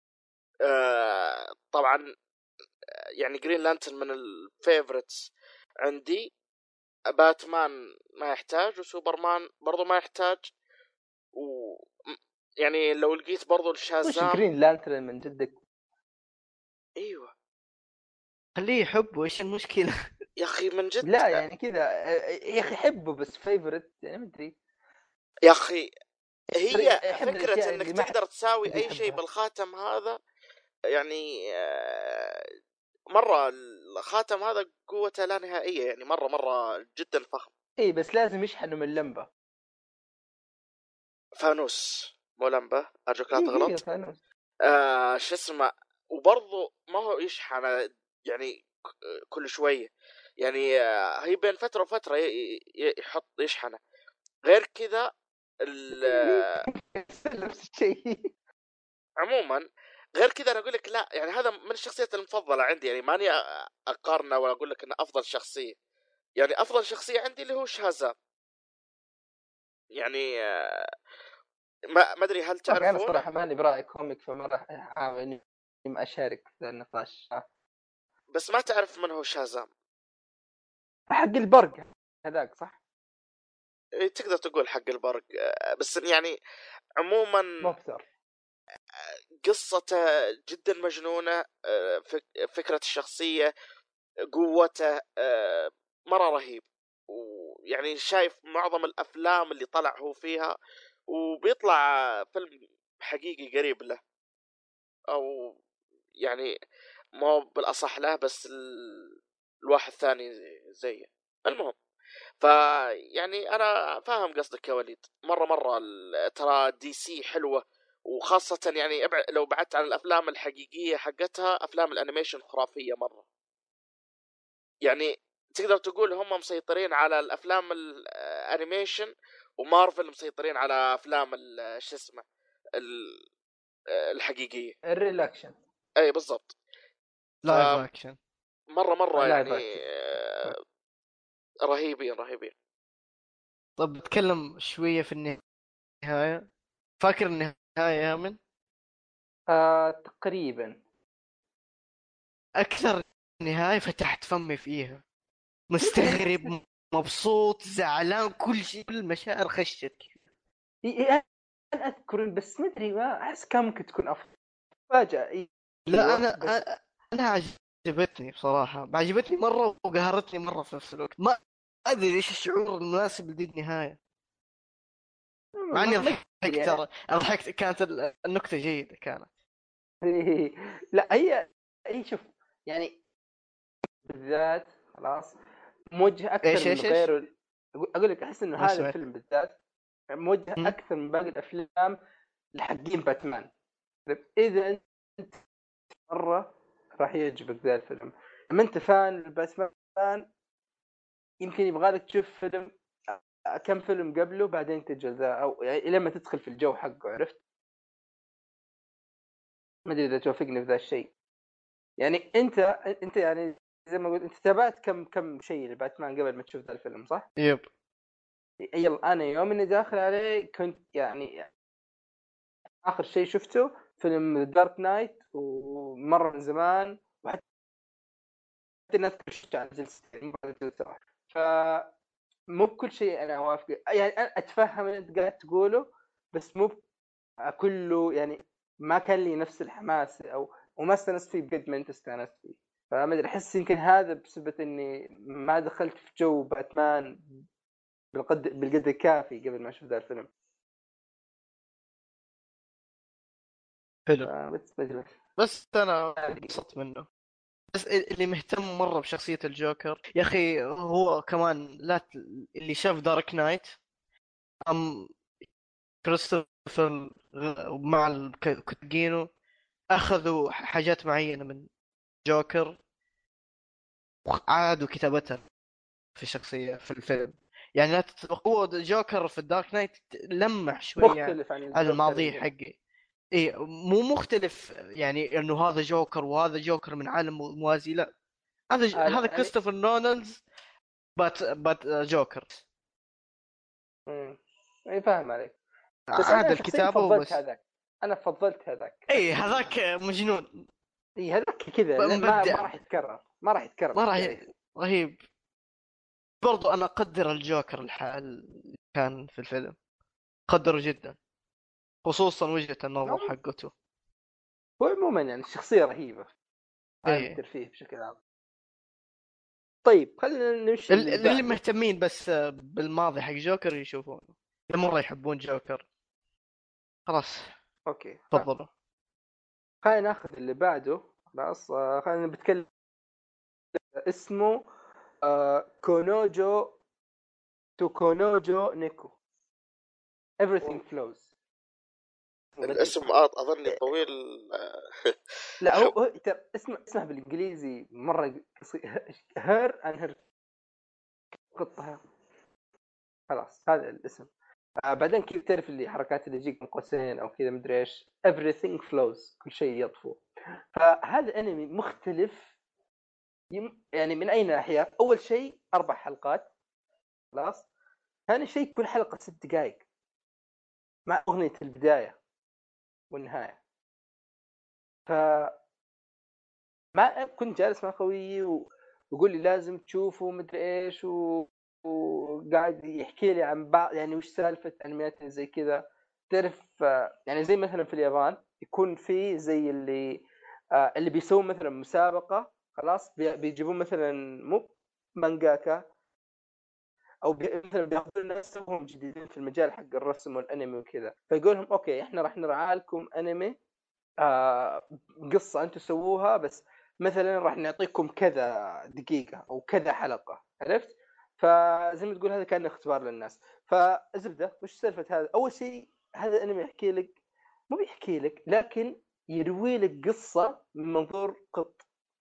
[SPEAKER 2] طبعا يعني جرين لانترن من الفيفورتس عندي. باتمان ما يحتاج، وسوبرمان برضو ما يحتاج. و يعني لو لقيت برضو
[SPEAKER 1] وش
[SPEAKER 2] الشازام.
[SPEAKER 1] جرين لانترن من جدك؟
[SPEAKER 2] ايوه
[SPEAKER 3] خليه يحب، وإيش المشكلة؟
[SPEAKER 2] يا اخي من جد.
[SPEAKER 1] لا يعني كذا يا اخي حبه، بس فيفورت يعني ما ادري.
[SPEAKER 2] يا اخي هي
[SPEAKER 1] يحب
[SPEAKER 2] فكرة
[SPEAKER 1] الاشياء
[SPEAKER 2] انك
[SPEAKER 1] اللي ما حد
[SPEAKER 2] تقدر تساوي اي شيء
[SPEAKER 1] يحبها.
[SPEAKER 2] بالخاتم هذا. يعني مرة الخاتم هذا قوته لا نهائية، يعني مرة جدا فخم.
[SPEAKER 1] اي بس لازم يشحنوا من اللمبه.
[SPEAKER 2] فانوس مو لمبة، ارجوك لا
[SPEAKER 1] دقيقه
[SPEAKER 2] تغلط.
[SPEAKER 1] فانوس.
[SPEAKER 2] شو اسمه. وبرضو ما هو يشحن يعني كل شوية. يعني هي بين فترة وفترة يحط يشحنه. غير كذا
[SPEAKER 1] نفس الشيء.
[SPEAKER 2] عموما غير كذا انا اقول لك لا، يعني هذا من الشخصيات المفضله عندي. يعني ماني اقارنه ولا اقول لك انه افضل شخصيه. يعني افضل شخصيه عندي اللي هو شازام. يعني ما ادري هل
[SPEAKER 1] اوكي انا
[SPEAKER 2] تعرفونه.
[SPEAKER 1] الصراحه ماني برايي كوميك، فما راح احاول اني اشارك في النقاش.
[SPEAKER 2] بس ما تعرف من هو شازام.
[SPEAKER 1] حق البرق هذاك صح؟
[SPEAKER 2] تقدر تقول حق البرق. بس يعني عموما
[SPEAKER 1] مو بثر.
[SPEAKER 2] قصته جدا مجنونه. فكره الشخصيه، قوته مره رهيب. ويعني شايف معظم الافلام اللي طلع هو فيها، وبيطلع فيلم حقيقي قريب له، او يعني مو بالاصح له، بس الواحد ثاني زيه. المهم، فيعني انا فاهم قصدك يا وليد. مره ترى دي سي حلوه، وخاصه يعني لو بعدت عن الافلام الحقيقيه حقتها، افلام الانيميشن خرافيه مره. يعني تقدر تقول هم مسيطرين على الافلام الانيميشن، ومارفل مسيطرين على افلام شو اسمه الحقيقيه.
[SPEAKER 1] الريلاكشن.
[SPEAKER 2] اي بالضبط.
[SPEAKER 3] لايف اكشن.
[SPEAKER 2] فمره
[SPEAKER 1] لايف
[SPEAKER 2] يعني
[SPEAKER 1] اكشن.
[SPEAKER 2] رهيبين.
[SPEAKER 3] طب بتكلم شويه في النهايه. فاكر النهايه يا من
[SPEAKER 1] تقريبا.
[SPEAKER 3] اكثر نهايه فتحت فمي فيها،
[SPEAKER 1] مدري أحس.
[SPEAKER 3] مستغرب، مبسوط، زعلان، كل شيء، كل المشاعر خشت.
[SPEAKER 1] انا اذكر بس مدري ما احس كان ممكن تكون افضل. فاجأة.
[SPEAKER 3] لا
[SPEAKER 1] ايوه بس
[SPEAKER 3] انا عجبتني بصراحه، عجبتني مره وقهرتني مره في نفس الوقت. ما ادري ايش الشعور المناسب لدي النهايه، مع اني
[SPEAKER 1] ما ادري
[SPEAKER 3] ضحكت،
[SPEAKER 1] يعني.
[SPEAKER 3] ترى ضحكت، كانت النكته جيده كانت.
[SPEAKER 1] لا هي شوف يعني بالذات خلاص موجه اكثر
[SPEAKER 3] ايش
[SPEAKER 1] من
[SPEAKER 3] ايش ايش
[SPEAKER 1] غيره. اقول لك احس انه
[SPEAKER 3] ما
[SPEAKER 1] هذا
[SPEAKER 3] سمعت.
[SPEAKER 1] الفيلم بالذات موجه
[SPEAKER 3] هم؟
[SPEAKER 1] اكثر من باقي الافلام لحقين باتمان. طيب، اذا انت مره راح يعجبك ذا الفيلم. لما انت فان باتمان يمكن يبغى لك تشوف فيلم كم فيلم قبله بعدين تجي ذا، او يعني لما تدخل في الجو حقه. عرفت؟ ما ادري اذا توافقني في ذا الشيء. يعني انت يعني زي ما قلت انت تابعت كم شيء لباتمان قبل ما تشوف ذا الفيلم صح؟
[SPEAKER 3] يب.
[SPEAKER 1] يلا انا يوم اني داخل عليه كنت يعني اخر شيء شفته فيلم دارك نايت ومره من زمان، وحتى الناس شفته على جلستين مره جلسه واحده. فمو بكل شيء انا اوافق، يعني انا اتفهم اللي انت قاعد تقوله بس مو كله يعني ما كان لي نفس الحماس او وما استانست فيه بقد ما انت استانست فيه. فما ادري احس يمكن هذا بسبب اني ما دخلت في جو باتمان بالقدر الكافي قبل ما اشوف ذا الفيلم.
[SPEAKER 3] حلو.
[SPEAKER 1] بس ما ادري.
[SPEAKER 3] بس انا انبسطت منه. بس اللي مهتم مره بشخصيه الجوكر يا اخي هو كمان، لا اللي شاف دارك نايت ام كريستوفر مع الكوتجينو اخذوا حاجات معينه من جوكر وعادوا كتابتها في الشخصيه في الفيلم. يعني لا هو جوكر في الدارك نايت لمح شويه
[SPEAKER 1] مختلف عن
[SPEAKER 3] على
[SPEAKER 1] الجوكر
[SPEAKER 3] الماضي
[SPEAKER 1] اللي هنا.
[SPEAKER 3] حقي. اي مو مختلف يعني انه هذا جوكر وهذا جوكر من عالم موازي، لا، هذا هذا
[SPEAKER 1] لا يعني
[SPEAKER 3] كريستوفر نولانز بات جوكر.
[SPEAKER 1] اي فاهم عليك. بس
[SPEAKER 3] عاد
[SPEAKER 1] انا شخصيا
[SPEAKER 3] الكتابه
[SPEAKER 1] فضلت
[SPEAKER 3] وبس.
[SPEAKER 1] هذاك. انا فضلت هذاك
[SPEAKER 3] اي
[SPEAKER 1] اكثر من
[SPEAKER 3] هذاك
[SPEAKER 1] هذا.
[SPEAKER 3] مجنون.
[SPEAKER 1] اي هذاك كذا لا ما
[SPEAKER 3] مبدع.
[SPEAKER 1] راح يتكرر، ما راح يتكرر
[SPEAKER 3] ما
[SPEAKER 1] في
[SPEAKER 3] راح
[SPEAKER 1] التاريخ.
[SPEAKER 3] رهيب. برضو انا اقدر الجوكر اللي كان في الفيلم، قدره جدا، خصوصا وجهة النظر حقته.
[SPEAKER 1] هو عموما يعني الشخصيه رهيبه، عالم
[SPEAKER 3] ايه
[SPEAKER 1] الترفيه بشكل عام. طيب خلينا نمشي اللي
[SPEAKER 3] اللي
[SPEAKER 1] بعده.
[SPEAKER 3] مهتمين بس بالماضي حق جوكر يشوفونه، اللي مرة يحبون جوكر خلاص
[SPEAKER 1] اوكي
[SPEAKER 3] تفضلوا.
[SPEAKER 1] خلينا ناخذ اللي بعده. خلاص خلينا بنتكلم. اسمه كونوجو توكونوجو نيكو. everything flows.
[SPEAKER 2] الاسم اظني طويل.
[SPEAKER 1] لا هو ترى اسمه بالانجليزي مره هير ان هير قطها. خلاص هذا الاسم. بعدين كيف تعرف اللي حركات اللي يجيك من قوسين او كذا مدري ايش everything flows كل شيء يطفو. فهذا انمي مختلف يعني من اي ناحيه. اول شيء 4 حلقات خلاص. ثاني شيء كل حلقه 6 دقائق مع اغنيه البدايه والنهايه. ف ما كنت جالس مع خويي ويقول لي لازم تشوفه مدري ايش وقاعد يحكي لي عن بعض يعني وش سالفه انميات زي كذا. تعرف يعني زي مثلا في اليابان يكون في زي اللي بيسوون مثلا مسابقه خلاص بيجيبون مثلا مو مانجاكا او مثلا بياخذون ناس هم جديدين في المجال حق الرسم والانمي وكذا فيقول لهم اوكي احنا راح نرعى لكم انمي قصه انتم سووها بس مثلا راح نعطيكم كذا دقيقه او كذا حلقه، عرفت؟ فزي ما تقول هذا كان اختبار للناس. فزبده وش سالفه هذا؟ اول شيء هذا الانمي يحكي لك، مو بيحكي لك لكن يروي لك قصه من منظور قط،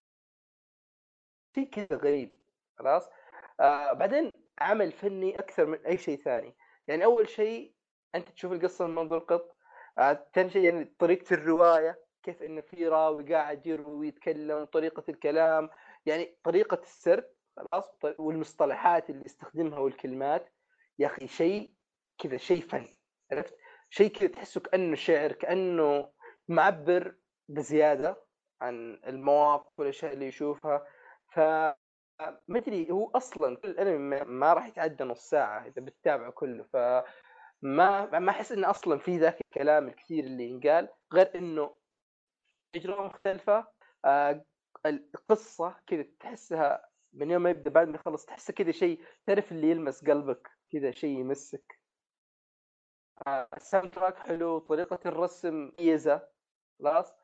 [SPEAKER 1] شيء كذا غريب. خلاص. بعدين عمل فني اكثر من اي شيء ثاني. يعني اول شيء انت تشوف القصه من منظور قط. ثاني شيء يعني طريقه الروايه، كيف انه في راوي قاعد يروي ويتكلم، طريقه الكلام، يعني طريقه السرد. خلاص. والمصطلحات اللي يستخدمها والكلمات، يا اخي شيء كذا، شيء فن. عرفت؟ شيء كذا تحسه كانه شعر، كانه معبر بزياده عن المواقف والاشياء اللي يشوفها. ف ما ادري، هو اصلا كل الانمي ما راح يتعدى نص ساعه اذا بتتابعه كله. ما احس انه اصلا في ذاك الكلام الكثير اللي ينقال، غير انه تجربه مختلفه. القصه كذا تحسها من يوم ما يبدا بعد ما يخلص تحسها كذا شيء، تعرف اللي يلمس قلبك كذا، شيء يمسك. الساوند تراك حلو، طريقه الرسم مميزه. خلاص.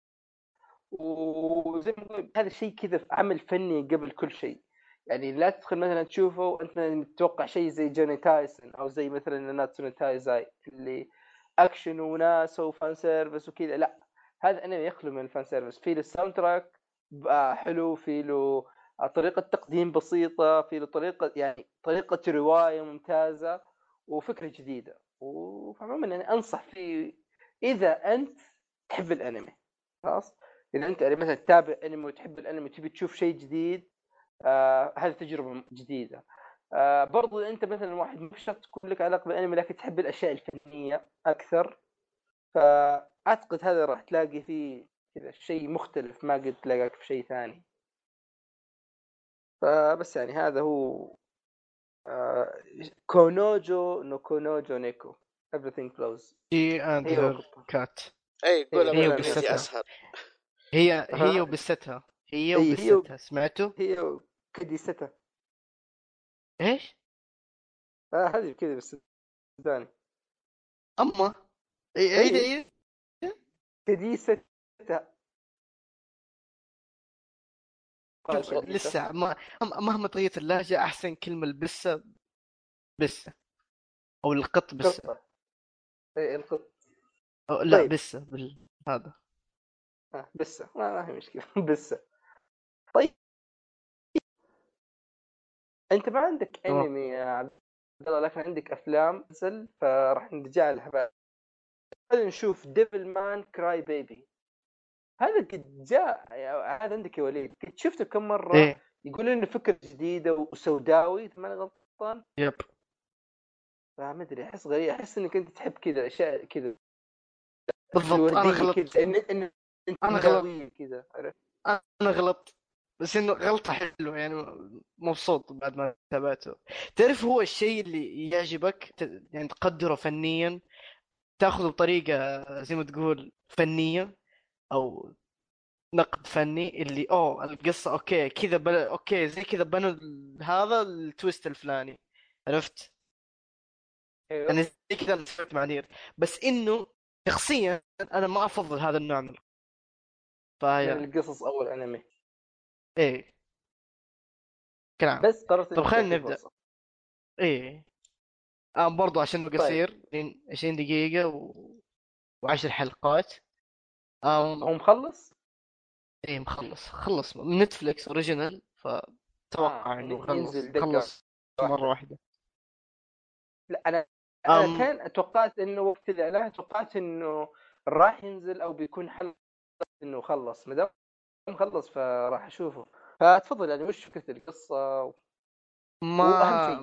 [SPEAKER 1] وزي ما نقول هذا الشيء كذا عمل فني قبل كل شيء. يعني لا تدخل مثلا تشوفه وانت تتوقع شيء زي جوني تايسون او زي مثلا ناتسونو تايزاي اللي اكشن وناس وفان سيرفيس وكذا. لا، هذا انمي يخلو من الفان سيرفيس. في له الساوند تراك حلو، في له طريقة تقديم بسيطة، في له طريقة يعني طريقة رواية ممتازة وفكرة جديدة. وعموما يعني انصح فيه اذا انت تحب الانمي. خلاص. اذا انت يعني مثلا تتابع انمي وتحب الانمي تبي تشوف شيء جديد، هذه تجربه جديده. برضو انت مثلا واحد مش شرط تكون لك علاقه بالانمي لكن تحب الاشياء الفنيه اكثر، فاعتقد هذا راح تلاقي فيه كذا شيء مختلف ما قد تلاقاك في شيء ثاني. فبس يعني هذا هو كونوجو نو كونوجو نيكو everything close.
[SPEAKER 3] هي اند
[SPEAKER 1] هي
[SPEAKER 3] هير
[SPEAKER 1] وقطة.
[SPEAKER 3] كات.
[SPEAKER 2] اي قولها
[SPEAKER 3] هي
[SPEAKER 2] بالانجليزي
[SPEAKER 3] وقصتها.
[SPEAKER 2] اسهل.
[SPEAKER 3] هي
[SPEAKER 1] ها.
[SPEAKER 3] وبستها. هي
[SPEAKER 1] هي
[SPEAKER 3] وبستها سمعتوا؟
[SPEAKER 1] هي كديستها.
[SPEAKER 3] ايش؟
[SPEAKER 1] هذه كذا بس ثاني.
[SPEAKER 3] اما عيد
[SPEAKER 1] اي
[SPEAKER 3] عيد.
[SPEAKER 1] كديستها. قال
[SPEAKER 3] شوف
[SPEAKER 1] كديسة.
[SPEAKER 3] لسه مهما طريقة اللهجة احسن كلمة البسة بسة، او القط بسة.
[SPEAKER 1] قطة. اي القط.
[SPEAKER 3] أو لا
[SPEAKER 1] طيب.
[SPEAKER 3] بسة هذا.
[SPEAKER 1] بسة ما هي مشكلة. بسة. طيب انت ما عندك
[SPEAKER 3] تمام.
[SPEAKER 1] انمي يا عبد الله لكن عندك افلام نزل، فراح نرجع لها بعد. خلينا نشوف ديفل مان كراي بيبي. هذا قد جاء، هذا عندك يا وليد، قد شفته كم مرة.
[SPEAKER 3] ايه
[SPEAKER 1] يقول انه فكرة جديدة وسوداوي اذا ماني غلطان.
[SPEAKER 3] يب
[SPEAKER 1] فما ادري، احس غريب، احس انك انت تحب كذا اشياء كذا
[SPEAKER 3] بالضبط. انا
[SPEAKER 1] الوردية
[SPEAKER 3] غلطت.
[SPEAKER 1] كذا، ان انت
[SPEAKER 3] انا غلط.
[SPEAKER 1] مداوية كذا، عرفت؟
[SPEAKER 3] انا غلطت. بس انه غلطة حلوة يعني. مبسوط بعد ما تابعته. تعرف هو الشيء اللي يعجبك يعني تقدره فنيا، تاخذه بطريقة زي ما تقول فنية، او نقد فني اللي القصة اوكي كذا اوكي زي كذا بنوا هذا التويست الفلاني. عرفت؟
[SPEAKER 1] ايوه.
[SPEAKER 3] يعني زي كذا اللي سويت مع نير. بس انه شخصيا انا ما افضل هذا النوع من
[SPEAKER 1] من
[SPEAKER 3] فهي.
[SPEAKER 1] القصص او الانمي.
[SPEAKER 3] ايه كلام.
[SPEAKER 1] بس قررت
[SPEAKER 3] طب
[SPEAKER 1] انك
[SPEAKER 3] خلينا
[SPEAKER 1] تعطيه
[SPEAKER 3] نبدا.
[SPEAKER 1] فرصة.
[SPEAKER 3] ايه برضو عشان
[SPEAKER 1] طيب.
[SPEAKER 3] قصير 20 دقيقة و10 حلقات.
[SPEAKER 1] هو مخلص؟
[SPEAKER 3] ايه خلص من نتفليكس اوريجينال، فتوقع انه
[SPEAKER 1] ينزل دقة
[SPEAKER 3] خلص مرة
[SPEAKER 1] واحدة.
[SPEAKER 3] واحدة.
[SPEAKER 1] لا انا
[SPEAKER 3] أم
[SPEAKER 1] كان توقعت انه وقت الاعلان توقعت انه راح ينزل او بيكون حلقة انه خلص. ما دام مخلص فراح اشوفه. فتفضل يعني وش فكرة القصة؟
[SPEAKER 3] ما
[SPEAKER 1] واهم شيء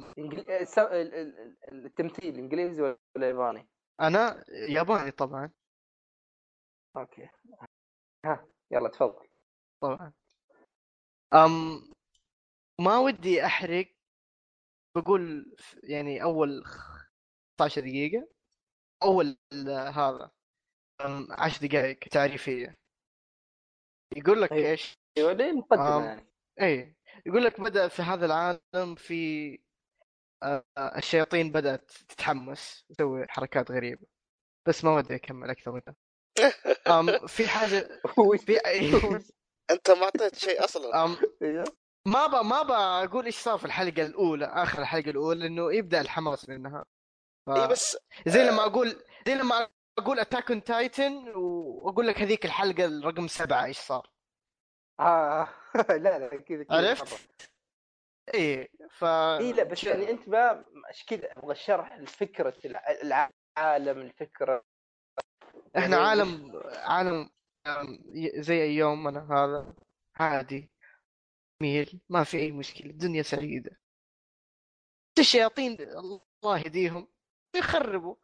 [SPEAKER 1] التمثيل انجليزي ولا ياباني؟
[SPEAKER 3] انا ياباني طبعا.
[SPEAKER 1] اوكي. ها يلا تفضل.
[SPEAKER 3] طبعا. أم ما ودي احرق. بقول يعني اول 15 دقيقة، اول هذا 10 دقائق تعريفية. يقول لك ايش؟
[SPEAKER 1] ايوه ليه مقدمة
[SPEAKER 3] أم
[SPEAKER 1] يعني.
[SPEAKER 3] ايه يقول لك بدأ في هذا العالم في الشياطين بدأت تتحمس تسوي حركات غريبة. بس ما ودي اكمل اكثر من كذا. في حاجة.
[SPEAKER 1] وش
[SPEAKER 3] في
[SPEAKER 1] وش
[SPEAKER 2] انت ما اعطيت شيء اصلا.
[SPEAKER 1] ايوه
[SPEAKER 3] ما اقول ايش صار في الحلقه الاولى، اخر الحلقه الاولى، انه يبدا الحماس منها. ف...
[SPEAKER 2] اي بس
[SPEAKER 3] زي لما اقول اتاك اون تايتن واقول لك هذيك الحلقه الرقم 7 ايش صار.
[SPEAKER 1] آه. لا لا كذا كذا مره.
[SPEAKER 3] عرفت؟ ايه
[SPEAKER 1] اي لا بس يعني انت بقى ايش كذا ابغى شرح الفكره، العالم، الفكره
[SPEAKER 3] احنا
[SPEAKER 1] يعني
[SPEAKER 3] عالم زي يومنا هذا، عادي، جميل، ما في اي مشكله، الدنيا سعيده. الشياطين الله يهديهم يخربوا.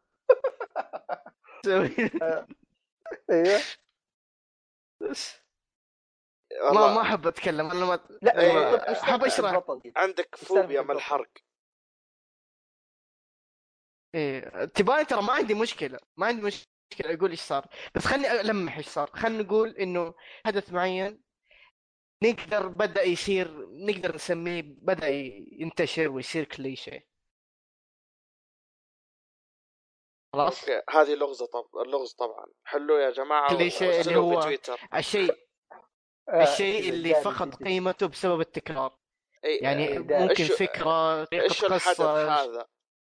[SPEAKER 1] ايوه
[SPEAKER 3] ما
[SPEAKER 2] والله
[SPEAKER 3] احب اتكلم انا،
[SPEAKER 1] لا
[SPEAKER 2] ايه
[SPEAKER 1] وش
[SPEAKER 3] احب
[SPEAKER 1] سالفه
[SPEAKER 3] اشرح.
[SPEAKER 1] البطل؟
[SPEAKER 2] عندك
[SPEAKER 1] وش
[SPEAKER 2] فوبيا
[SPEAKER 1] سالفه
[SPEAKER 2] من
[SPEAKER 1] البطل؟
[SPEAKER 2] الحرق.
[SPEAKER 3] ايه تبغاني، ترى ما عندي مشكله، ما عندي مشكله اقول ايش صار، بس خلني المح ايش صار. خلينا نقول انه حدث معين بدا يصير، نقدر نسميه بدا ينتشر ويصير كليشيه. خلاص.
[SPEAKER 2] اوكي هذه لغزة، اللغز طبعا حلو يا جماعة
[SPEAKER 3] كليشيه اللي
[SPEAKER 2] وارسلوا في
[SPEAKER 3] هو
[SPEAKER 2] تويتر.
[SPEAKER 3] الشيء
[SPEAKER 1] كذا
[SPEAKER 3] اللي
[SPEAKER 1] دائما
[SPEAKER 3] فقد
[SPEAKER 1] تنتشر.
[SPEAKER 3] قيمته بسبب التكرار.
[SPEAKER 2] اي
[SPEAKER 3] يعني
[SPEAKER 1] دائما.
[SPEAKER 3] ممكن
[SPEAKER 2] ايش
[SPEAKER 3] فكره، طريقه
[SPEAKER 2] ايش الحدث
[SPEAKER 3] قصه.
[SPEAKER 2] هذا؟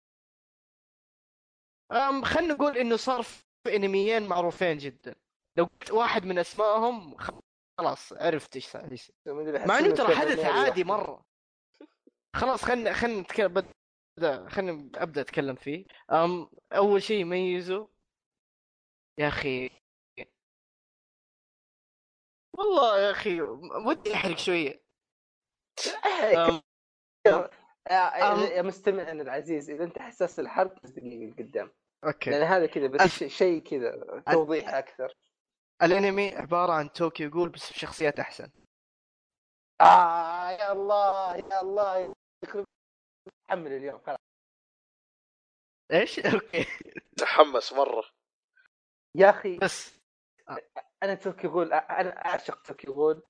[SPEAKER 3] خلينا نقول انه صار في انميين معروفين جدا، لو قلت واحد من اسمائهم خلاص عرفت ايش صار.
[SPEAKER 1] ما ادري
[SPEAKER 3] مع
[SPEAKER 1] احس
[SPEAKER 3] انه
[SPEAKER 1] انه
[SPEAKER 3] ترى حدث
[SPEAKER 1] كابونيري
[SPEAKER 3] عادي
[SPEAKER 1] واحده.
[SPEAKER 3] مره. خلاص خلينا نتكلم، خلينا ابدا اتكلم فيه. اول شيء يميزه يا اخي، والله يا اخي ودي احرق شويه. أم... أم...
[SPEAKER 1] يا مستمعنا العزيز، اذا انت حساس الحرب بس دقيقه قدام،
[SPEAKER 3] اوكي.
[SPEAKER 1] لان هذا كذا بس
[SPEAKER 3] أس...
[SPEAKER 1] شيء كذا
[SPEAKER 3] ال...
[SPEAKER 1] توضيح اكثر.
[SPEAKER 3] الانمي عباره عن طوكيو جول بس بشخصيات احسن.
[SPEAKER 1] يا الله يا الله، يخرب، حمل اليوم خلاص.
[SPEAKER 3] ايش؟ اوكي.
[SPEAKER 2] تحمس مرة.
[SPEAKER 1] يا اخي
[SPEAKER 3] بس
[SPEAKER 1] انا توكي غول، انا اعشق توكي غول.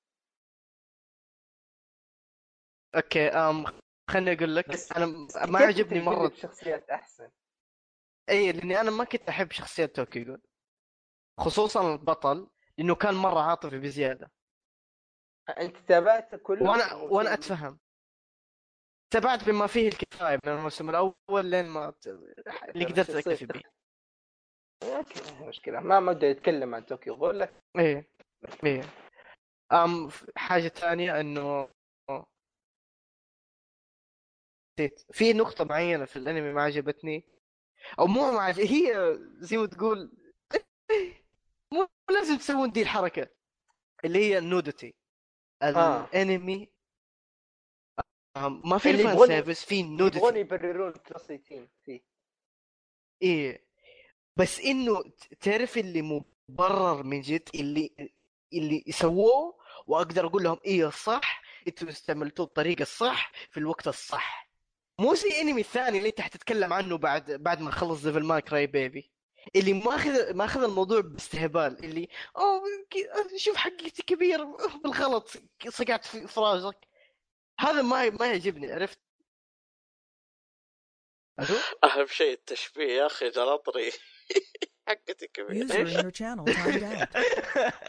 [SPEAKER 3] اوكي. خليني اقول لك
[SPEAKER 1] بس
[SPEAKER 3] انا ما
[SPEAKER 1] كيف انت
[SPEAKER 3] عجبني
[SPEAKER 1] تقول لي
[SPEAKER 3] مره.
[SPEAKER 1] بشخصيات احسن؟
[SPEAKER 3] اي لاني انا ما كنت احب شخصيه طوكيو جول، خصوصا البطل، لانه كان مره عاطفي بزياده.
[SPEAKER 1] انت تابعت كله
[SPEAKER 3] وانا
[SPEAKER 1] الموسم؟
[SPEAKER 3] اتفهم، تابعت بما فيه الكفايه من الموسم الاول لين ما اللي
[SPEAKER 1] ترى
[SPEAKER 3] قدرت
[SPEAKER 1] الشخصيه
[SPEAKER 3] اكتفي به.
[SPEAKER 1] اوكي ما هي مشكله، ما بدي يتكلم عن توكيو غول لك.
[SPEAKER 3] ايه ايه. حاجه ثانيه انه نسيت في نقطه معينه في الانمي ما عجبتني، او مو ما هي زي ما تقول مو لازم تسوون دي الحركه اللي هي النودتي.
[SPEAKER 1] اه
[SPEAKER 3] الانمي ما في
[SPEAKER 1] اللي
[SPEAKER 3] فان
[SPEAKER 1] يبغون
[SPEAKER 3] سيرفيس، في
[SPEAKER 1] يبغون
[SPEAKER 3] نودتي.
[SPEAKER 1] يبررون كلاس 18 فيه.
[SPEAKER 3] ايه بس انه تعرف اللي مبرر من جد، اللي سووه، واقدر اقول لهم ايه صح، انتوا استعملتوه بالطريقه الصح في الوقت الصح. مو زي انمي الثاني اللي انت حتتكلم عنه بعد ما نخلص ديفل ماي كراي بيبي، اللي ما اخذ الموضوع باستهبال، اللي اوه شوف حقيقتي كبير بالغلط صقعت في فراجك. هذا ما يعجبني، عرفت؟ الو.
[SPEAKER 2] اهم شيء التشبيه يا اخي جلطري. حقتي كبير.
[SPEAKER 4] User
[SPEAKER 3] ايش؟
[SPEAKER 4] in your channel timed out.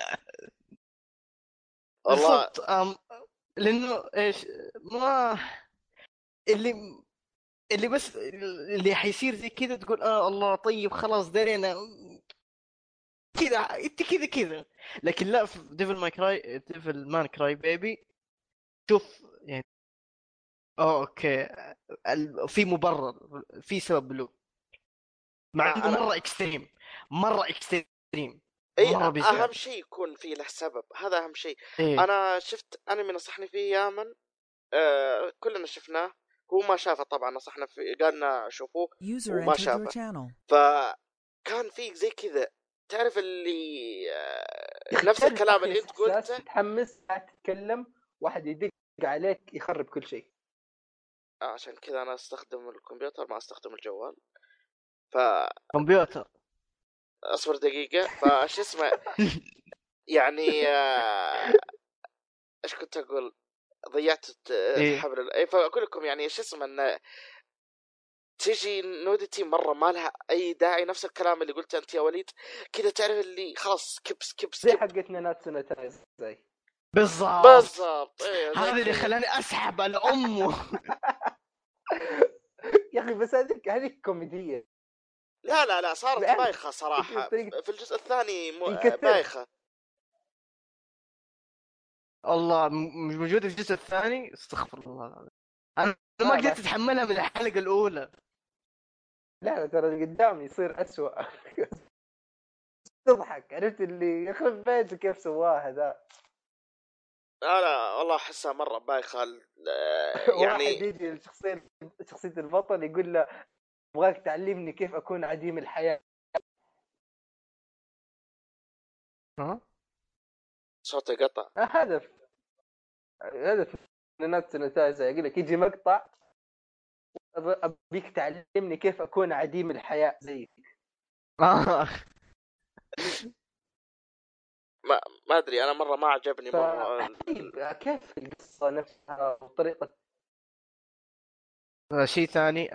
[SPEAKER 2] والله
[SPEAKER 3] بالضبط. لانه ايش، ما اللي بس اللي حيصير زي كذا تقول الله طيب خلاص درينا كذا، انت كذا. لكن لا، في ديفل مان كراي بيبي شوف يعني اوكي، في مبرر، في سبب له، مع انه
[SPEAKER 2] انا
[SPEAKER 3] مره اكستريم،
[SPEAKER 2] اي
[SPEAKER 3] مره
[SPEAKER 2] اهم
[SPEAKER 3] بزياده.
[SPEAKER 2] شيء يكون في له سبب، هذا اهم شيء.
[SPEAKER 3] ايه
[SPEAKER 2] انا شفت انمي نصحني فيه يامن، كلنا شفناه، هو ما شافه طبعا، نصحنا فيه قالنا شوفوه
[SPEAKER 4] User
[SPEAKER 2] وما
[SPEAKER 4] entered your
[SPEAKER 2] شافه.
[SPEAKER 4] channel.
[SPEAKER 2] فكان في زي كذا، تعرف اللي
[SPEAKER 1] يا اخي
[SPEAKER 2] نفس
[SPEAKER 1] تعرف
[SPEAKER 2] الكلام
[SPEAKER 1] اخي
[SPEAKER 2] اللي انت
[SPEAKER 1] احساس
[SPEAKER 2] قلته.
[SPEAKER 1] تتحمس قاعد تتكلم، واحد يدق عليك يخرب كل شيء.
[SPEAKER 2] عشان كذا انا استخدم الكمبيوتر ما استخدم الجوال. ف
[SPEAKER 3] كمبيوتر.
[SPEAKER 2] اصبر دقيقة، فايش اسمه يعني ايش كنت اقول؟ ضيعت
[SPEAKER 3] ايه
[SPEAKER 2] الحبل. اي فاقول لكم يعني ايش اسمه، انه تجي نودتي مرة ما لها اي داعي، نفس الكلام اللي قلته انت يا وليد، كذا تعرف اللي خلاص سكيب سكيب
[SPEAKER 1] زي
[SPEAKER 2] سكيب.
[SPEAKER 1] حقتنا ناتسو نو تايزاي.
[SPEAKER 2] بالضبط ايوه زي
[SPEAKER 3] هذا اللي
[SPEAKER 2] كذا.
[SPEAKER 3] خلاني اسحب على امه.
[SPEAKER 1] يا اخي بس هذيك كوميديه
[SPEAKER 2] لا صارت
[SPEAKER 1] بعد
[SPEAKER 2] بايخه صراحه
[SPEAKER 1] طريقه
[SPEAKER 2] في الجزء الثاني
[SPEAKER 1] يكثر.
[SPEAKER 2] بايخه.
[SPEAKER 3] الله مش موجوده في الجزء الثاني، استغفر الله العظيم. انا ما
[SPEAKER 1] ما
[SPEAKER 3] قدرت اتحملها من الحلقه الاولى.
[SPEAKER 1] لا ترى اللي قدام يصير أسوأ. تضحك، عرفت اللي يخرب بيته كيف سواها ذا.
[SPEAKER 2] لا والله احسها مره بايخه
[SPEAKER 1] واحد
[SPEAKER 2] يعني.
[SPEAKER 1] يجي شخصية البطل يقول له ابغاك تعلمني كيف اكون عديم الحياة.
[SPEAKER 3] ها
[SPEAKER 2] صوتي قطع.
[SPEAKER 1] هدف نفس النتائج. يقول لك يجي مقطع ابيك تعلمني كيف اكون عديم الحياة زيك.
[SPEAKER 2] ما ادري انا مره ما عجبني مره.
[SPEAKER 1] طيب كيف القصة نفسها وطريقة.
[SPEAKER 3] شيء ثاني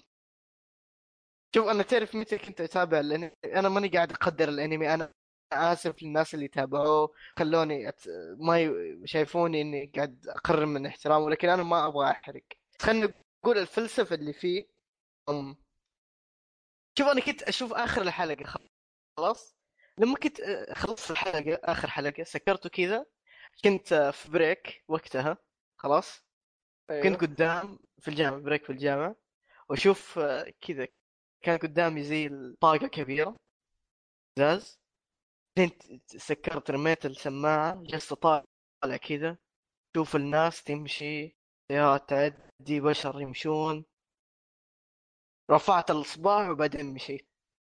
[SPEAKER 3] شوف انا تعرف متى كنت اتابع الانمي، انا ماني قاعد اقدر الانمي. انا اسف للناس اللي تابعوه، خلوني ما شايفوني اني قاعد اقرر من احترامه، لكن انا ما ابغى احرق. خلينا نقول الفلسفه اللي فيه. أم... شوف انا كنت اشوف اخر الحلقه، خلاص لما كنت خلصت الحلقه، اخر حلقه سكرته كذا. كنت في بريك وقتها، خلاص. كنت
[SPEAKER 1] ايوه
[SPEAKER 3] قدام في الجامعه، بريك في الجامعه، واشوف كذا كان قدامي زي الطاقه كبيره ازاز. كنت سكرت، رميت السماعه، جلست طالع كذا، شوف الناس تمشي، سيارات تعدي، بشر يمشون، رفعت الاصبع وبعدين مشيت.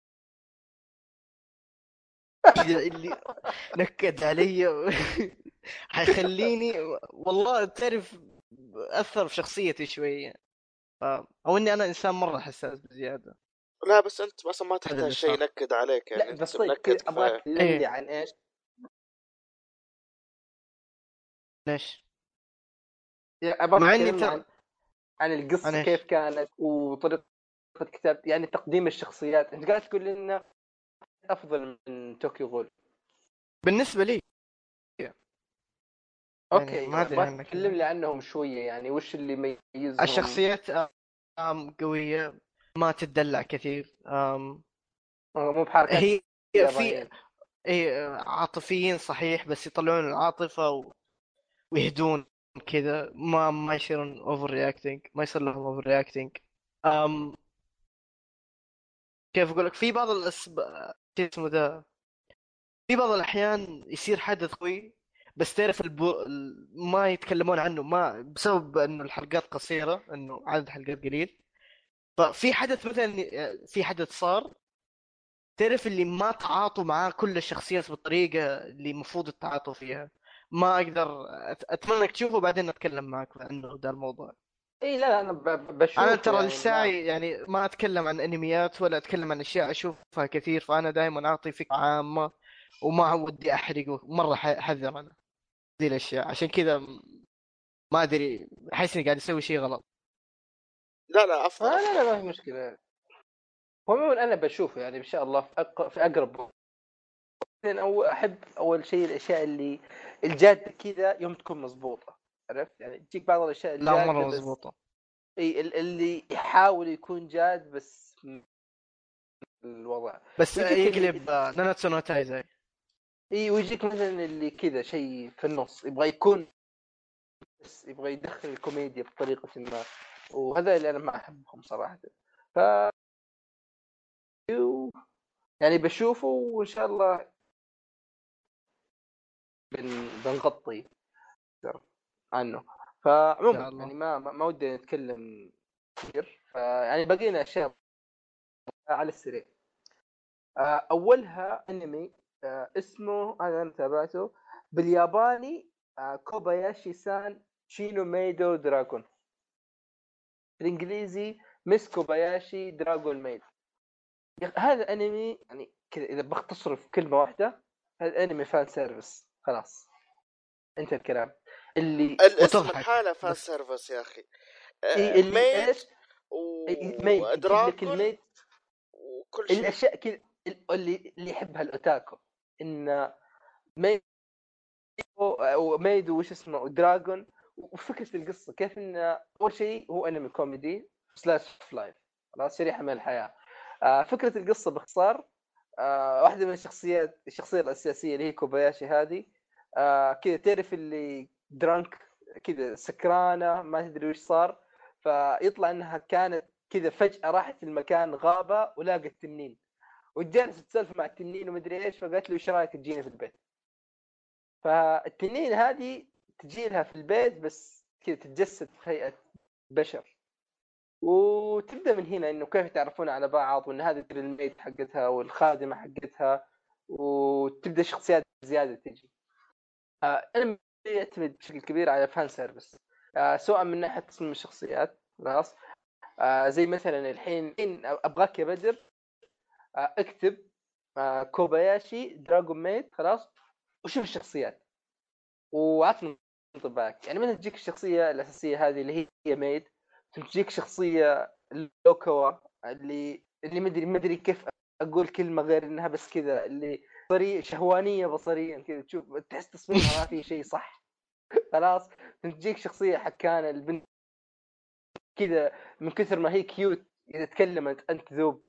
[SPEAKER 3] كذا اللي نكد علي. حيخليني والله تعرف اثر في شخصيتي شويه. او اني انا انسان مره حساس بزياده.
[SPEAKER 2] لا بس انت مثلا ما
[SPEAKER 3] هذا
[SPEAKER 2] تحتاج
[SPEAKER 3] اللي
[SPEAKER 2] شيء
[SPEAKER 3] صار.
[SPEAKER 2] ينكد عليك، يعني
[SPEAKER 1] لا بس
[SPEAKER 2] انت
[SPEAKER 1] طيب
[SPEAKER 2] منكد
[SPEAKER 1] كذا ابغاك
[SPEAKER 2] كفايه.
[SPEAKER 1] تكلمني
[SPEAKER 3] ايه
[SPEAKER 1] عن ايش.
[SPEAKER 3] ليش؟
[SPEAKER 1] يعني ابغاك
[SPEAKER 3] مع اني
[SPEAKER 1] تكلمني
[SPEAKER 3] ترى
[SPEAKER 1] عن
[SPEAKER 3] انا
[SPEAKER 1] القصة كيف
[SPEAKER 3] ايش
[SPEAKER 1] كانت وطريقة كتاب، يعني تقديم الشخصيات. انت قاعد تقول لنا افضل من طوكيو غول.
[SPEAKER 3] بالنسبه لي، يعني
[SPEAKER 1] اوكي
[SPEAKER 3] ما ادري
[SPEAKER 1] ابغاك
[SPEAKER 3] عنك
[SPEAKER 1] تكلم
[SPEAKER 3] كذا.
[SPEAKER 1] لي عنهم شويه، يعني وش اللي يميزهم.
[SPEAKER 3] الشخصيات قويه، ما تدلع كثير.
[SPEAKER 1] مو بحركات
[SPEAKER 3] هي في
[SPEAKER 1] اليابانيين.
[SPEAKER 3] عاطفيين صحيح، بس يطلعون العاطفه ويهدون كذا، ما يصيرون اوفر رياكتنج، ما يصير لهم اوفر رياكتنج. كيف اقول لك، في بعض شو اسمه ذا، في بعض الاحيان يصير حدث قوي، بس تعرف ما يتكلمون عنه، ما بسبب انه الحلقات قصيره، انه عدد الحلقات قليل. ففي حدث مثلا، في حدث صار، تعرف اللي ما تعاطوا معاه كل الشخصيات بالطريقه اللي المفروض التعاطوا فيها. ما اقدر اتمنى انك تشوفه بعدين نتكلم معك عنه ده الموضوع.
[SPEAKER 1] اي لا انا
[SPEAKER 3] انا
[SPEAKER 1] بشوفه
[SPEAKER 3] ترى
[SPEAKER 1] يعني ما.
[SPEAKER 3] لساعي يعني ما اتكلم عن انميات ولا اتكلم عن اشياء اشوفها كثير، فانا دائما اعطي فكره عامه، وما ودي احرق مره. حذر انا ذي الاشياء، عشان كذا ما ادري، احس اني قاعد اسوي شيء غلط.
[SPEAKER 2] لا افضل
[SPEAKER 1] لا
[SPEAKER 2] افضل.
[SPEAKER 1] ما في مشكله. عموما انا بشوفه يعني ان شاء الله في اقرب وقت. او احب اول شيء الاشياء اللي الجاده كذا يوم تكون مضبوطه. عرفت يعني تجيك بعض الاشياء
[SPEAKER 3] لا
[SPEAKER 1] الجاده
[SPEAKER 3] مره
[SPEAKER 1] بس.
[SPEAKER 3] مضبوطه.
[SPEAKER 1] اي اللي يحاول يكون جاد بس الوضع.
[SPEAKER 3] بس
[SPEAKER 1] ويجيك اللي
[SPEAKER 3] يقلب ناناتسو نو تايزاي.
[SPEAKER 1] اي ويجيك مثلا اللي كذا شيء في النص يبغى يكون بس يبغى يدخل الكوميديا بطريقة ما. وهذا اللي انا ما احبهم صراحة. ف يعني بشوفه وان شاء الله بنغطي عنه.
[SPEAKER 3] ان شاء
[SPEAKER 1] فعموما
[SPEAKER 3] الله.
[SPEAKER 1] يعني ما ودي نتكلم كثير. يعني بقينا اشياء على السريع. اولها انمي اسمه انا تابعته بالياباني كوباياشي سان شينو ميدو دراغون. بالانجليزي مس كوباياشي دراغون ميد. هذا انمي يعني كذا اذا بختصره في كلمه واحده. هذا انمي فان سيرفيس خلاص. انت الكلام اللي
[SPEAKER 2] الاسم
[SPEAKER 3] وتضحك
[SPEAKER 2] الحالة فان
[SPEAKER 3] بس.
[SPEAKER 2] سيرفس يا اخي.
[SPEAKER 1] اللي
[SPEAKER 2] ميد
[SPEAKER 1] ايش ميد يجيب لك
[SPEAKER 2] ودراجون
[SPEAKER 1] الميد
[SPEAKER 2] وكل شيء.
[SPEAKER 1] الاشياء كذا اللي يحبها الاوتاكو ان ميد وميد وش اسمه ودراجون. وفكره القصه كيف ان اول شيء هو انمي كوميدي سلاش لايف، خلاص شريحه من الحياه. فكره القصه باختصار، واحده من الشخصيه الاساسيه اللي هي كوباياشي هذه، كذا تعرف اللي درانك كذا سكرانه ما تدري وش صار، فيطلع انها كانت كذا فجاه راحت المكان غابه ولقت تنين وجالسه تسولف مع التنين ومدري ايش، فقالت له ايش رايك تجيني في البيت. فالتنين هذه تجي لها في البيت بس كذا تتجسد في هيئه بشر، وتبدا من هنا انه كيف يتعرفون على بعض، وان هذه الميت حقتها والخادمه حقتها، وتبدا شخصيات زياده تجي. الانمي يعتمد بشكل كبير على فان سيرفيس، سواء من ناحيه تصميم الشخصيات، خلاص. زي مثلا الحين ابغاك يا بدر اكتب كوباياشي دراغون ميت، خلاص، وشوف الشخصيات وعطني انطباعك. يعني مثلا تجيك الشخصيه الاساسيه هذه اللي هي ميد، تجيك شخصيه لوكوا اللي مدري كيف اقول كلمه غير انها بس كذا اللي شهوانيه بصريا كذا، تشوف تحس تصميمها ما في شيء صح. خلاص. تجيك شخصيه حكانه البنت كذا من كثر ما هي كيوت، اذا تكلمت انت ذوب.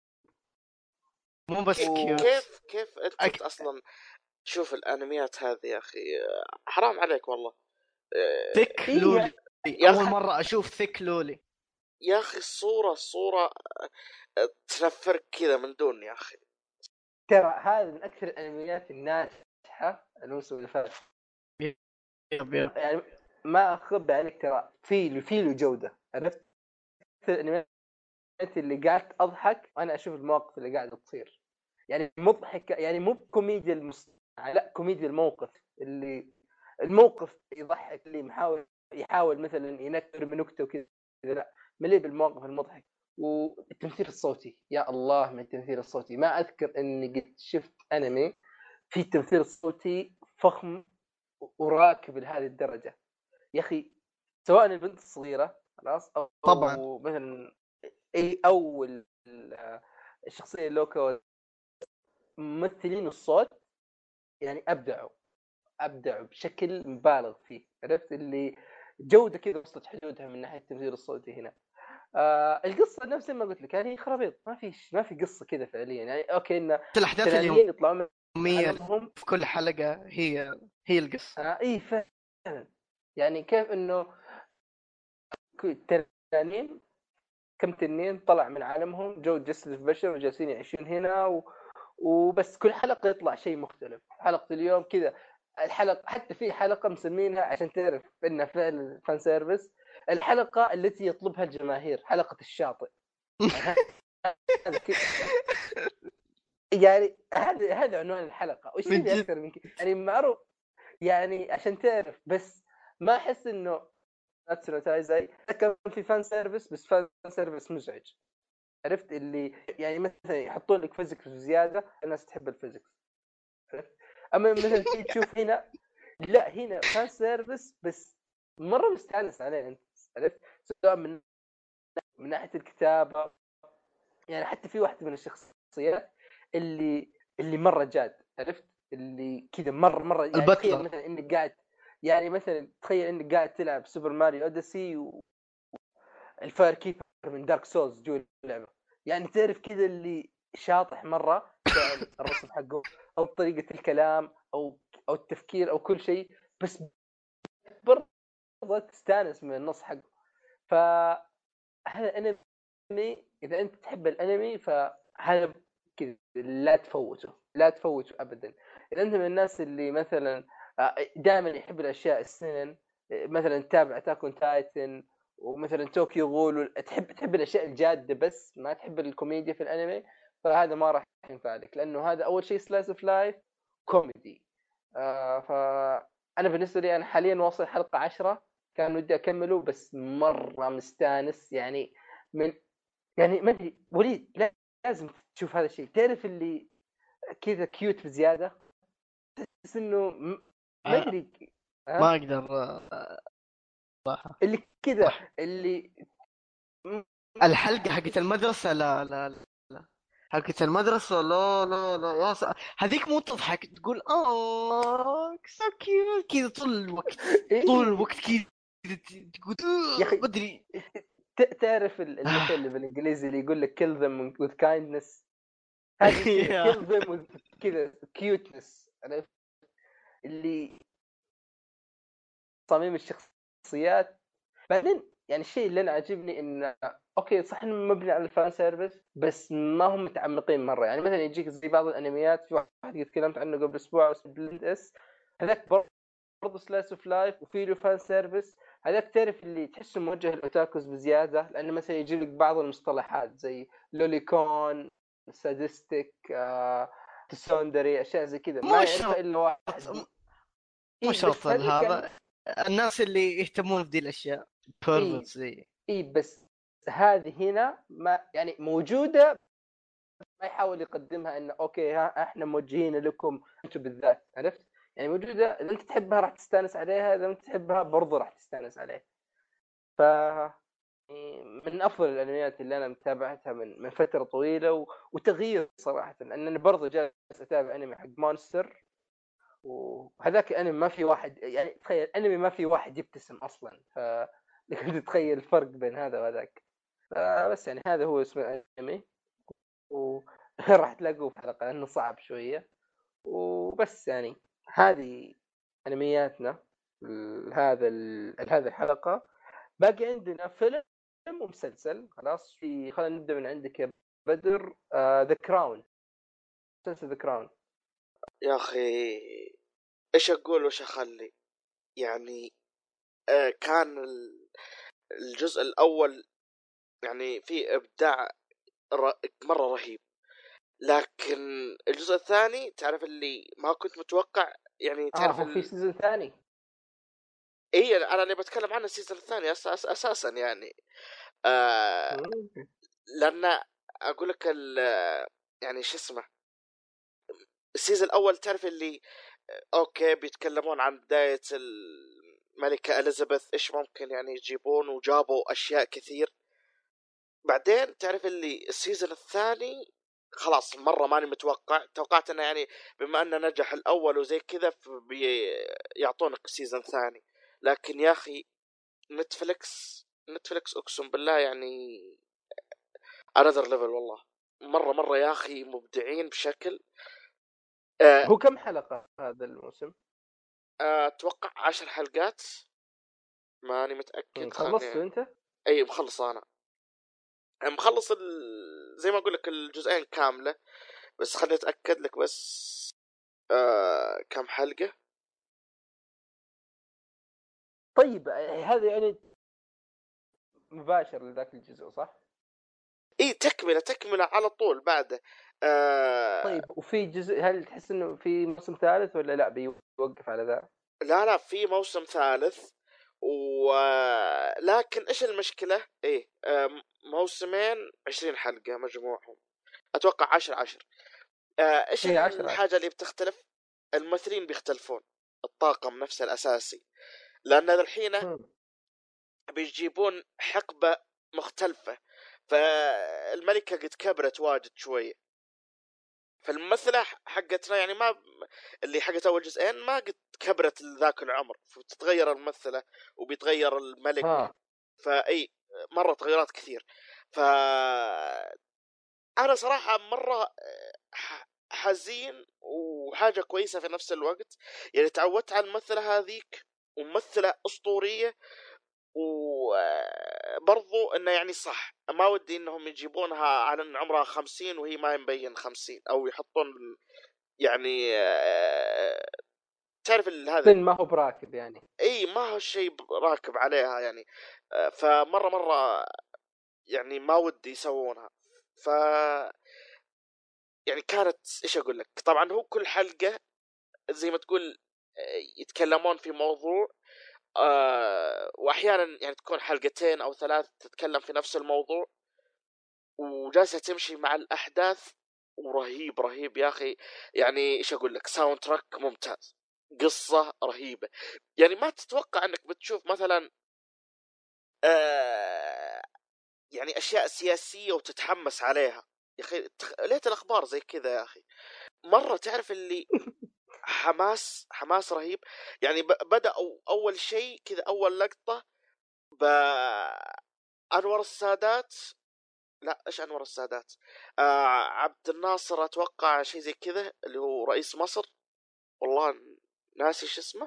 [SPEAKER 3] مو بس كيوت.
[SPEAKER 2] كيف انت اصلا شوف الانميات هذه يا اخي، حرام عليك والله.
[SPEAKER 3] ثيك
[SPEAKER 1] إيه
[SPEAKER 3] لولي،
[SPEAKER 2] يا
[SPEAKER 3] اول
[SPEAKER 2] أخي-
[SPEAKER 3] مره اشوف ثيك لولي.
[SPEAKER 2] يا اخي الصوره تنفرك كذا من دون يا اخي.
[SPEAKER 1] ترى هذا من اكثر الانميات الناجحه الموسم اللي فات. يعني ما اخبي عليك، ترى في له جوده. عرفت الانميات اللي قاعد اضحك وانا اشوف المواقف اللي قاعده تصير، يعني مضحك، يعني مو كوميديا المصطنعه، لا كوميديا الموقف، اللي الموقف يضحك، اللي يحاول مثلا ينكر بنكته وكذا، لا مليء بالمواقف المضحك. والتمثيل الصوتي يا الله من التمثيل الصوتي، ما اذكر اني قد شفت انمي في التمثيل الصوتي فخم وراكب لهذه الدرجه يا اخي. سواء البنت الصغيره، خلاص، او
[SPEAKER 3] طبعا
[SPEAKER 1] مثلا او الشخصيه اللوكو، ممثلين الصوت يعني ابدعوا بشكل مبالغ فيه. عرفت اللي جوده كذا وصلت حدودها من ناحيه التمثيل الصوتي هنا. القصه نفس ما قلت لك، يعني خرابيط، ما في قصه كذا فعليا. يعني اوكي ان
[SPEAKER 3] الاحداث
[SPEAKER 1] تنانين يطلعون من
[SPEAKER 3] اليوميه
[SPEAKER 1] عالمهم،
[SPEAKER 3] في كل حلقه هي القصه.
[SPEAKER 1] اي فعلا. يعني كيف انه التنانين كم تنين طلع من عالمهم جو جسد البشر وجالسين يعيشون هنا وبس كل حلقه يطلع شيء مختلف. حلقه اليوم كذا، الحلقه حتى في حلقه مسمينها عشان تعرف انها فعلا فان سيرفيس، الحلقه التي يطلبها الجماهير، حلقه الشاطئ. يعني هذا يعني هذا عنوان الحلقه، وش
[SPEAKER 3] من
[SPEAKER 1] في
[SPEAKER 3] جد
[SPEAKER 1] اكثر من كذا؟ يعني معروف، يعني عشان تعرف. بس ما احس انه ناتسو تايزاي كان في فان سيرفيس، بس فان سيرفيس مزعج. عرفت اللي يعني مثلا يحطون لك فيزيكس زياده، الناس تحب الفيزيكس. عرفت؟ اما مثلا تيجي تشوف هنا، لا هنا فان سيرفيس بس مره مستانس عليه انت. عرفت؟ سواء من ناحيه الكتابه، يعني حتى في واحده من الشخصيات اللي مره جاد. عرفت؟ اللي كذا مره يعني تخيل
[SPEAKER 3] البتلر.
[SPEAKER 1] مثلا انك قاعد، يعني مثلا تخيل انك قاعد تلعب سوبر ماريو اوديسي والفاير كيبر من دارك سولز جو اللعبه، يعني تعرف كذا اللي شاطح مره، سواء الرسم حقه او طريقه الكلام او التفكير او كل شيء، بس برضه تستانس من النص حقه. فهذا انمي، اذا انت تحب الانمي فهذا كذا لا تفوته ابدا. اذا انت من الناس اللي مثلا دائما يحب الاشياء السنن، مثلا تتابع اتاك تايتن ومثلا طوكيو غول، تحب الاشياء الجاده بس ما تحب الكوميديا في الانمي، فهذا ما راح ينفع لك، لانه هذا اول شيء سلايس اوف لايف كوميدي. فانا بالنسبه لي انا حاليا واصل حلقه 10، كان ودي اكمله بس مره مستانس. يعني من يعني ما ادري وليد، لازم تشوف هذا الشيء، تعرف اللي كذا كيوت بزياده، بس انه ما ادري
[SPEAKER 3] ما
[SPEAKER 1] ها
[SPEAKER 3] اقدر صراحه.
[SPEAKER 1] اللي كذا اللي
[SPEAKER 3] الحلقه حقت المدرسه لا لا لا حقت المدرسة. لا لا لا هذيك مو تضحك، تقول سو كيوت كذا طول الوقت. طول
[SPEAKER 1] إيه
[SPEAKER 3] الوقت كذا تقول
[SPEAKER 1] يا اخي،
[SPEAKER 3] بدري.
[SPEAKER 1] تعرف المثل اللي بالانجليزي اللي يقول لك kill them with kindness، هذه كذا kill them with كذا cuteness. عرفت اللي تصاميم الشخصيات. بعدين يعني الشيء اللي انا عاجبني انه اوكي صح انه مبني على الفان سيرفيس، بس ما هم متعمقين مره. يعني مثلا يجيك زي بعض الانميات، في واحد قد تكلمت عنه قبل اسبوع اسمه بلند اس، هذاك برضه سلايس اوف لايف وفي له فان سيرفيس. هذاك تعرف اللي تحسه موجه للاوتاكوز بزياده، لانه مثلا يجيب لك بعض المصطلحات زي لوليكون، سادستيك، تسوندري، اشياء زي كذا
[SPEAKER 3] مو
[SPEAKER 1] ما يعرفها
[SPEAKER 3] شرط،
[SPEAKER 1] الا واحد.
[SPEAKER 3] مو
[SPEAKER 1] اي
[SPEAKER 3] شرط
[SPEAKER 1] بس هذيك يعني
[SPEAKER 3] هذا. الناس اللي يهتمون بدي الاشياء
[SPEAKER 1] اي
[SPEAKER 3] بيرفكت زي.
[SPEAKER 1] اي بس هذه هنا ما يعني موجوده، ما يحاول يقدمها انه اوكي ها احنا موجهين لكم انتم بالذات. عرفت يعني موجوده، اذا انت تحبها راح تستانس عليها، اذا انت تحبها برضو راح تستانس عليها. ف من افضل الانميات اللي انا متابعتها من فتره طويله وتغيير صراحه، لان انا برضو جالس اتابع انمي حق مونستر، وهذاك انمي ما في واحد، يعني تخيل انمي ما في واحد يبتسم اصلا، ف لكن تتخيل الفرق بين هذا وذاك. بس يعني هذا هو اسم الانمي، وراح تلاقوه في حلقه لانه صعب شويه. وبس يعني هذه انمياتنا هذه الحلقه. باقي عندنا فيلم ومسلسل. خلاص خلينا نبدا من عندك يا بدر. ذا كراون، مسلسل ذا كراون.
[SPEAKER 2] يا اخي ايش اقول وش اخلي؟ يعني كان الجزء الاول يعني في ابداع مره رهيب، لكن الجزء الثاني تعرف اللي ما كنت متوقع، يعني تعرف
[SPEAKER 1] هو في سيزون ثاني؟
[SPEAKER 2] اي انا اللي بتكلم عنه السيزون الثاني اساسا يعني آه... لان اقول لك يعني شو اسمه، السيزون الاول تعرف اللي اوكي بيتكلمون عن بداية الملكة اليزابيث ايش ممكن يعني يجيبون، وجابوا اشياء كثير. بعدين تعرف اللي السيزون الثاني خلاص مرة ماني متوقع، توقعت انه يعني بما انه نجح الاول وزي كذا يعطونك سيزون ثاني، لكن يا اخي نتفليكس اقسم بالله يعني another level والله. مرة يا اخي مبدعين بشكل
[SPEAKER 1] هو كم حلقة هذا الموسم؟
[SPEAKER 2] اتوقع 10 حلقات، ماني متأكد.
[SPEAKER 1] خلصت
[SPEAKER 2] خلني
[SPEAKER 1] انت؟
[SPEAKER 2] اي مخلص انا، مخلص زي ما اقول لك الجزئين كاملة، بس خليني اتأكد لك بس كم حلقة.
[SPEAKER 1] طيب هذا يعني مباشر لذاك الجزء صح؟
[SPEAKER 2] اي تكملة على طول بعده.
[SPEAKER 1] طيب وفي جزء، هل تحس انه في موسم ثالث ولا لا بيوقف على ذا؟
[SPEAKER 2] لا في موسم ثالث لكن ايش المشكلة؟ ايه موسمين 20 حلقة مجموعهم، اتوقع 10. ايش
[SPEAKER 1] هي 10.
[SPEAKER 2] الحاجة اللي بتختلف؟ الممثلين بيختلفون، الطاقم نفسه الاساسي، لان الحين بيجيبون حقبة مختلفة، فالملكة قد كبرت واجد شوية، فالممثلة حقتنا يعني ما اللي حقت أول جزئين ما قد كبرت ذاك العمر، فتتغير الممثلة وبيتغير الملك. فأي مرة تغيرات كثير. أنا صراحة مرة حزين وحاجة كويسة في نفس الوقت، يعني تعودت على الممثلة هذيك وممثلة أسطورية، وبرضو انه يعني صح ما ودي انهم يجيبونها على ان عمرها 50 وهي ما يبين 50، او يحطون يعني تعرف هذا
[SPEAKER 1] ما هو براكب يعني.
[SPEAKER 2] اي ما هو شيء راكب عليها يعني. فمرة يعني ما ودي يسوونها. ف يعني كانت ايش اقول لك، طبعا هو كل حلقة زي ما تقول يتكلمون في موضوع، واحيانا يعني تكون حلقتين او 3 تتكلم في نفس الموضوع، وجالسه تمشي مع الاحداث، ورهيب يا اخي. يعني ايش اقول لك، ساوند تراك ممتاز، قصه رهيبه، يعني ما تتوقع انك بتشوف مثلا يعني اشياء سياسيه وتتحمس عليها، يا اخي ليت الاخبار زي كذا يا اخي مره، تعرف اللي حماس رهيب يعني. بدأوا اول شيء كذا، اول لقطه بأنور السادات، لا ايش انور السادات، عبد الناصر اتوقع، شيء زي كذا، اللي هو رئيس مصر، والله ناسي شو اسمه.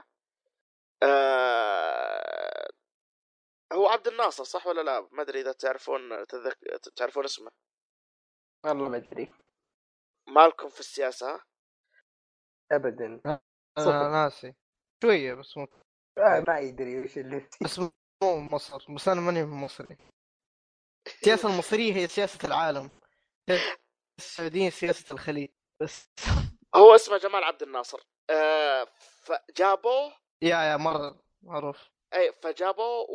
[SPEAKER 2] هو عبد الناصر صح ولا لا؟ ما ادري اذا تعرفون اسمه.
[SPEAKER 1] والله ما ادري
[SPEAKER 2] مالكم في السياسه ها؟
[SPEAKER 1] ابدا.
[SPEAKER 3] انا
[SPEAKER 1] صفر.
[SPEAKER 3] ناسي شويه بس مو
[SPEAKER 1] ما يدري وش اللي
[SPEAKER 3] بس مو مصر، بس انا ماني مصري. السياسه المصريه هي سياسه العالم، السعوديه سياسه الخليج بس.
[SPEAKER 2] هو اسمه جمال عبد الناصر. فجابوه،
[SPEAKER 3] يا مره معروف.
[SPEAKER 2] اي فجابوه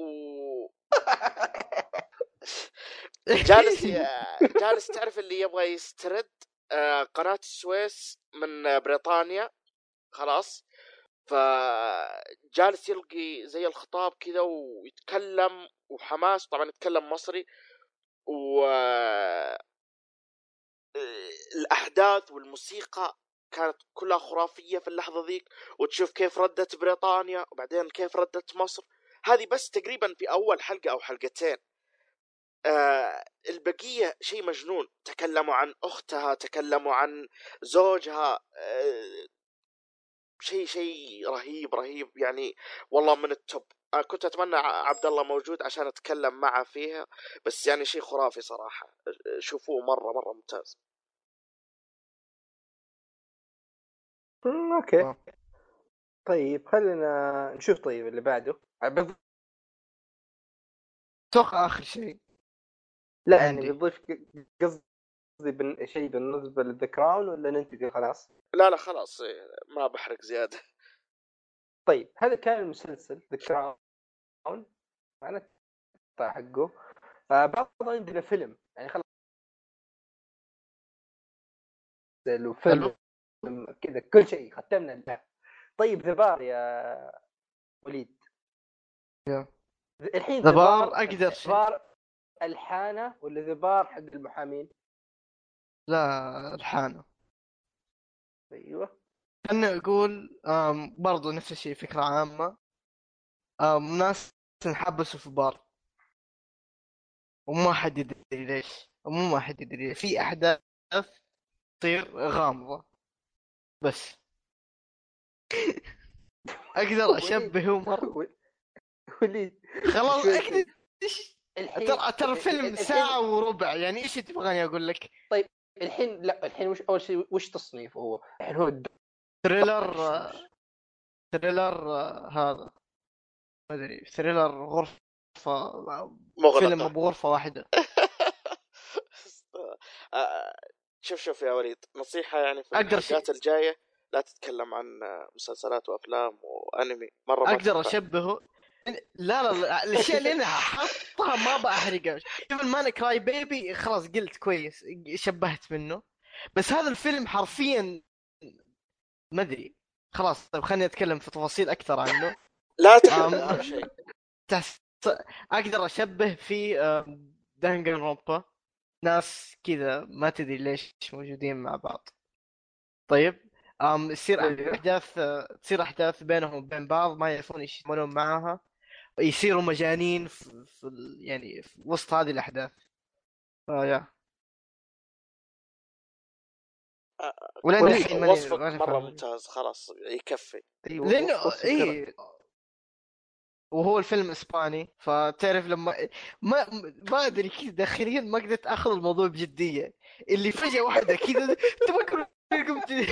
[SPEAKER 2] جالس جالس تعرف اللي يبغى يسترد قناة السويس من بريطانيا خلاص. فجالس يلقي زي الخطاب كذا ويتكلم، وحماس طبعا يتكلم مصري، والأحداث والموسيقى كانت كلها خرافية في اللحظة ذيك. وتشوف كيف ردت بريطانيا وبعدين كيف ردت مصر. هذه بس تقريبا في أول حلقة أو حلقتين. البقية شيء مجنون، تكلموا عن أختها، تكلموا عن زوجها، شيء رهيب يعني، والله من التوب. كنت أتمنى عبد الله موجود عشان أتكلم معه فيها، بس يعني شيء خرافي صراحة. شوفوه مرة ممتاز.
[SPEAKER 1] اوكي طيب خلينا نشوف. طيب اللي بعده
[SPEAKER 3] اتوقع اخر شيء
[SPEAKER 1] لا يعني
[SPEAKER 3] عندي.
[SPEAKER 1] بتضيف قصدي شيء بالنسبه للذا كراون ولا ننتقل خلاص؟
[SPEAKER 2] لا خلاص، ما بحرق زيادة.
[SPEAKER 1] طيب هذا كان المسلسل ذا كراون معنا حقه. بعض عندنا فيلم يعني خلاص له
[SPEAKER 3] حلو.
[SPEAKER 1] فيلم كذا كل شيء ختمنا الباب. طيب ذا بار يا وليد، الحين
[SPEAKER 3] ذا
[SPEAKER 1] ذا
[SPEAKER 3] بار
[SPEAKER 1] بار،
[SPEAKER 3] اقدر شيء.
[SPEAKER 1] بار الحانه ولا ذا بار حق المحامين؟
[SPEAKER 3] لا الحانه.
[SPEAKER 1] ايوه
[SPEAKER 3] خلنا اقول برضو نفس الشيء، فكره عامه. ناس انحبسوا في بار وما حد يدري ليش، ومو ما حد يدري ليش. في احداث تصير غامضه بس. اقدر اشبهه مره.
[SPEAKER 1] وليد
[SPEAKER 3] خلاص
[SPEAKER 1] شوي
[SPEAKER 3] اقدر.
[SPEAKER 1] الحين
[SPEAKER 3] ترى الفيلم
[SPEAKER 1] الحين
[SPEAKER 3] ساعه وربع، يعني ايش تبغاني اقول لك؟
[SPEAKER 1] طيب الحين لا الحين وش اول شيء وش تصنيفه هو الحين؟ هو
[SPEAKER 3] ثريلر.
[SPEAKER 1] وش
[SPEAKER 3] ثريلر هذا ما ادري، ثريلر غرفه، فيلم
[SPEAKER 2] مغلقة.
[SPEAKER 3] بغرفه واحده.
[SPEAKER 2] آه، شوف يا وليد، نصيحة يعني في
[SPEAKER 3] اقدر شيء،
[SPEAKER 2] الحلقات الجاية لا تتكلم عن مسلسلات وأفلام وأنمي، مرة ما
[SPEAKER 3] اقدر
[SPEAKER 2] تنفع.
[SPEAKER 3] اشبهه. لا الاشياء اللي انا حاطها ما بحرقها. شوف المان كراي بيبي خلاص قلت كويس، شبهت منه. بس هذا الفيلم حرفيا ما ادري. خلاص طيب خليني اتكلم في تفاصيل اكثر عنه.
[SPEAKER 2] لا تحرق أهم شيء.
[SPEAKER 3] تحس... اقدر اشبه في دانجن رومبا، ناس كذا ما تدري ليش موجودين مع بعض. طيب
[SPEAKER 1] أيوه.
[SPEAKER 3] تصير احداث بينهم وبين بعض، ما يعرفون ايش يتعاملون معها، يصيروا مجانين يعني في وسط هذه الاحداث. يا ولين
[SPEAKER 1] وليد
[SPEAKER 3] الحين ماني
[SPEAKER 2] وصفك
[SPEAKER 3] ماني
[SPEAKER 2] مرة
[SPEAKER 3] فاهم.
[SPEAKER 2] ممتاز، خلاص يكفي.
[SPEAKER 3] لانه
[SPEAKER 1] وصفك
[SPEAKER 3] ايه، وهو الفيلم اسباني، فتعرف لما ما ادري كذا داخليا ما قدرت اخذ الموضوع بجديه. اللي فجاه واحده كذا تفكر قمت.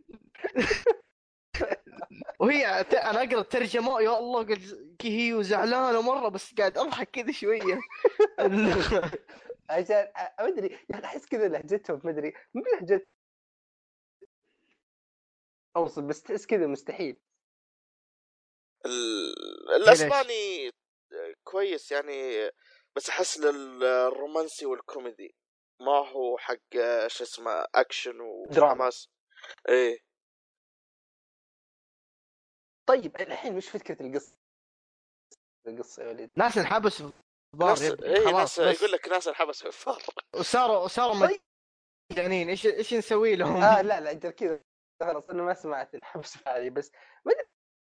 [SPEAKER 3] انا اقرا الترجمه يا الله قلت هي زعلانه مره، بس قاعد اضحك كذا شويه.
[SPEAKER 1] عشان ما ادري يا اخي احس كذا لهجتهم ما ادري مو لهجة اوصل بس تحس كذا مستحيل.
[SPEAKER 2] الأسباني كويس يعني، بس أحس للرومانسي والكوميدي، ما هو حق شو اسمه أكشن
[SPEAKER 1] دراما.
[SPEAKER 2] وحماس. إيه
[SPEAKER 1] طيب الحين وش فكرة القصة يا وليد؟
[SPEAKER 3] ناس انحبسوا في بار
[SPEAKER 2] ناس
[SPEAKER 3] يا ابني خلاص،
[SPEAKER 2] ناس
[SPEAKER 3] بس
[SPEAKER 2] يقول لك ناس انحبسوا في الفار.
[SPEAKER 3] وصاروا
[SPEAKER 1] طيب
[SPEAKER 3] جانين ايش نسوي لهم؟
[SPEAKER 1] لا اجل كذا خلاص انا ما سمعت الحبس هذه بس ما ادري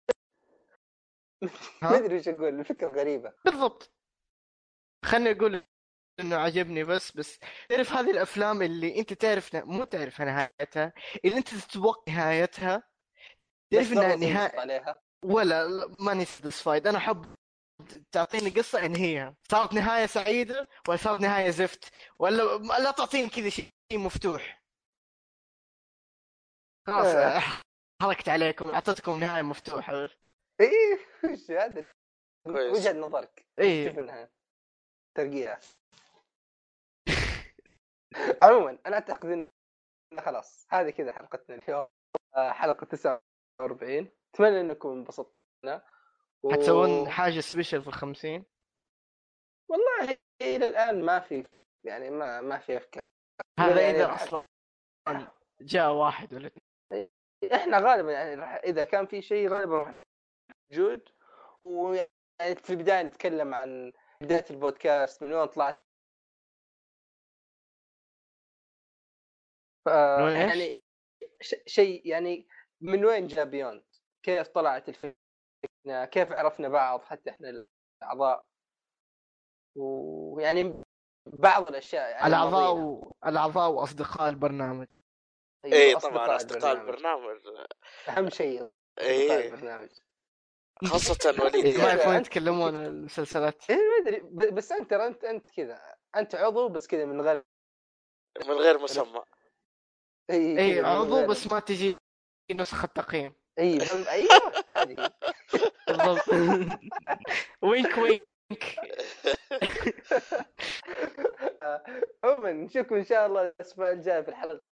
[SPEAKER 1] ما
[SPEAKER 3] ها
[SPEAKER 1] ادري ايش اقول الفكره غريبه.
[SPEAKER 3] بالضبط. خلني اقول انه عجبني بس تعرف هذه الافلام اللي انت تعرف مو تعرف نهايتها، اللي انت تتوقع نهايتها، تعرف
[SPEAKER 1] بس
[SPEAKER 3] انها
[SPEAKER 1] ضربت ينبسط
[SPEAKER 3] نهاية
[SPEAKER 1] عليها.
[SPEAKER 3] ولا ماني ساتيسفايد. انا احب تعطيني قصة انهيها، صارت نهاية سعيدة ولا صارت نهاية زفت، ولا لا تعطيني كذا شيء مفتوح. خلاص
[SPEAKER 1] آه.
[SPEAKER 3] حركت عليكم، اعطيتكم نهاية مفتوحة.
[SPEAKER 1] ايه وش هذا
[SPEAKER 2] كويس.
[SPEAKER 1] وجهة نظرك
[SPEAKER 3] ايه
[SPEAKER 1] كيف انها ترقيع. عموما انا اعتقد ان خلاص هذه كذا حلقتنا اليوم، حلقة 49. اتمنى انكم انبسطنا
[SPEAKER 3] حتسوون حاجة سبيشل في 50؟
[SPEAKER 1] والله الى الان ما في يعني ما في افكار.
[SPEAKER 3] هذا
[SPEAKER 1] يعني
[SPEAKER 3] اذا اصلا جاء واحد ولا
[SPEAKER 1] احنا غالبا يعني اذا كان في شيء غالبا راح موجود. ويعني في البدايه نتكلم عن بدايه البودكاست من وين طلعت.
[SPEAKER 3] من وين ايش؟
[SPEAKER 1] يعني شيء يعني من وين جاء بيوند، كيف طلعت الفكرة، كيف عرفنا بعض حتى احنا الاعضاء، ويعني بعض الاشياء يعني ماضينا.
[SPEAKER 3] الاعضاء واصدقاء البرنامج.
[SPEAKER 2] ايه
[SPEAKER 1] ايوه
[SPEAKER 2] طبعا
[SPEAKER 1] اصدقاء
[SPEAKER 2] اصدقاء
[SPEAKER 1] البرنامج
[SPEAKER 2] البرنامج.
[SPEAKER 1] اهم شيء، اصدقاء
[SPEAKER 2] ايه
[SPEAKER 1] البرنامج.
[SPEAKER 2] خاصة وليد
[SPEAKER 3] ما
[SPEAKER 2] يعني.
[SPEAKER 3] يعرفون
[SPEAKER 1] انت
[SPEAKER 3] يتكلمون عن المسلسلات.
[SPEAKER 1] ايه ما ادري بس انت كذا انت عضو بس كذا من غير
[SPEAKER 2] من غير مسمى.
[SPEAKER 1] اي
[SPEAKER 3] اي
[SPEAKER 1] كذا من
[SPEAKER 3] عضو
[SPEAKER 1] غير
[SPEAKER 3] بس ما تجي نسخة تقييم.
[SPEAKER 1] ايوه هذه.
[SPEAKER 3] بالضبط. وينك وينك.
[SPEAKER 1] عموما نشوفكم ان شاء الله الاسبوع الجاي في الحلقه